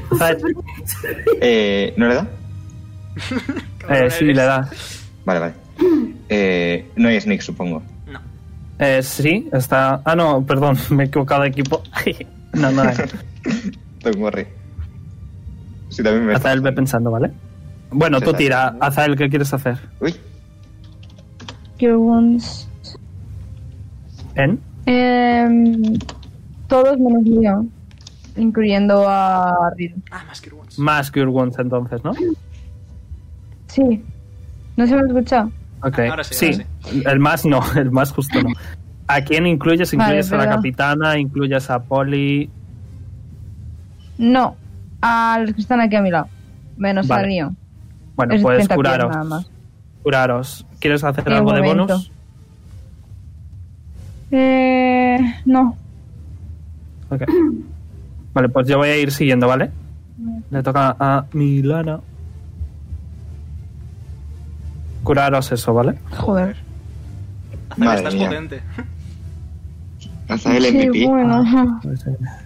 ¿No le da? Sí, le da. Vale, vale. No hay sneak, supongo. No. Sí, está. Ah, no, perdón, me he equivocado de equipo. No hay. Don't worry. Sí, también me Azael, ve pensando, ¿vale? Bueno, tú tira. Azael, ¿qué quieres hacer? Uy. Cure Wounds. ¿En? Todos menos Leon, incluyendo a Riddle. Ah, más que Wounds. Más Cure Wounds, entonces, ¿no? Sí. ¿No se me ha escuchado? Ok. Ahora sí, ahora El más no, el más justo no. ¿A quién incluyes? Vale, Incluyes a la perdón. capitana, incluyes a Polly. No. A los que están aquí a mi lado. Menos Vale. a Leon. Bueno, Es puedes 30 pies curaros. nada más. Curaros. ¿Quieres hacer En algo un de momento. bonus? No. Ok. Vale, pues yo voy a ir siguiendo, ¿vale? Le toca a Milana. Curaros eso, ¿vale? Joder. Azael, Madre estás mía. potente. Hasta el Sí, MVP. bueno. Pues,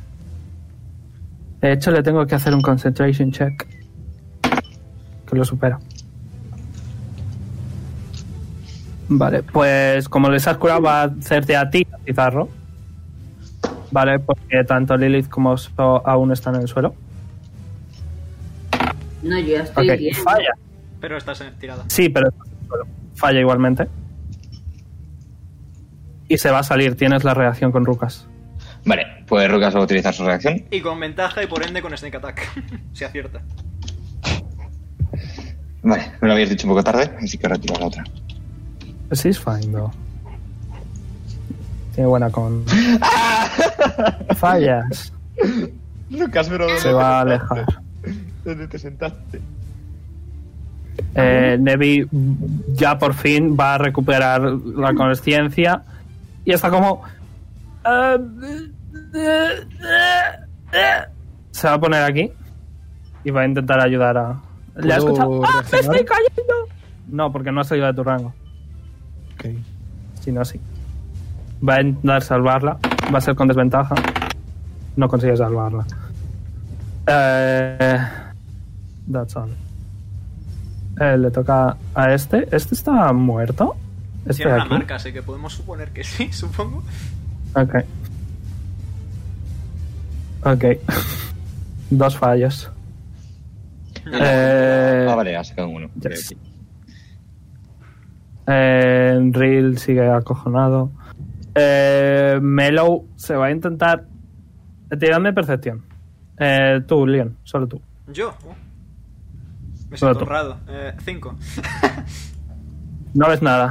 de hecho, le tengo que hacer un concentration check. Que lo supera. Vale, pues como les has curado, va a hacerte a ti, Pizarro. Vale, porque tanto Lilith como So aún están en el suelo. No, yo ya estoy Ok, bien. falla. Pero estás tirada. Sí, pero falla igualmente. Y se va a salir. Tienes la reacción con Rukas. Vale, pues Rukas va a utilizar su reacción. Y con ventaja y por ende con Sneak Attack. Si acierta. Vale, me lo habías dicho un poco tarde, así que retiro la otra. Sí, es fine, though. Tiene buena con... Fallas. Lucas, pero Se va a alejar. ¿Dónde te sentaste? Nevi ya por fin va a recuperar la consciencia. Y está como... Se va a poner aquí. Y va a intentar ayudar a... ¿Le has ¿Puedo escuchado? ¡Ah, me reaccionar? estoy cayendo! No, porque no ha salido de tu rango. Ok. Si no, sí. Va a intentar salvarla. Va a ser con desventaja. No consigue salvarla. That's all. Le toca a este. ¿Este está muerto? Este Tiene de una aquí. marca, así que podemos suponer que sí, supongo. Ok. Ok. 2 fallos. Vale, ha sacado uno. Yes. Reel sigue acojonado. Mellow se va a intentar... Tiradme percepción. Tú, Leon, solo tú. ¿Yo? Me Solo siento tú. honrado. 5. No ves nada.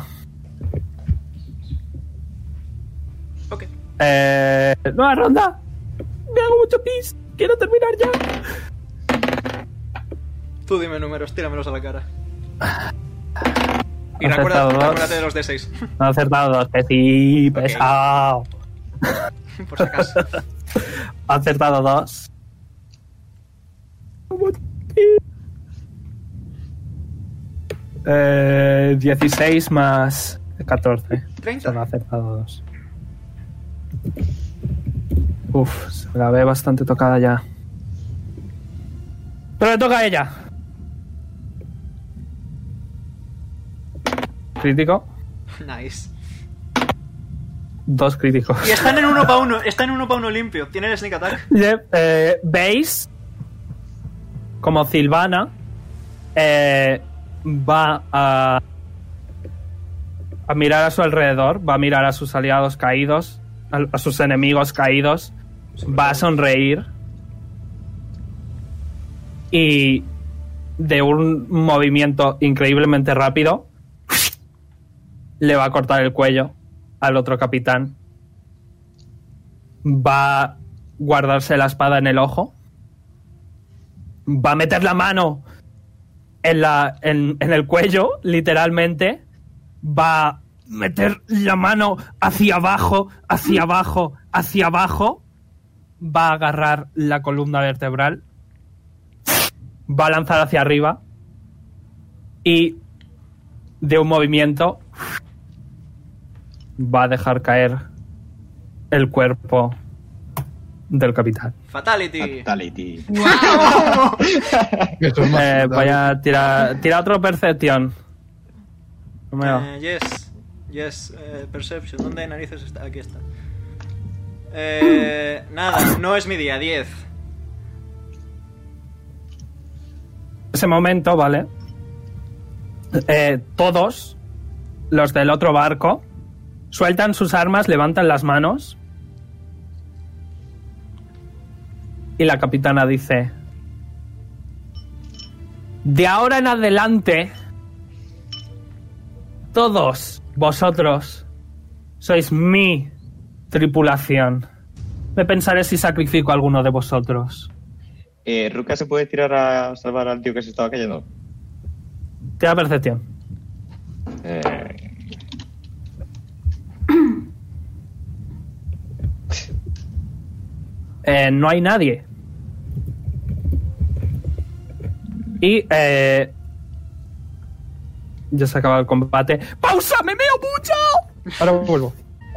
Ok. Nueva ronda. Me hago mucho pis. Quiero terminar ya. Tú dime números, tíramelos a la cara. Y Has acertado dos. acuérdate de los D6. Ha acertado 2. Que sí, Ok. pesado. Por si acaso. Ha acertado 2. 16 más 14. 30. Solo ha acertado 2. Uf, se la ve bastante tocada ya. Pero le toca a ella. Crítico. Nice. 2 críticos. Y están en 1 para 1. Está en 1 para 1 limpio. ¿Tiene el sneak attack? Yep, veis como Silvana va a mirar a su alrededor, va a mirar a sus aliados caídos, a sus enemigos caídos, va a sonreír y de un movimiento increíblemente rápido le va a cortar el cuello al otro capitán. Va a guardarse la espada en el ojo. Va a meter la mano en el cuello, literalmente. Va a meter la mano hacia abajo, hacia abajo, hacia abajo. Va a agarrar la columna vertebral. Va a lanzar hacia arriba. Y de un movimiento va a dejar caer el cuerpo del capitán. Fatality. Fatality. Eso es más Voy a tirar otro percepción. No me va. Yes. Perception. ¿Dónde narices está? Aquí está. Nada, no es mi día. 10. Ese momento, ¿vale? Todos los del otro barco sueltan sus armas, levantan las manos y la capitana dice: de ahora en adelante todos vosotros sois mi tripulación. Me pensaré si sacrifico a alguno de vosotros. ¿Ruka se puede tirar a salvar al tío que se estaba cayendo? Tira percepción. No hay nadie. Y ya se acaba el combate. ¡Pausa! ¡Me meo mucho! Ahora vuelvo.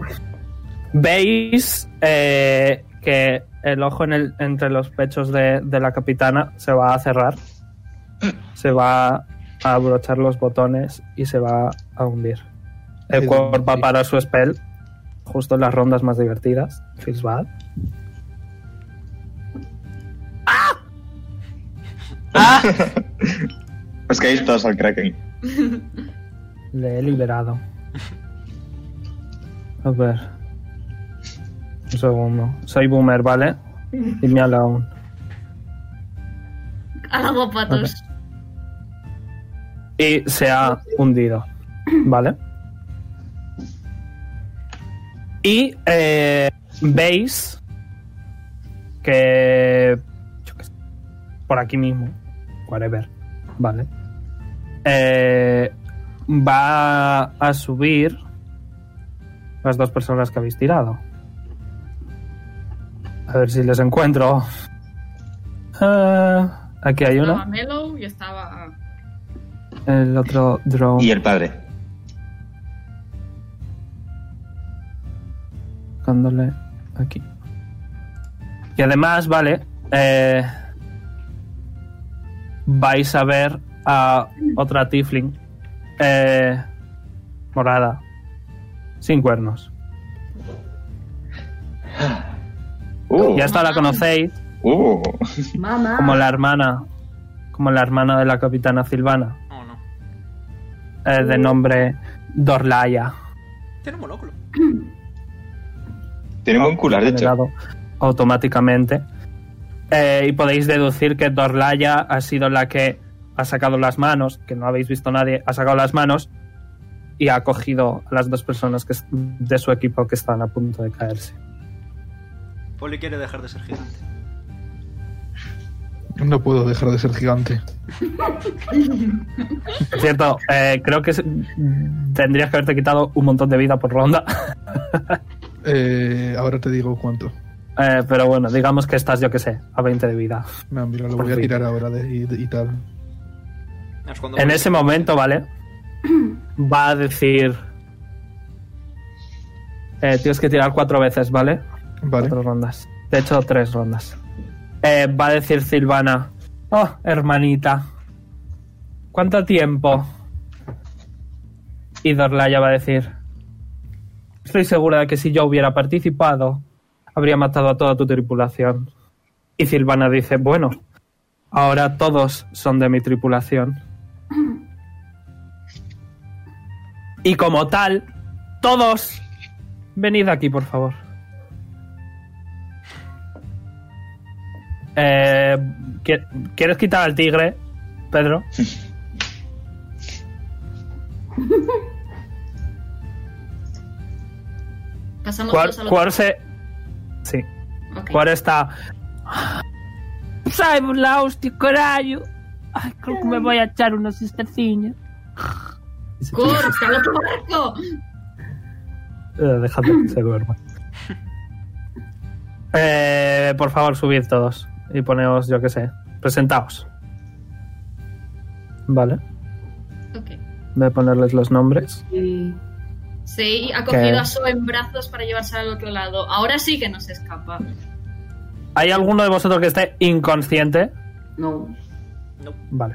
Veis que el ojo entre los pechos de la capitana se va a cerrar. Se va a abrochar los botones y se va a hundir. El cuerpo va para su spell justo en las rondas más divertidas. Feels bad. Os caéis todos al Kraken. Le he liberado. A ver. Un segundo. Soy boomer, ¿vale? Y me alone. Algo patos. Y se ha hundido. ¿Vale? Y veis que yo qué sé, por aquí mismo, whatever, ¿vale? Va a subir las dos personas que habéis tirado. A ver si les encuentro. Aquí hay Estaba uno. Mellow y estaba... El otro drone. Y el padre. Buscándole aquí. Y además, vale, vais a ver a otra tiefling morada, sin cuernos. Y esta la conocéis Mamá. como la hermana de la capitana Silvana, Oh, no. de nombre Dorlaya. Tiene un monóculo. Tiene un buen cular, de hecho. Generado automáticamente. Y podéis deducir que Dorlaya ha sido la que ha sacado las manos, que no habéis visto nadie, ha sacado las manos y ha cogido a las 2 personas de su equipo que están a punto de caerse. Poli quiere dejar de ser gigante. No puedo dejar de ser gigante. Cierto, creo que tendrías que haberte quitado un montón de vida por ronda. Ahora te digo cuánto. Pero bueno, digamos que estás, yo que sé, a 20 de vida. No, mira, lo Por voy a fin. tirar ahora y tal. Es cuando En Poli- ese momento, ¿vale? Va a decir... tienes que tirar 4 veces, ¿vale? Vale. 4 rondas. De hecho, 3 rondas. Va a decir Silvana: oh, hermanita, ¿cuánto tiempo? Y Dorlaya va a decir: estoy segura de que si yo hubiera participado, habría matado a toda tu tripulación. Y Silvana dice: bueno, ahora todos son de mi tripulación. Y como tal, todos, venid aquí, por favor. ¿Quieres quitar al tigre, Pedro? Pasamos todos a los... Quar se... Sí. Ok. Quar está... Sai, la hostia, carallo. Ay, creo que me voy a echar unos siesteciños. ¡Cor, está al otro barco! Dejadme que se duerma. Por favor, subid todos. Y poneos, yo qué sé. Presentaos. Vale. Ok. Voy a ponerles los nombres. Y Sei ha cogido ¿Qué? a So en brazos para llevarse al otro lado. Ahora sí que no se escapa. ¿Hay alguno de vosotros que esté inconsciente? no. Vale.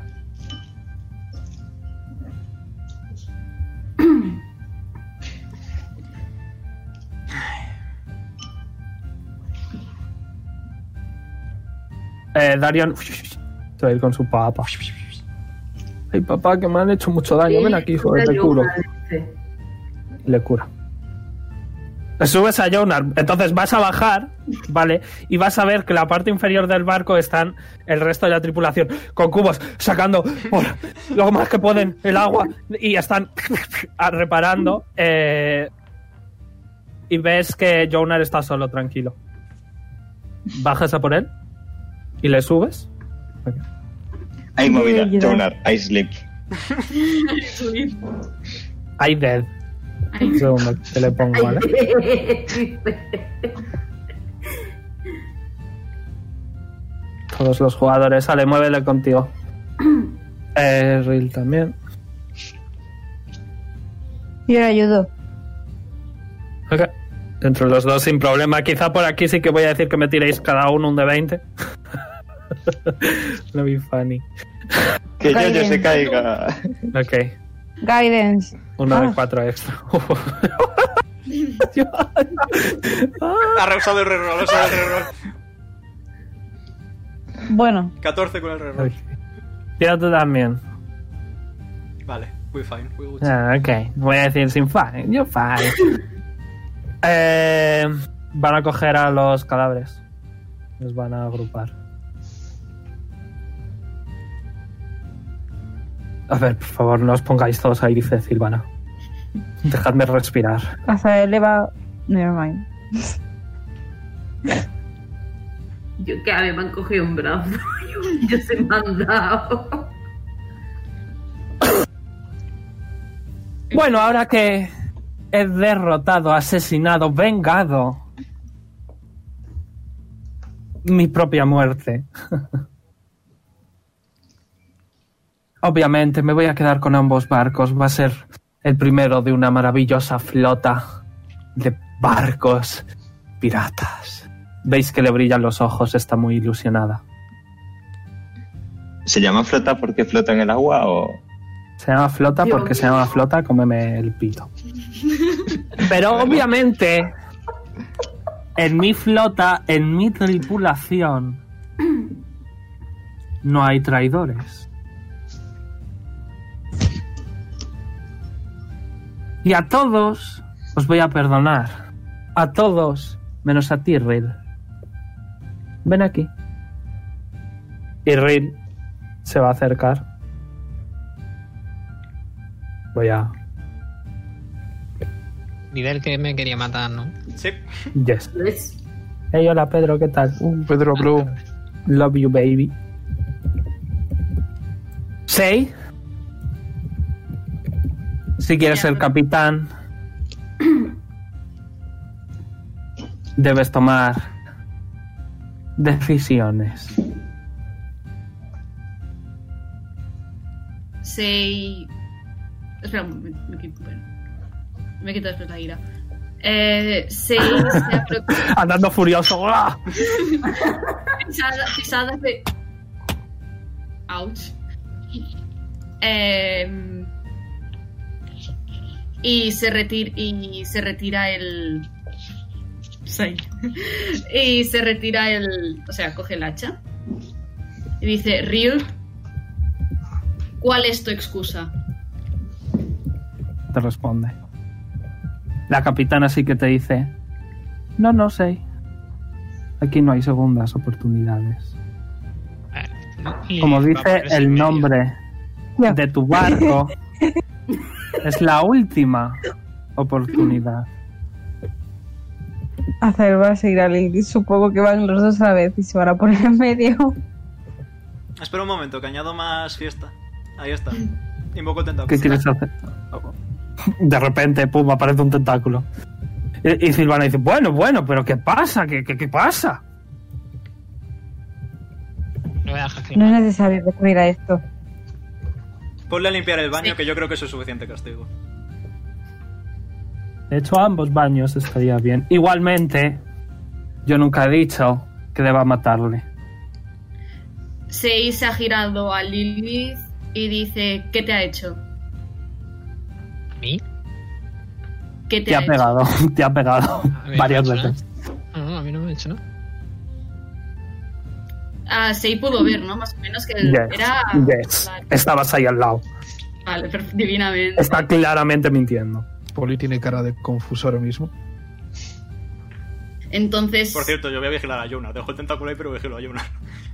Darion se va a ir con su papá. Ay, papá, que me han hecho mucho daño. Ven aquí, hijo de culo. Le cura. Subes a Jonar, entonces vas a bajar, ¿vale? Y vas a ver que la parte inferior del barco están el resto de la tripulación con cubos sacando por lo más que pueden el agua y están reparando. Y ves que Jonar está solo, tranquilo. Bajas a por él y le subes. Hay movida, ayuda. Jonar, I sleep. I dead. Un segundo que le pongo, ¿vale? Todos los jugadores. Sale, muévele contigo. Ril también. Yo le ayudo. Ok. Entre los dos sin problema. Quizá por aquí sí que voy a decir que me tiréis cada uno un de 20. No be funny. Que yo se Guidance. caiga. Ok. Guidance. Uno Ah. de 4 extra. Ha rehusado el reroll, ha rehusado el reroll. Bueno, 14 con el reroll. Tira tú también. Vale, we fine, we good. Ok. Voy a decir sin fine. You're fine. Van a coger a los cadáveres. Los van a agrupar. A ver, por favor, no os pongáis todos ahí, dice Silvana. Dejadme respirar. hasta él le va... Nevermind. Yo que a mí me han cogido un brazo. Yo se me han dado. Bueno, ahora que he derrotado, asesinado, vengado mi propia muerte, obviamente me voy a quedar con ambos barcos. Va a ser el primero de una maravillosa flota de barcos piratas. Veis que le brillan los ojos, está muy ilusionada. ¿Se llama flota porque flota en el agua o...? Se llama flota Dios porque se mío. llama flota, cómeme el pito. Pero obviamente, en mi flota, en mi tripulación, no hay traidores. Y a todos os voy a perdonar. A todos, menos a ti, Ril. Ven aquí. Y Rin se va a acercar. Voy a... Nivel que me quería matar, ¿no? Sí. Yes. ¿Ves? Hey, hola Pedro, ¿qué tal? Pedro Blue. Love you, baby. Sei. Si quieres ser capitán, debes tomar decisiones. Sei... Espera un momento, me quito después la ira. Sei se aproxima... Andando furioso. ¡Ah! Pisadas de... Ouch. Y se retira el... Sí. Y se retira el... O sea, coge el hacha. Y dice, Ryul, ¿cuál es tu excusa? Te responde. La capitana sí que te dice, no sé. Aquí no hay segundas oportunidades. Y Como va a dice ponerse en el medio. nombre Ya. de tu barco, es la última oportunidad. Azael va a seguir a Lily. Supongo que van los dos a la vez y se van a poner en medio. Espera un momento, que añado más fiesta. Ahí está. Invoco el tentáculo. ¿Qué quieres hacer? De repente, pum, aparece un tentáculo. Y Silvana dice, bueno, pero ¿qué pasa? ¿Qué pasa? No voy a dejar que No es necesario recurrir a esto. Ponle a limpiar el baño, Sí. que yo creo que eso es suficiente castigo. De hecho, ambos baños estaría bien. Igualmente, yo nunca he dicho que deba matarle. Sei se ha girado a Lilith y dice, ¿qué te ha hecho? ¿A mí? ¿Qué te, Te ha hecho? pegado, te ha pegado A mí varias no me ha hecho veces. No, a mí no me ha hecho, ¿no? Sei pudo ver, ¿no? Más o menos que Yes, era... yes. Vale, Estabas ahí al lado. vale, divinamente. Está claramente mintiendo. Poli tiene cara de confuso ahora mismo. Entonces... Por cierto, yo voy a vigilar a Jonar. Dejo el tentáculo ahí, pero vigilo a Jonar.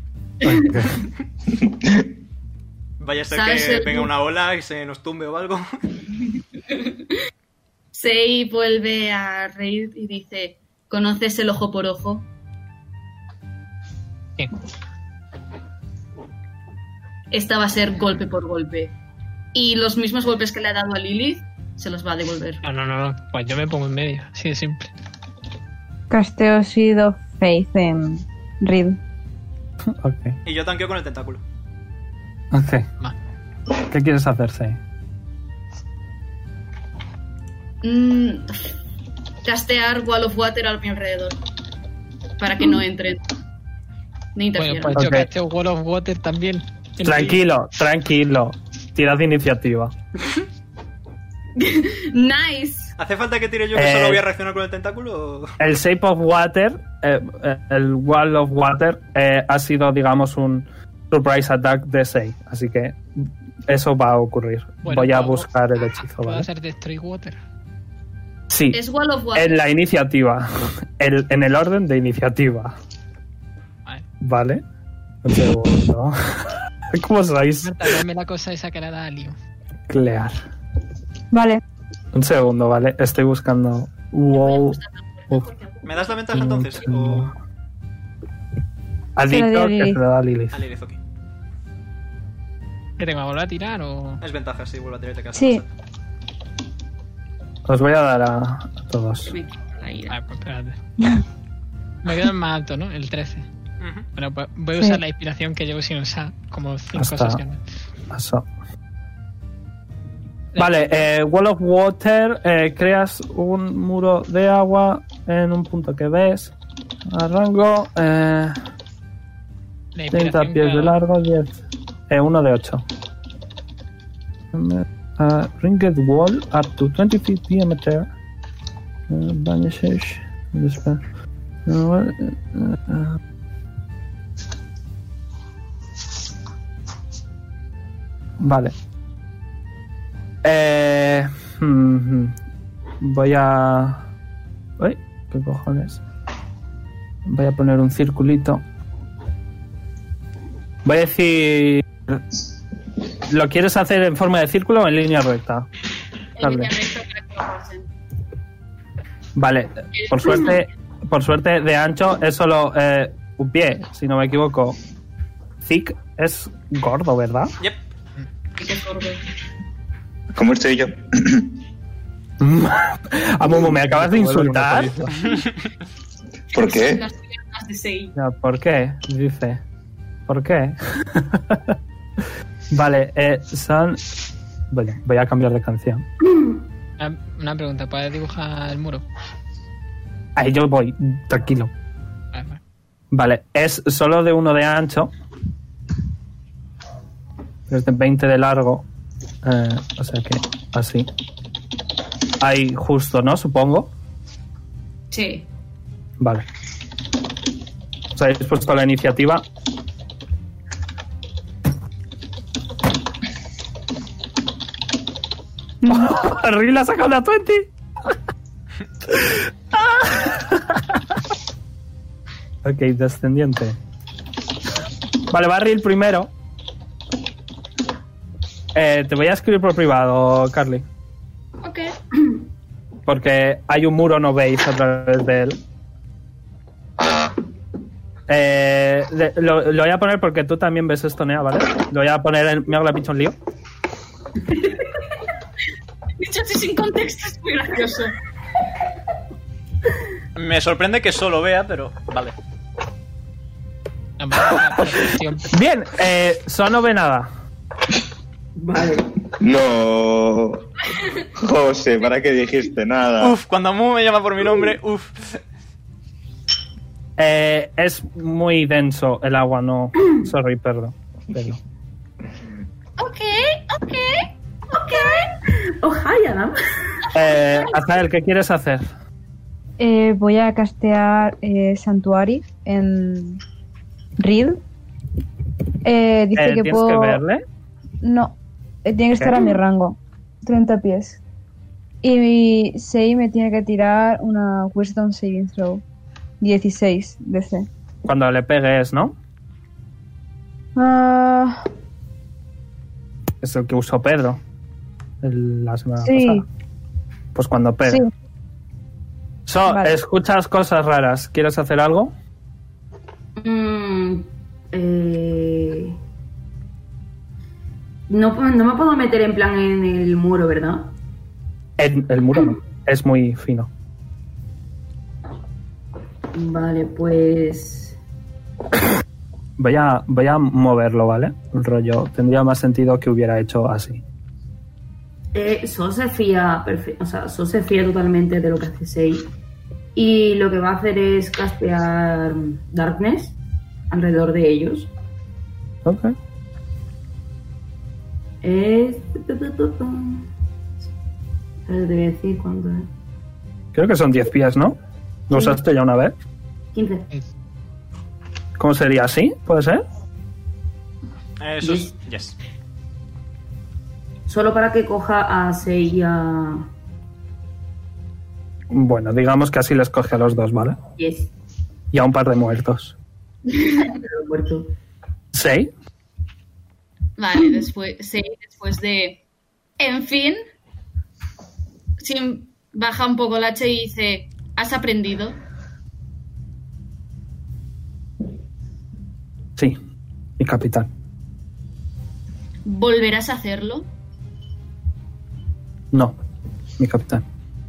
Vaya a ser ¿Sabes que el- venga una ola y se nos tumbe o algo. Sei vuelve a reír y dice, ¿conoces el ojo por ojo? ¿Quién? Esta va a ser golpe por golpe. Y los mismos golpes que le ha dado a Lilith se los va a devolver. No. Pues yo me pongo en medio, así de simple. Casteo Seed of Faith en Reed. Ok. Y yo tanqueo con el tentáculo. Ok. Va. ¿Qué quieres hacer, Sei? Castear Wall of Water a mi alrededor. Para que no entren. Ni Bueno, interfieran. pues yo Ok. casteo Wall of Water también. Tranquilo. Tirad de iniciativa. Nice. ¿Hace falta que tire yo que solo voy a reaccionar con el tentáculo? O... El Shape of Water, el Wall of Water, ha sido, digamos, un surprise attack de Sei. Así que eso va a ocurrir. Bueno, Voy a puedo- buscar el hechizo, ¿Puedo ¿vale? hacer Destroy Water? Sí, Es Wall of Water. en la iniciativa. En el orden de iniciativa. Vale. ¿Vale? Un segundo. ¿Cómo sois? Marta, dame la cosa esa que le da a Leo. Clear. Vale. Un segundo, ¿vale? Estoy buscando Wall of... ¿Me das la ventaja entonces? ¿O Ha Se lo dicho dio que Lilith. se lo da a Lilith. a Lilith, ok? ¿Qué tengo? ¿A volver a tirar o...? Es ventaja, sí, vuelvo a tirarte casa. Sí. Os voy a dar a todos. Me quito la ira. Ah, pues espérate. Me quedo en más alto, ¿no? El 13. Ujú. Bueno, pues voy a Sí. usar la inspiración que llevo sin usar, como 5 Hasta- sesiones. Eso. Vale, Wall of Water, creas un muro de agua en un punto que ves. A rango, La 30 inspiración pies de que- largo, 10. 1 de 8. Ringed wall up to 20 feet diameter. Vanishes. Vale. Voy a... Uy, ¿qué cojones? Voy a poner un circulito. Voy a decir... ¿Lo quieres hacer en forma de círculo o en línea recta? En línea recta para que lo pasen. Vale, por suerte de ancho es solo un pie, si no me equivoco. Thick es gordo, ¿verdad? Yep. Y que es gordo. ¿Cómo estoy yo? Amumu, ¿me acabas de insultar? ¿Por qué? Las piernas de Sei. Ya, ¿por qué? Dice. ¿Por qué? Vale, son... Bueno, voy a cambiar de canción. Una pregunta, ¿puedes dibujar el muro? Ahí yo voy, tranquilo. Vale. Vale, es solo de 1 de ancho. Es de 20 de largo. O sea que así. Ahí justo, ¿no? Supongo. Sí. Vale. ¿Os habéis puesto la iniciativa? Barril ha sacado la 20. Ok, descendiente. Vale, Barril primero. Te voy a escribir por privado, Carly. Ok. Porque hay un muro, no veis a través de él. Lo voy a poner porque tú también ves esto, Nea, ¿vale? Lo voy a poner en... Me hago la pincha un lío. Dicho así sin contexto es muy gracioso. Me sorprende que solo vea, pero vale. La perfección. Bien, Son no ve nada. Vale. No. José, ¿para qué dijiste nada? Uf, cuando Mu me llama por mi nombre, uf. Es muy denso el agua, no. Sorry, perdón. Ok. Oh, hi, Adam. Azael, ¿qué quieres hacer? Voy a castear Sanctuary en Reed. Dice que ¿Tienes puedo... que verle? No, tiene que estar a mi rango. 30 pies. Y Sei me tiene que tirar una Wisdom Saving Throw. 16 DC. Cuando le pegues, ¿no? Ah, Es el que usó Pedro la semana sí, pasada. Pues cuando pegue. sí. Vale. Escuchas cosas raras. ¿Quieres hacer algo? No me puedo meter en plan en el muro, ¿verdad? El muro no. Es muy fino. Vale, pues... Voy a moverlo, ¿vale? El rollo. Tendría más sentido que hubiera hecho así. So se fía So se fía totalmente de lo que hace Sei. Y lo que va a hacer es castear Darkness alrededor de ellos. Ok. Te voy a decir cuánto es. Creo que son 10 pies, ¿no? ¿Lo usaste ya una vez? 15. ¿Cómo sería así? ¿Puede ser? Eso es... Yes. Solo para que coja a Sei y a... Bueno, digamos que así les coge a los dos, ¿vale? Yes. Y a un par de muertos. Muerto. ¿Sí? Vale, después de... En fin... Sim baja un poco el hacha y dice... ¿Has aprendido? Sí, mi capitán. ¿Volverás a hacerlo? No, mi capitán.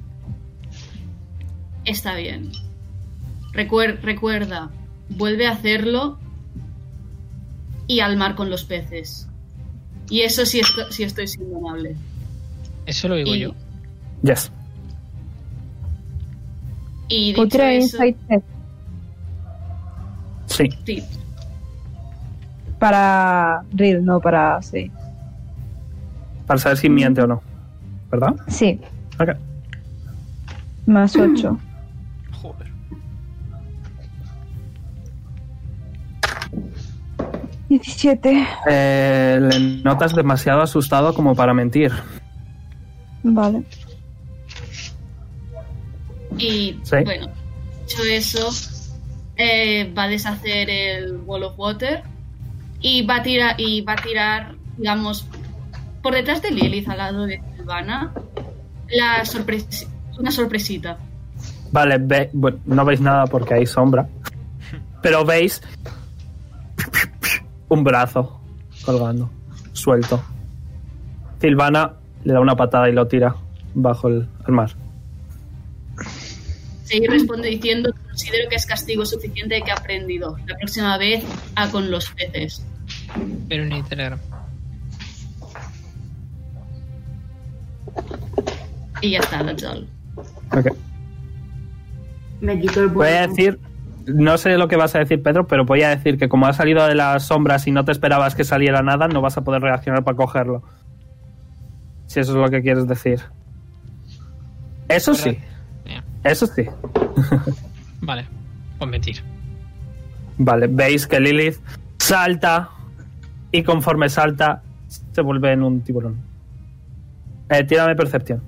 Está bien. Recuerda, vuelve a hacerlo y al mar con los peces. Y eso sí estoy siendo amable. Eso lo digo yo. Yes. Y dicho Otra eso... insight check Sí. Sí. para Reed, no para Sei. Para saber si miente o no. ¿Verdad? Sí, Ok. más 8. Joder. $17. Le notas demasiado asustado como para mentir. Vale. Y Sí. bueno, dicho eso, va a deshacer el Wall of Water y va a tirar, digamos, por detrás de Lilith, al lado de Silvana, una sorpresita. Vale, bueno, no veis nada porque hay sombra. Pero veis un brazo colgando, suelto. Silvana le da una patada y lo tira bajo el mar. Sei responde diciendo: considero que es castigo suficiente que ha aprendido. La próxima vez con los peces. Pero ni Telegram. Y ya está, that's all. Okay. Me quito el Voy a decir, no sé lo que vas a decir, Pedro, pero voy a decir que como has salido de las sombras y no te esperabas que saliera nada, no vas a poder reaccionar para cogerlo. Si eso es lo que quieres decir. Eso sí. Yeah. Eso sí. Vale, pues me tiro. Vale, veis que Lilith salta y conforme salta se vuelve en un tiburón. Tírame percepción.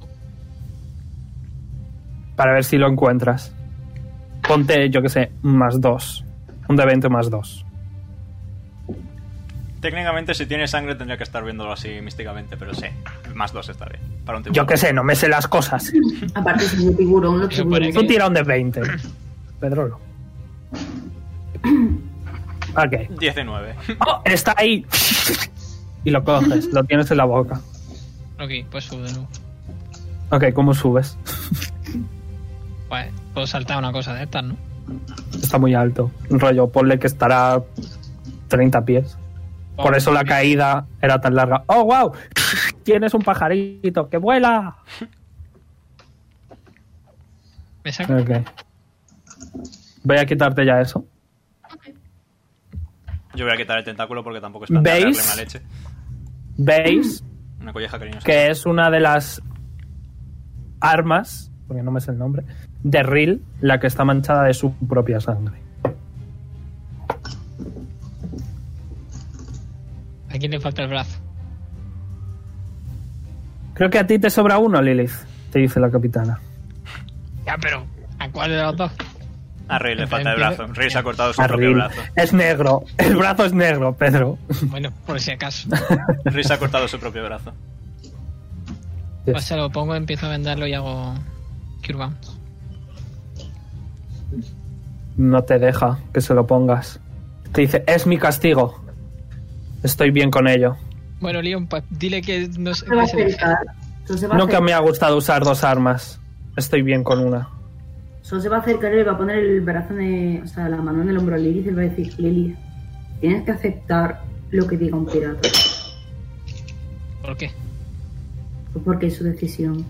Para ver si lo encuentras. Ponte, yo que sé, +2. Un de 20 +2. Técnicamente, si tiene sangre, tendría que estar viéndolo así místicamente, pero sí, +2 está bien. Para un tiburón. Yo que sé, no me sé las cosas. Aparte es un tiburón, los Eso tiburones. Tú tira un de 20. Pedro. Ok. 19. ¡Oh! Está ahí. Y lo coges, lo tienes en la boca. Ok, pues subo de nuevo. Ok, ¿cómo subes? Pues puedo saltar una cosa de estas, ¿no? Está muy alto. Rollo, ponle que estará 30 pies. Por eso la caída era tan larga. ¡Oh, wow! Tienes un pajarito que vuela. ¿Me saco? Ok. Voy a quitarte ya eso. Yo voy a quitar el tentáculo porque tampoco es para ¿Veis? darle una leche. ¿Veis? Una colleja cariñosa. Que es una de las armas, porque no me sé el nombre, de Ril, la que está manchada de su propia sangre. ¿A quién le falta el brazo? Creo que a ti te sobra uno, Lilith, te dice la capitana. Ya, pero ¿a cuál de los dos? A Rey le falta el brazo. Rey se ha cortado su A propio Ril. brazo. Es negro. El brazo es negro, Pedro. Bueno, por si acaso. Rey se ha cortado su propio brazo. Pues se lo pongo, empiezo a venderlo y hago Cure Wounds. No te deja que se lo pongas. Te dice, es mi castigo. Estoy bien con ello. Bueno, Leon, pues dile que no sé Se va a que se deje. acercar. Solo se va a Nunca acercar. me ha gustado usar dos armas. Estoy bien con una. Solo se va a acercar y le va a poner el brazo o sea, la mano en el hombro a Lilith y le va a decir: Lilith, tienes que aceptar lo que diga un pirata. ¿Por qué? Pues porque es su decisión.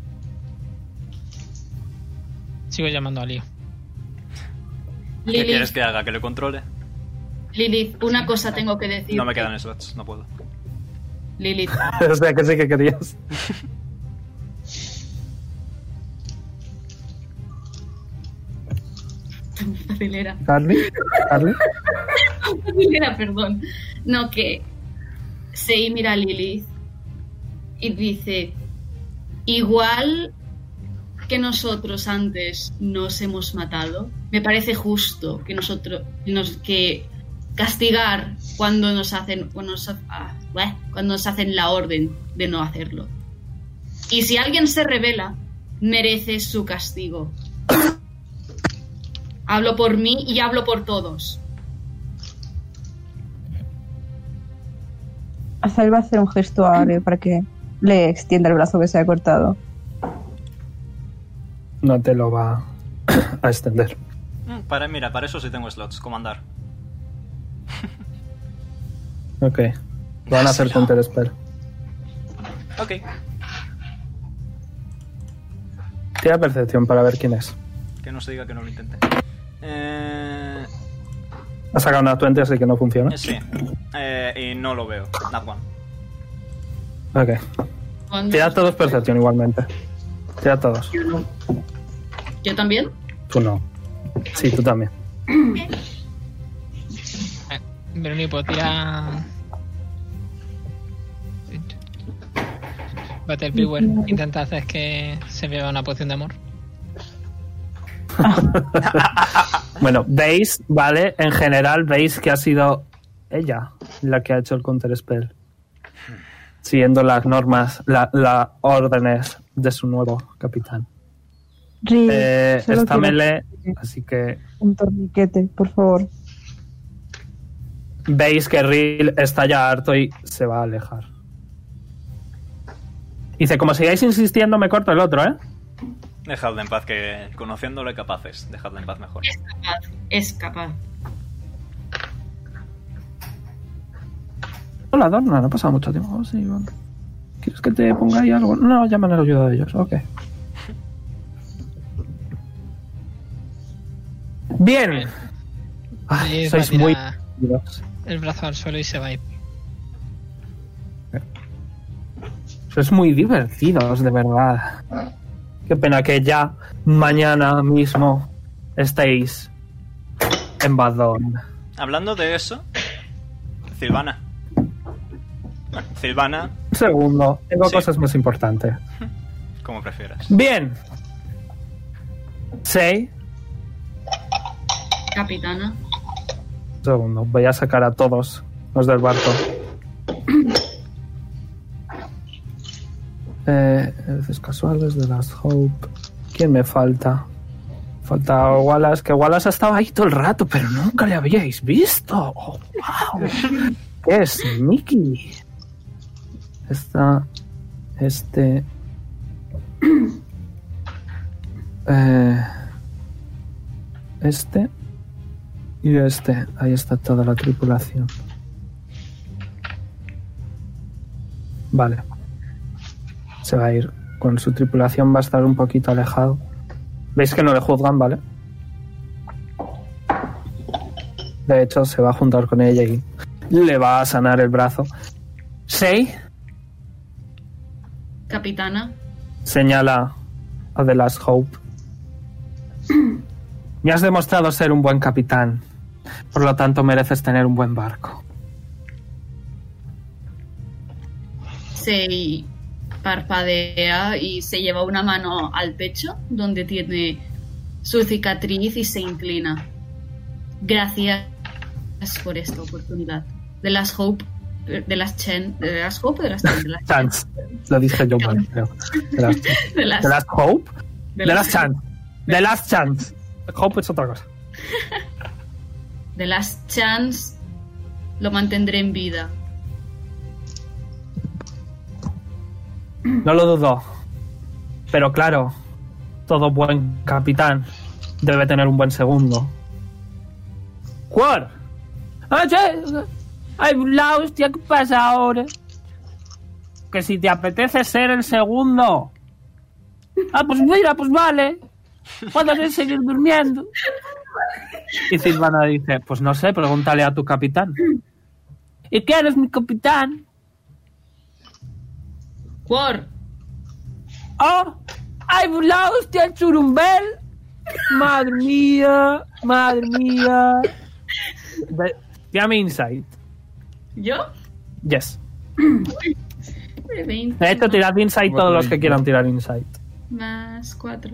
Sigo llamando a Leon. ¿Qué Lilith, quieres que haga? ¿Que le controle? Lilith, una cosa tengo que decir. No me quedan slots, no puedo. Lilith, O sea que sí que querías. facilera. ¿Carly? ¿Carly? Facilera, perdón. No, que Sei mira a Lilith y dice: igual que nosotros antes nos hemos matado, me parece justo que que castigar cuando nos hacen cuando nos hacen la orden de no hacerlo. Y si alguien se rebela, merece su castigo. Hablo por mí y hablo por todos. Azael va a hacer un gesto a Are para que le extienda el brazo que se ha cortado. No te lo va a extender. Mira, para eso sí tengo slots. Comandar. Ok. Van a hacer counter spell. Ok. Tira percepción para ver quién es. Que no se diga que no lo intenté. Ha sacado una 20, así que no funciona. Sí. Y no lo veo. That one. Ok. Tira todos percepción igualmente. Tira todos. Yo no. ¿Yo también? Tú no. Sí, tú también. Pero ni puedo tirar. Battle Power. Intenta hacer que se beba una poción de amor. Bueno, veis, ¿vale? En general veis que ha sido ella la que ha hecho el counter spell. Siguiendo las normas, las órdenes de su nuevo capitán. Rill, solo Está quiero melee, así que un torniquete, por favor. veis que Rill está ya harto y se va a alejar. Dice, como sigáis insistiendo, me corto el otro, ¿eh? Dejadle en paz, que conociéndole capaces. Dejadle en paz mejor. Es capaz. Hola, Dorna, no ha pasado mucho tiempo. Sí, bueno. ¿Quieres que te ponga ahí algo? No, ya me han ayudado ellos, ok. Bien. Ay, Y sois va a muy... tirar el brazo al suelo y se va a ir. Sois muy divertidos, de verdad. Qué pena que ya mañana mismo estéis en Badon. Hablando de eso, Silvana. Bueno, Silvana, Un segundo, tengo Sí. cosas más importantes. como prefieras. Bien. Sei. Capitana. Un segundo, voy a sacar a todos los del barco. Veces casuales de Last Hope. ¿Quién me falta? Falta Wallace, que Wallace estaba ahí todo el rato, pero nunca le habíais visto. Oh, wow. ¿Qué es Mickey? Está este y este. Ahí está toda la tripulación. Vale. Se va a ir. Con su tripulación va a estar un poquito alejado. ¿Veis que no le juzgan, vale? De hecho, se va a juntar con ella y le va a sanar el brazo. Sei Capitana. señala a The Last Hope. Me has demostrado ser un buen capitán. Por lo tanto, mereces tener un buen barco. Se parpadea y se lleva una mano al pecho donde tiene su cicatriz y se inclina. Gracias por esta oportunidad. De las Hope, de las Chen, de las Hope, de las Chen, de las Chance. Lo dije yo mal, creo. The Last, de las, The Last Hope. de The las- Last Chance. The Last Chance. Hope es otra cosa. de las Chance lo mantendré en vida. No lo dudo. Pero claro, todo buen capitán debe tener un buen segundo. ¿Cuál? Ay, la hostia, ¿qué pasa ahora? Que si te apetece ser el segundo. Ah, pues mira, pues vale. Puedes seguir durmiendo. Y Silvana dice, pues no sé, pregúntale a tu capitán. ¿Y quién es mi capitán? Por ¡Oh! ¡Ay, la hostia, el churumbel! ¡Madre mía! ¡Madre mía! Dame insight. ¿yo? Yes. 20 De hecho, tirad insight todos los que quieran tirar insight. más 4.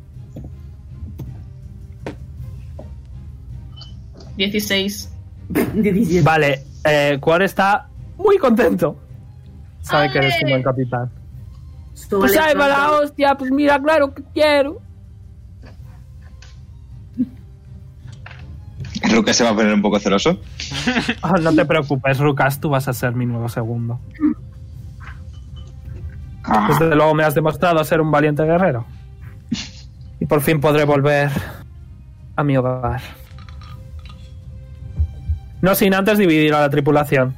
16. 17. Vale, Quor está muy contento. Sabe que eres un buen capitán. Esto Pues vale ahí va la tanto. hostia, pues mira, claro que quiero. Lucas se va a poner un poco celoso. Oh, no te preocupes, Rukas, tú vas a ser mi nuevo segundo. Desde luego me has demostrado ser un valiente guerrero. Y por fin podré volver a mi hogar. No sin antes dividir a la tripulación.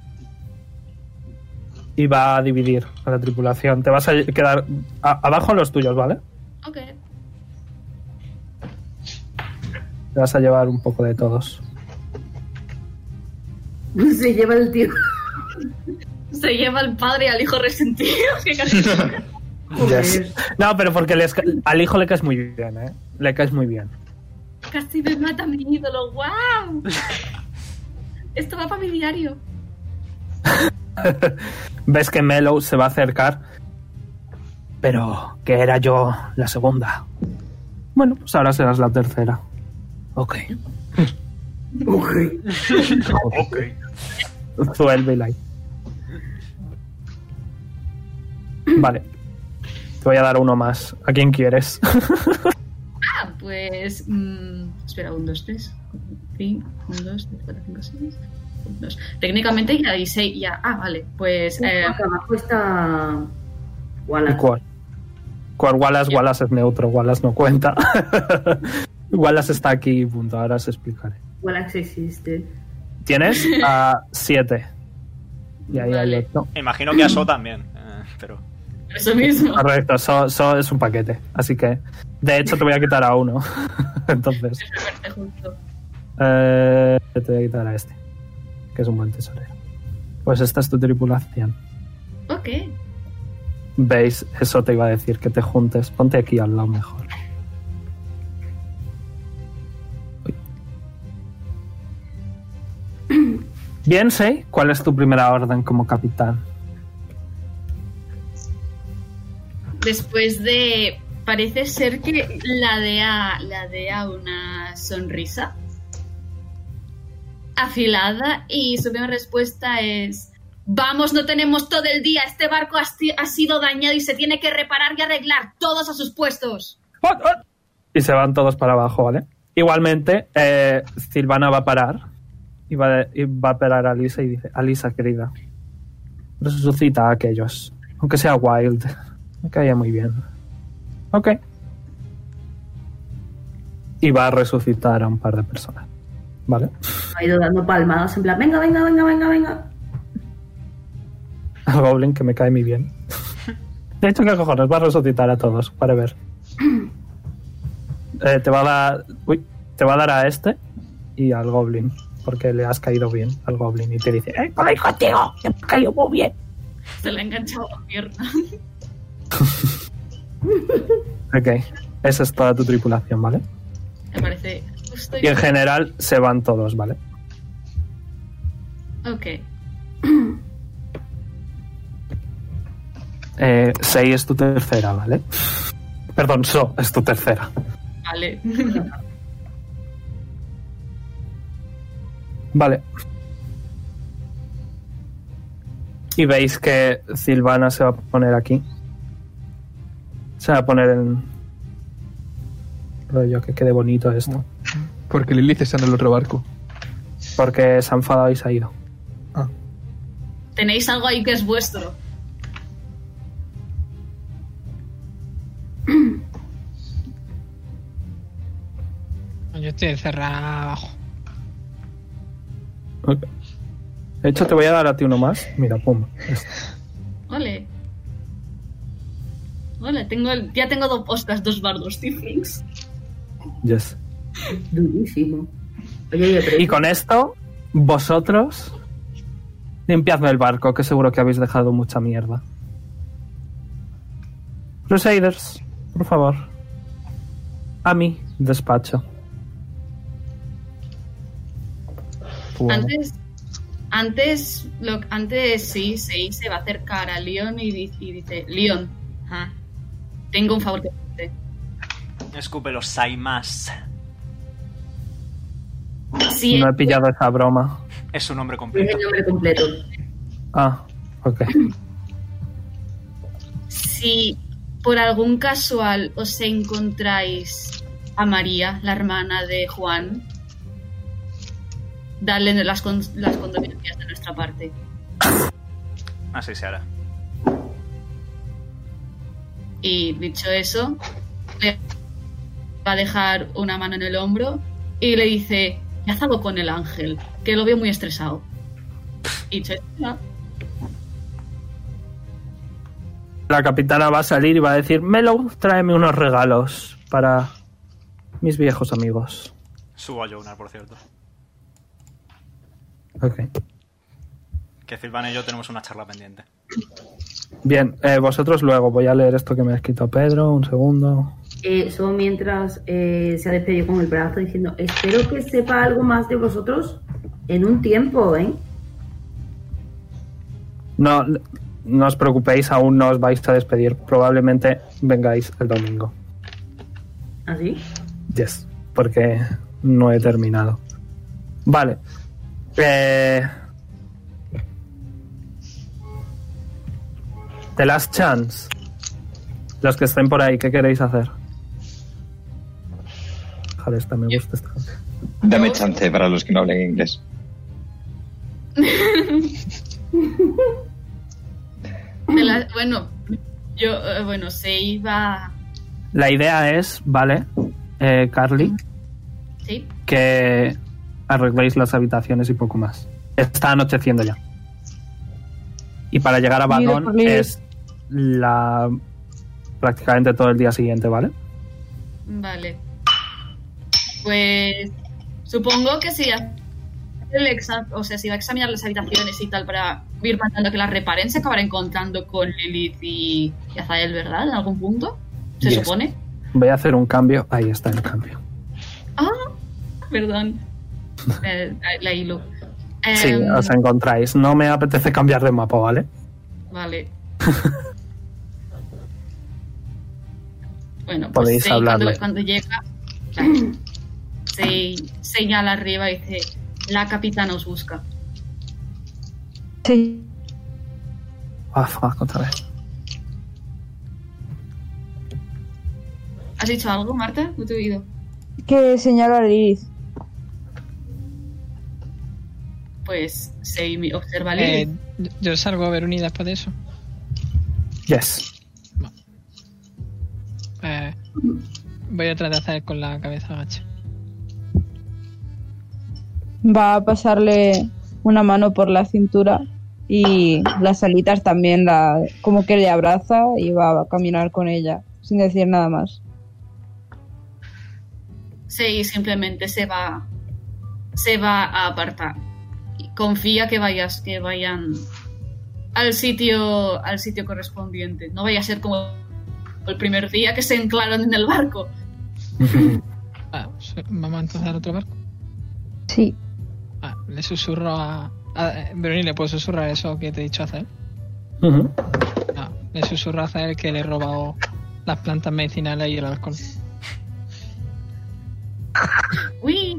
Y va a dividir a la tripulación. Te vas a quedar abajo los tuyos, ¿vale? Ok. Te vas a llevar un poco de todos. Se lleva el tío. Se lleva al padre y al hijo resentido. Que casi... Yes. No, pero porque al hijo le caes muy bien, ¿eh? Le caes muy bien. casi me mata mi ídolo. ¡Wow! Esto va para mi diario. Ves que Mellow se va a acercar. Pero que era yo la segunda. Bueno, pues ahora serás la tercera. Ok. Ok. Zuelbelay. Vale. Te voy a dar uno más. ¿A quién quieres? Pues... espera, 1, 2, 3... 5, 1, 2, 3, 4, 5, 6... 2. Técnicamente ya hay 6, ya... vale, pues... Acá abajo está... Wallace. ¿Cuál Wallace? Wallace es neutro. Wallace no cuenta. Wallace está aquí y punto. Ahora os explicaré. Wallace existe. Tienes a 7. Y ahí hay 8. Imagino que a So también, pero... Eso mismo. Correcto, So es un paquete. Así que, de hecho, te voy a quitar a 1. Entonces, Justo. te voy a quitar a este, que es un buen tesorero. Pues esta es tu tripulación. Ok. ¿Veis? Eso te iba a decir, que te juntes. Ponte aquí al lado mejor. Uy. Bien, Sei, ¿cuál es tu primera orden como capitán? Después de... Parece ser que ladea una sonrisa afilada y su primera respuesta es... Vamos, no tenemos todo el día. Este barco ha sido dañado y se tiene que reparar y arreglar. Todos a sus puestos. Y se van todos para abajo, ¿vale? Igualmente, Silvana va a parar y va a parar a Alisa y dice: Alisa, querida, resucita a aquellos, aunque sea Wild. Me caía muy bien. Ok. Y va a resucitar a un par de personas, ¿vale? Ha ido dando palmadas en plan, venga. Al Goblin, que me cae muy bien. De hecho, ¿qué cojones? Va a resucitar a todos, para ver. Te va a dar a este y al Goblin, porque le has caído bien al Goblin y te dice: ¡Voy contigo! ¡Me ha caído muy bien! Se le ha enganchado la pierna. Ok, esa es toda tu tripulación, ¿vale? Me parece justo. Y en general se van todos, ¿vale? Ok. 6 es tu tercera, ¿vale? Perdón, So es tu tercera. Vale. Vale. Y veis que Silvana se va a poner aquí. Se va a poner en... rollo, que quede bonito esto. Porque Lilith está en el otro barco. Porque se ha enfadado y se ha ido. Ah. Tenéis algo ahí que es vuestro. Yo estoy encerrada abajo. Ok. De hecho, te voy a dar a ti uno más. Mira, pum. Este. Ole. Ole, ya tengo dos bardos tieflings. Yes. Durísimo. Oye, pero... Y con esto, vosotros limpiadme el barco, que seguro que habéis dejado mucha mierda. Crusaders, por favor. A mi despacho. Bueno. Antes sí, se va a acercar a Leon y dice: Leon, tengo un favor que hacerte. Escupe los Saimas. Sí, No he pillado esa broma. Es su nombre Es completo. el nombre completo. Ah, ok. si por algún casual os encontráis a María, la hermana de Juan, dadle las condolencias de nuestra parte. Así se hará. Y dicho eso, le va a dejar una mano en el hombro y le dice: haz algo con el ángel, que lo veo muy estresado. Y dicho eso, ¿no? La capitana va a salir y va a decir: Melo, tráeme unos regalos para mis viejos amigos. Subo a Jonar, por cierto. Ok. Que Silvana y yo tenemos una charla pendiente. Bien, vosotros luego. Voy a leer esto que me ha escrito Pedro. Un segundo. Solo mientras se ha despedido con el brazo diciendo: espero que sepa algo más de vosotros en un tiempo, ¿eh? No os preocupéis, aún no os vais a despedir. Probablemente vengáis el domingo. ¿Así? Yes, porque no he terminado. Vale. The Last Chance. Los que estén por ahí, ¿qué queréis hacer? Joder, esta me gusta esta. Dame chance para los que no hablen inglés. Bueno, se iba... La idea es, vale, Carly, Sí. que arregléis las habitaciones y poco más. Está anocheciendo ya. Y para llegar a Badon es prácticamente todo el día siguiente, ¿vale? Vale. Pues supongo que si hace si va a examinar las habitaciones y tal para ir mandando que las reparen, se acabará encontrando con Lilith y Azael, ¿verdad? En algún punto, se Yes. supone. Voy a hacer un cambio. Ahí está el cambio. Ah, perdón. La hilo. Sí, os encontráis. No me apetece cambiar de mapa, ¿vale? Vale. Bueno, pues Podéis hablarle. cuando llega, claro, se señala arriba y dice: la capitana os busca. Sí. Ah, fuck, otra vez. ¿Has dicho algo, Marta? No te he oído. Que señalo a Lilith. Pues se observa a Lilith. Yo salgo a ver unida después de eso. Yes. Voy a tratar de hacer con la cabeza agacha. Va a pasarle una mano por la cintura y las alitas también como que le abraza y va a caminar con ella sin decir nada más. Sí, simplemente se va a apartar. Y confía que vayan al sitio correspondiente. No vaya a ser como el primer día que se enclaron en el barco. Vamos entonces al otro barco. Sí. Le susurro a Veroni, ¿le puedo susurrar eso que te he dicho hacer? Uh-huh. Le susurro a hacer que le he robado las plantas medicinales y el alcohol. Uy,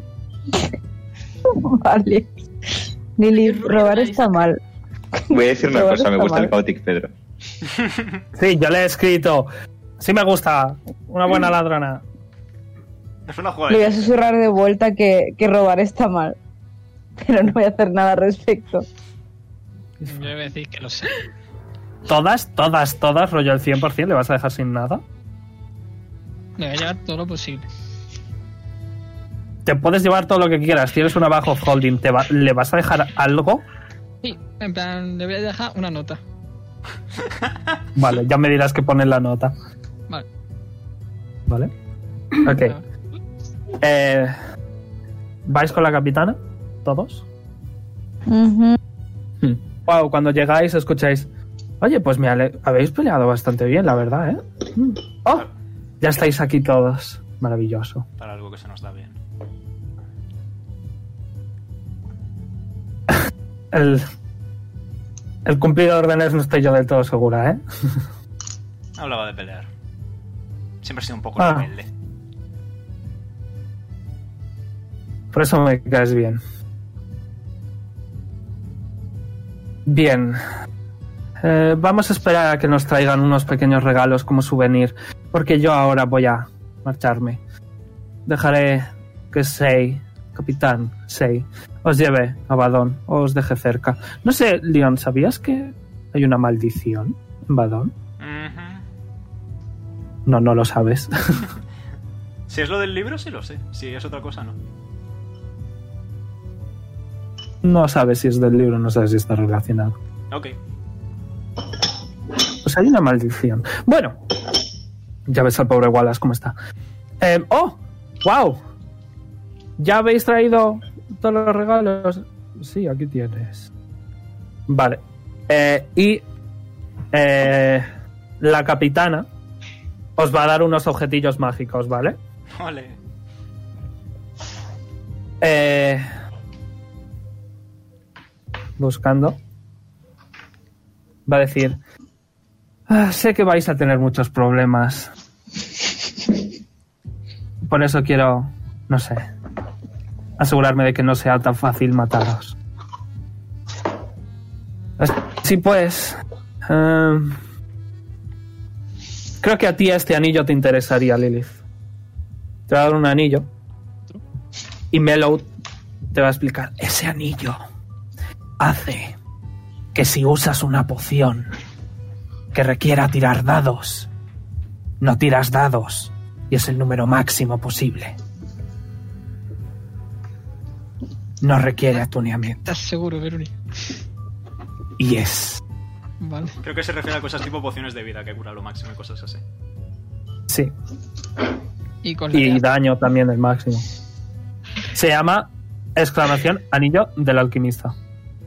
Vale. Lilith, robar está mal. Voy a decir una Pero cosa, me está gusta mal. el Gothic, Pedro. Sí, yo le he escrito. Sí me gusta. Una buena ladrona. Es una Le voy a jugada. susurrar de vuelta que robar está mal. Pero no voy a hacer nada al respecto. Yo le voy a decir que lo sé. Todas, rollo el 100%, ¿le vas a dejar sin nada? Le voy a llevar todo lo posible. Te puedes llevar todo lo que quieras. Tienes una bajo of holding. ¿Le vas a dejar algo? Sí, en plan, le voy a dejar una nota. Vale, ya me dirás que pone en la nota. Vale. Vale. Ok. ¿Vais con la capitana? ¿Todos? Ujú. Wow, cuando llegáis escucháis. Oye, pues habéis peleado bastante bien, la verdad, ¿eh? ¡Oh! Ya estáis aquí todos. Maravilloso. Para algo que se nos da bien. El cumplir órdenes no estoy yo del todo segura, ¿eh? Hablaba de pelear. Siempre he sido un poco Ah. rebelde. Por eso me caes bien. Bien. Vamos a esperar a que nos traigan unos pequeños regalos como souvenir, porque yo ahora voy a marcharme. Dejaré que Sei, capitán Sei, os lleve a Badon o os deje cerca. No sé, Leon, ¿sabías que hay una maldición en Badon? Ujú. No lo sabes. Si es lo del libro, sí lo sé. Si es otra cosa, no. No sabes si es del libro, no sabes si está relacionado. Ok. Pues hay una maldición. Bueno, ya ves al pobre Wallace cómo está. ¡Oh! ¡Wow! ¿Ya habéis traído todos los regalos? Sí, aquí tienes. Vale. La capitana os va a dar unos objetillos mágicos, ¿vale? Vale. Buscando. Va a decir: sé que vais a tener muchos problemas. Por eso quiero, no sé, asegurarme de que no sea tan fácil mataros. Sí, pues... creo que a ti este anillo te interesaría, Lilith. Te voy a dar un anillo. Y Mellow te va a explicar. Ese anillo hace que si usas una poción que requiera tirar dados, no tiras dados y es el número máximo posible. No requiere atuneamiento. ¿Estás seguro, Veruni? Yes. Vale. Creo que se refiere a cosas tipo pociones de vida que cura lo máximo y cosas así. Sí. Y con la Y de- daño también el máximo. Se llama exclamación anillo del alquimista.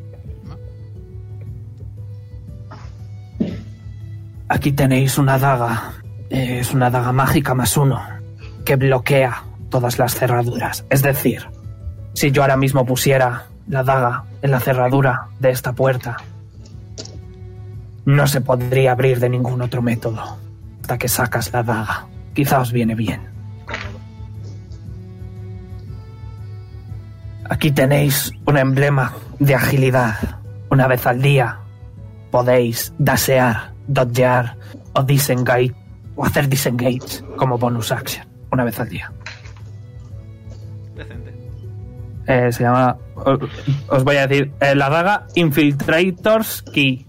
Aquí tenéis una daga. Es una daga mágica +1 que bloquea todas las cerraduras. Es decir, si yo ahora mismo pusiera la daga en la cerradura de esta puerta, no se podría abrir de ningún otro método hasta que sacas la daga. Quizá os viene bien. Cómodo. Aquí tenéis un emblema de agilidad. Una vez al día podéis dashear, dodgear o disengage o hacer disengage como bonus action. Una vez al día. Decente. Se llama... Os voy a decir... la daga Infiltrator's Key.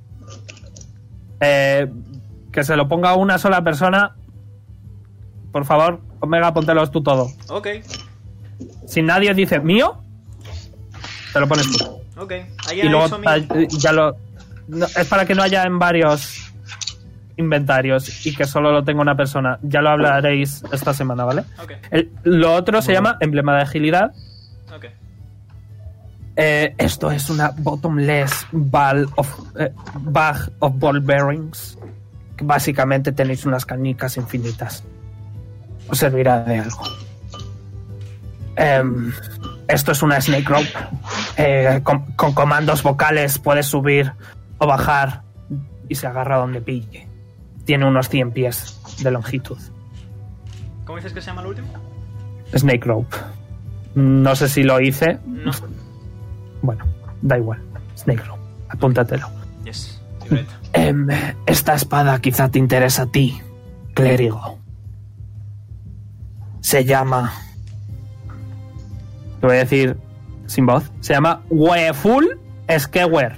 Que se lo ponga una sola persona. Por favor, Omega, póntelos tú todo. Ok. Si nadie dice mío, te lo pones tú. Ok. Y ¿Alguien ha luego dicho mío? ya lo... no, es para que no haya en varios inventarios y que solo lo tenga una persona. Ya lo hablaréis esta semana, ¿vale? Ok. Lo otro se llama emblema de agilidad. Ok. Esto es una bottomless bag of ball bearings. Que básicamente tenéis unas canicas infinitas. Os servirá de algo. Esto es una snake rope. Con comandos vocales puedes subir o bajar y se agarra donde pille. Tiene unos 100 pies de longitud. ¿Cómo dices que se llama el último? Snake rope. No sé si lo hice. No. Bueno, da igual. Snake rope. Apúntatelo. Yes. Libreta. Esta espada quizá te interesa a ti, clérigo. Se llama... Te voy a decir sin voz. Se llama Woeful Skewer.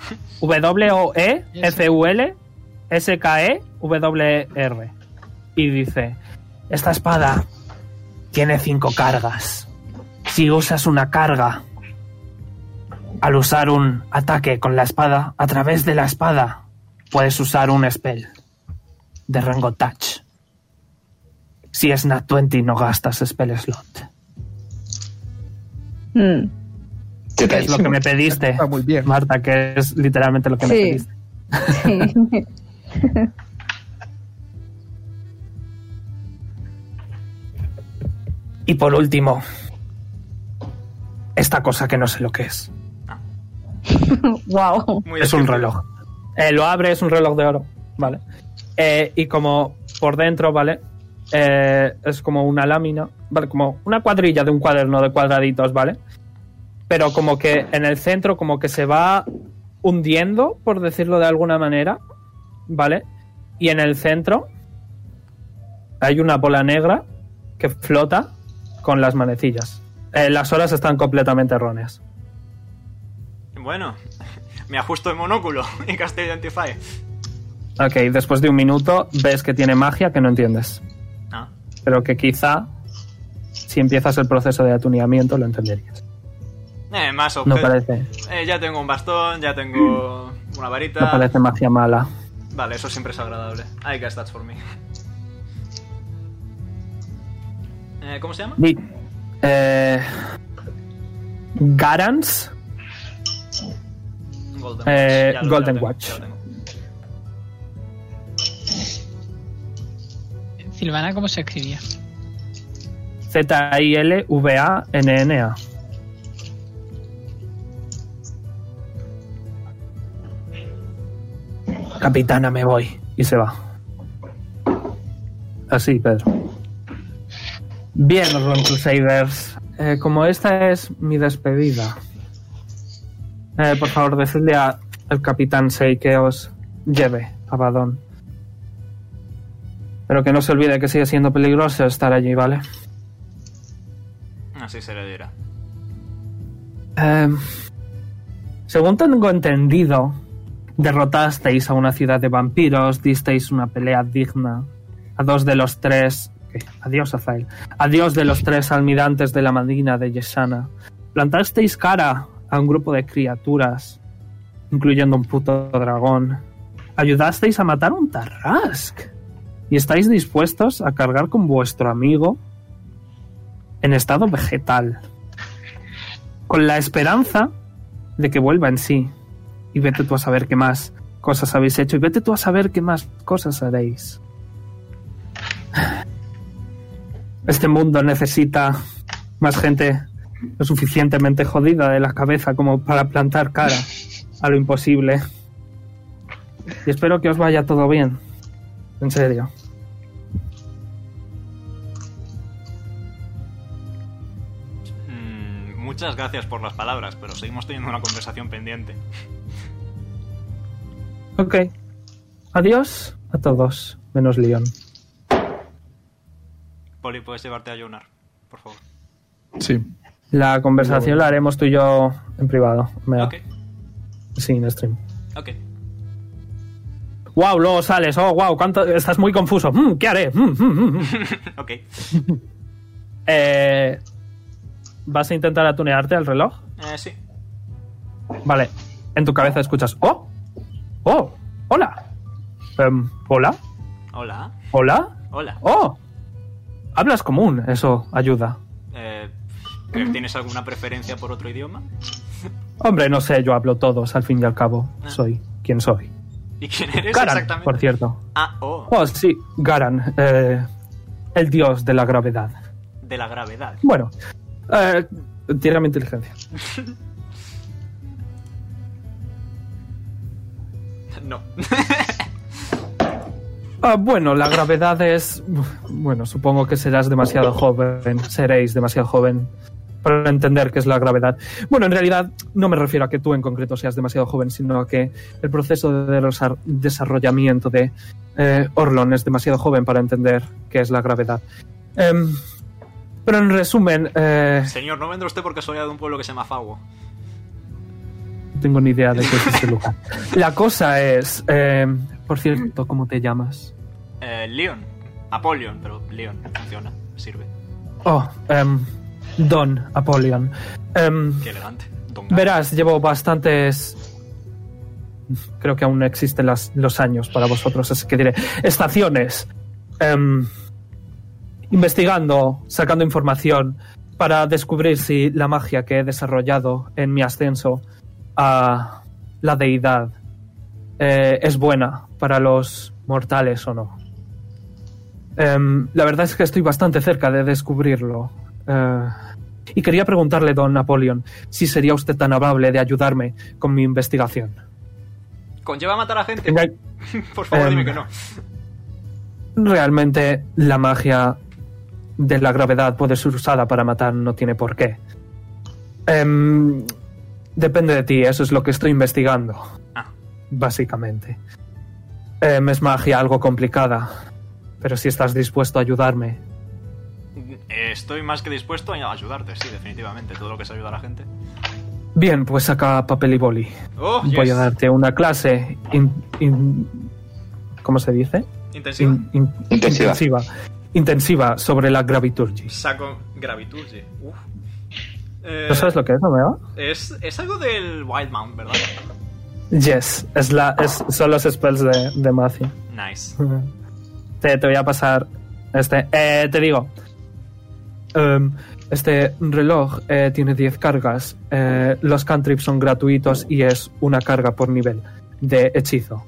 W-O-E-F-U-L S-K-E-W-R. Y dice... Esta espada tiene 5 cargas. Si usas una carga... Al usar un ataque con la espada, a través de la espada, puedes usar un spell de rango touch. Si es Nat 20, no gastas spell slot. Es lo que me pediste, Está muy bien. Marta, que es literalmente lo que me Sí. pediste. Sí. Y por último, esta cosa que no sé lo que es. Wow. Muy Es un descriptivo. reloj. Lo abre, es un reloj de oro, ¿vale? Y como por dentro, ¿vale? Es como una lámina, ¿vale? Como una cuadrilla de un cuaderno de cuadraditos, ¿vale? Pero como que en el centro como que se va hundiendo, por decirlo de alguna manera, ¿vale? Y en el centro hay una bola negra que flota con las manecillas. Las horas están completamente erróneas. Bueno, me ajusto el monóculo y Cast Identify. Ok, después de un minuto ves que tiene magia que no entiendes. Ah, Pero que quizá, si empiezas el proceso de atuneamiento, lo entenderías. más No objetos. parece, Ya tengo un bastón, ya tengo una varita. no parece magia mala. Vale, eso siempre es agradable. I guess that's for me. ¿Cómo se llama? Garance Golden Watch. Golden ya lo Watch. tengo. Silvana, ¿cómo se escribía? Z-I-L-V-A-N-N-A. Capitana, me voy. Y se va. Así, Pedro. Bien, Ron Crusaders. como esta es mi despedida, por favor, decidle al capitán Sei que os lleve a Badón. Pero que no se olvide que sigue siendo peligroso estar allí, ¿vale? Así se le dirá. Según tengo entendido, derrotasteis a una ciudad de vampiros, disteis una pelea digna a 2 de los 3... Adiós, Azael. Adiós de los 3 almirantes de la Medina de Yeshana. Plantasteis cara a un grupo de criaturas, incluyendo un puto dragón. Ayudasteis a matar un Tarrasque. Y estáis dispuestos a cargar con vuestro amigo en estado vegetal, con la esperanza de que vuelva en sí. Y vete tú a saber qué más cosas habéis hecho, y vete tú a saber qué más cosas haréis. Este mundo necesita más gente lo suficientemente jodida de la cabeza como para plantar cara a lo imposible. Y espero que os vaya todo bien. En serio. Muchas gracias por las palabras, pero seguimos teniendo una conversación pendiente. Ok. Adiós a todos, menos Leon. Poli, ¿puedes llevarte a Jonar, por favor? Sí. La conversación la haremos tú y yo en privado. Ok. Sí, en stream. Ok. Wow, luego sales. Oh, wow, ¿cuánto? Estás muy confuso. ¿Qué haré? Ok. ¿Vas a intentar atunearte al reloj? Sí. Vale. En tu cabeza escuchas. ¡Oh! ¡Oh! ¡Hola! ¿Hola? Hola. ¿Hola? Hola. ¡Oh! Hablas común. Eso ayuda. ¿Tienes alguna preferencia por otro idioma? Hombre, no sé. Yo hablo todos, al fin y al cabo. Soy quien soy. ¿Y quién eres Garan, exactamente? por cierto. Oh, Sí. Garan. El dios de la gravedad. de la gravedad. Bueno. Tírame inteligencia. No. Bueno, la gravedad es... Bueno, supongo que serás demasiado joven. Seréis demasiado joven para entender qué es la gravedad. Bueno, en realidad no me refiero a que tú en concreto seas demasiado joven, sino a que el proceso de desarrollamiento de Orlon es demasiado joven para entender qué es la gravedad. Pero en resumen... Señor, no vendrá usted porque soy de un pueblo que se llama Fago. No tengo ni idea de qué es este lugar. La cosa es... por cierto, ¿cómo te llamas? Leon. Apollyon, pero Leon funciona, sirve. Don Apollyon. Qué elegante. Don Garan. Verás, llevo bastantes... Creo que aún no existen los años para vosotros, así que diré... Estaciones. Investigando, sacando información para descubrir si la magia que he desarrollado en mi ascenso a la deidad es buena para los mortales o no. La verdad es que estoy bastante cerca de descubrirlo. Y quería preguntarle, don Apollyon, si sería usted tan amable de ayudarme con mi investigación. ¿Conlleva matar a gente? Venga, Por favor, dime que no. Realmente la magia de la gravedad puede ser usada para matar, no tiene por qué. Depende de ti, eso es lo que estoy investigando. Básicamente. Es magia algo complicada, pero si estás dispuesto a ayudarme. Estoy más que dispuesto a ayudarte, sí, definitivamente. Todo lo que es ayudar a la gente. Bien, pues saca papel y boli. Oh, Voy yes. a darte una clase ¿cómo se dice? ¿Intensiva? Intensiva. Intensiva sobre la Graviturgy. Saco Graviturgy. Uf. ¿No sabes lo que es, Omega? Es algo del Wildmount, ¿verdad? Yes, son los spells de magia. Nice. Te voy a pasar te digo, este reloj tiene 10 cargas. Los cantrips son gratuitos y es una carga por nivel de hechizo.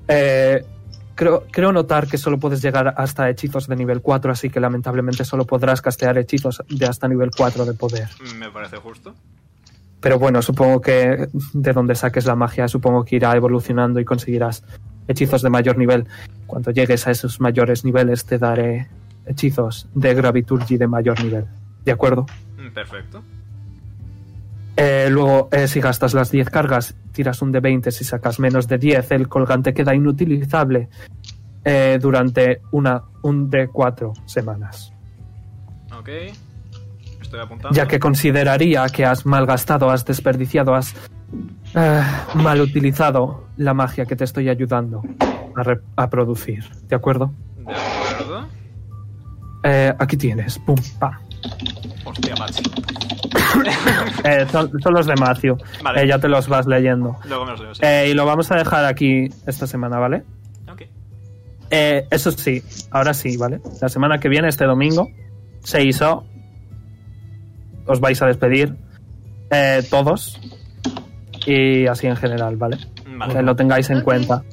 Creo notar que solo puedes llegar hasta hechizos de nivel 4, así que lamentablemente solo podrás castear hechizos de hasta nivel 4 de poder. Me parece justo. Pero bueno, supongo que de donde saques la magia, supongo que irá evolucionando y conseguirás hechizos de mayor nivel. Cuando llegues a esos mayores niveles te daré hechizos de Graviturgy de mayor nivel. ¿De acuerdo? Perfecto. Luego, si gastas las 10 cargas, tiras un D20. Si sacas menos de 10, el colgante queda inutilizable durante un D4 semanas. Ok. Estoy apuntando. Ya que consideraría que has malgastado, has desperdiciado, has mal utilizado la magia que te estoy ayudando a producir. ¿De acuerdo? De acuerdo. Aquí tienes. Pum, pa. Hostia, macho. Son los de Matthew. Vale. Ya te los vas leyendo. Luego me los leo, sí. Y lo vamos a dejar aquí esta semana, ¿vale? Ok. Eso sí, ahora sí, ¿vale? La semana que viene, este domingo, 6O, os vais a despedir todos y así en general, ¿vale? Vale. Que lo tengáis en cuenta.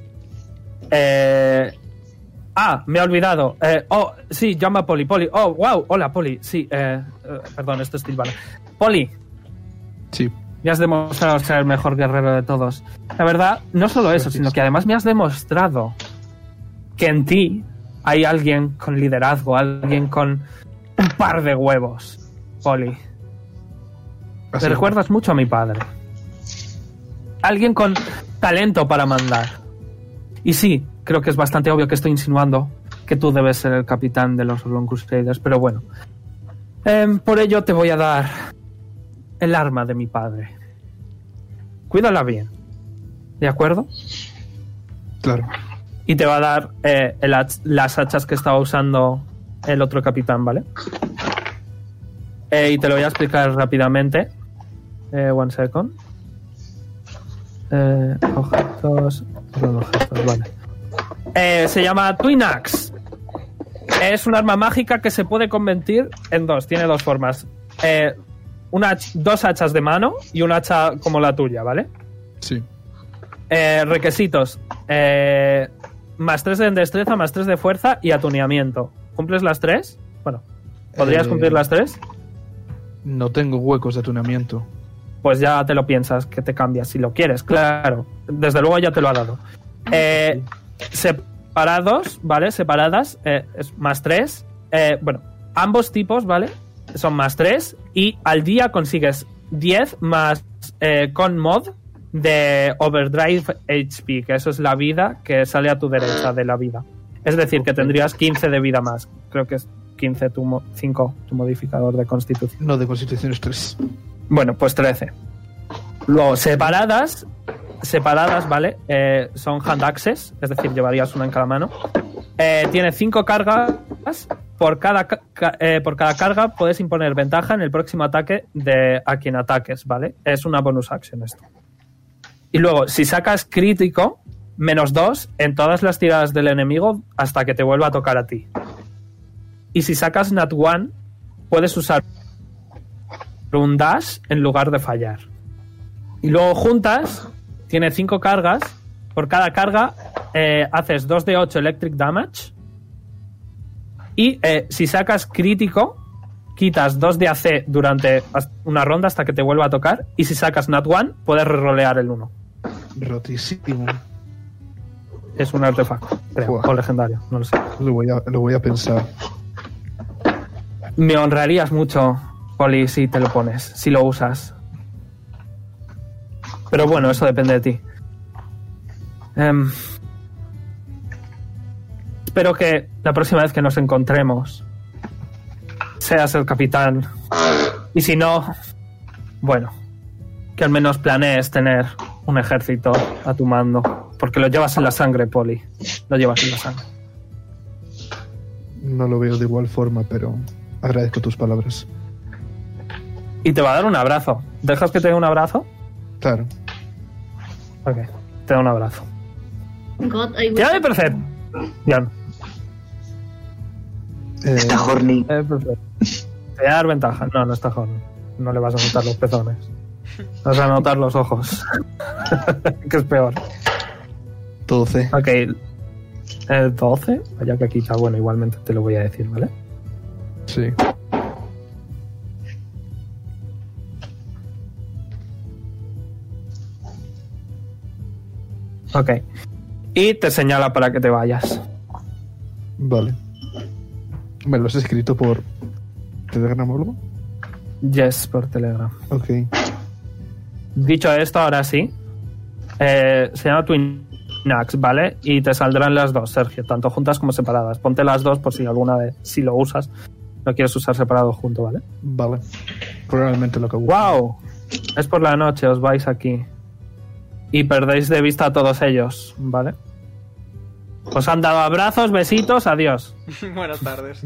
Me he olvidado. Sí, llama a Poli. Poli. Oh, wow. Hola, Poli. Sí, perdón, esto es Tilvana. Poli, Sí. me has demostrado ser el mejor guerrero de todos. La verdad, no solo eso, sino que además me has demostrado que en ti hay alguien con liderazgo, alguien con un par de huevos, Poli. Así Me recuerdas mucho a mi padre. Alguien con talento para mandar. Y sí, creo que es bastante obvio que estoy insinuando que tú debes ser el capitán de los Orlon Crusaders, pero bueno. Por ello te voy a dar el arma de mi padre. Cuídala bien. ¿De acuerdo? Claro. Y te va a dar las hachas que estaba usando el otro capitán, ¿vale? Y te lo voy a explicar rápidamente. One second. Objetos. Perdón, objetos, vale. Se llama Twin Axe. Es un arma mágica que se puede convertir en dos. Tiene dos formas. Dos hachas de mano y un hacha como la tuya, ¿vale? Sí. Requisitos. Más 3 de destreza, más 3 de fuerza y atuneamiento. ¿Cumples las 3? Bueno, ¿podrías cumplir las 3? No tengo huecos de tuneamiento. Pues ya te lo piensas, que te cambias si lo quieres, claro. Desde luego ya te lo ha dado. Separados, ¿vale? Separadas, es más 3. Bueno, ambos tipos, ¿vale? Son más 3. Y al día consigues 10 más con mod de Overdrive HP, que eso es la vida que sale a tu derecha de la vida. Es decir, que tendrías 15 de vida más. Creo que es 15 5 tu modificador de constitución. No, de constitución es 3. Bueno, pues 13. Luego, separadas, ¿vale? Son hand axes, es decir, llevarías una en cada mano. Tiene 5 cargas. Por cada carga puedes imponer ventaja en el próximo ataque de a quien ataques, ¿vale? Es una bonus action esto. Y luego, si sacas crítico, -2 en todas las tiradas del enemigo hasta que te vuelva a tocar a ti. Y si sacas Nat 1, puedes usar un dash en lugar de fallar. Y luego juntas, tiene 5 cargas. Por cada carga haces 2 de 8 electric damage. Y si sacas crítico, quitas 2 de AC durante una ronda hasta que te vuelva a tocar. Y si sacas Nat 1, puedes rerolear el 1. Rotísimo. Es un artefacto, creo, o legendario, no lo sé. Lo voy a pensar. Me honrarías mucho, Poli, si te lo pones, si lo usas. Pero bueno, eso depende de ti. Espero que la próxima vez que nos encontremos seas el capitán. Y si no, bueno, que al menos planees tener un ejército a tu mando. Porque lo llevas en la sangre, Poli. Lo llevas en la sangre. No lo veo de igual forma, pero agradezco tus palabras. Y te va a dar un abrazo. ¿Dejas que te dé un abrazo? Claro. Ok, te da un abrazo. God, I ¡Tira de perfecto! Bien. Está horny. Perfecto. Te voy a dar ventaja. No, no está horny. No le vas a notar los pezones. Vas a notar los ojos. Que es peor. 12. Ok. 12. Vaya que aquí está. Bueno, igualmente te lo voy a decir, ¿vale? Sí. Ok. Y te señala para que te vayas. Vale. ¿Me lo has escrito por Telegram o algo? Yes, por Telegram. Ok. Dicho esto, ahora sí. Se llama Twin Axe, ¿vale? Y te saldrán las dos, Sergio, tanto juntas como separadas. Ponte las dos por si alguna vez, si lo usas, lo quieres usar separado junto, ¿vale? Vale. Probablemente lo que busco. ¡Wow! Es por la noche, os vais aquí. Y perdéis de vista a todos ellos, ¿vale? Os han dado abrazos, besitos, adiós. Buenas tardes.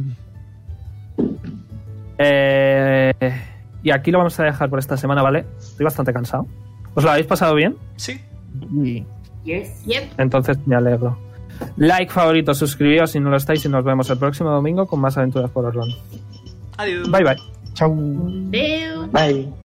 Y aquí lo vamos a dejar por esta semana, ¿vale? Estoy bastante cansado. ¿Os lo habéis pasado bien? Sí. Y Yes. Yep. Entonces me alegro. Like, favorito, suscribíos si no lo estáis y nos vemos el próximo domingo con más aventuras por Orlando. Adiós. Bye bye. chao. Adeu. Bye.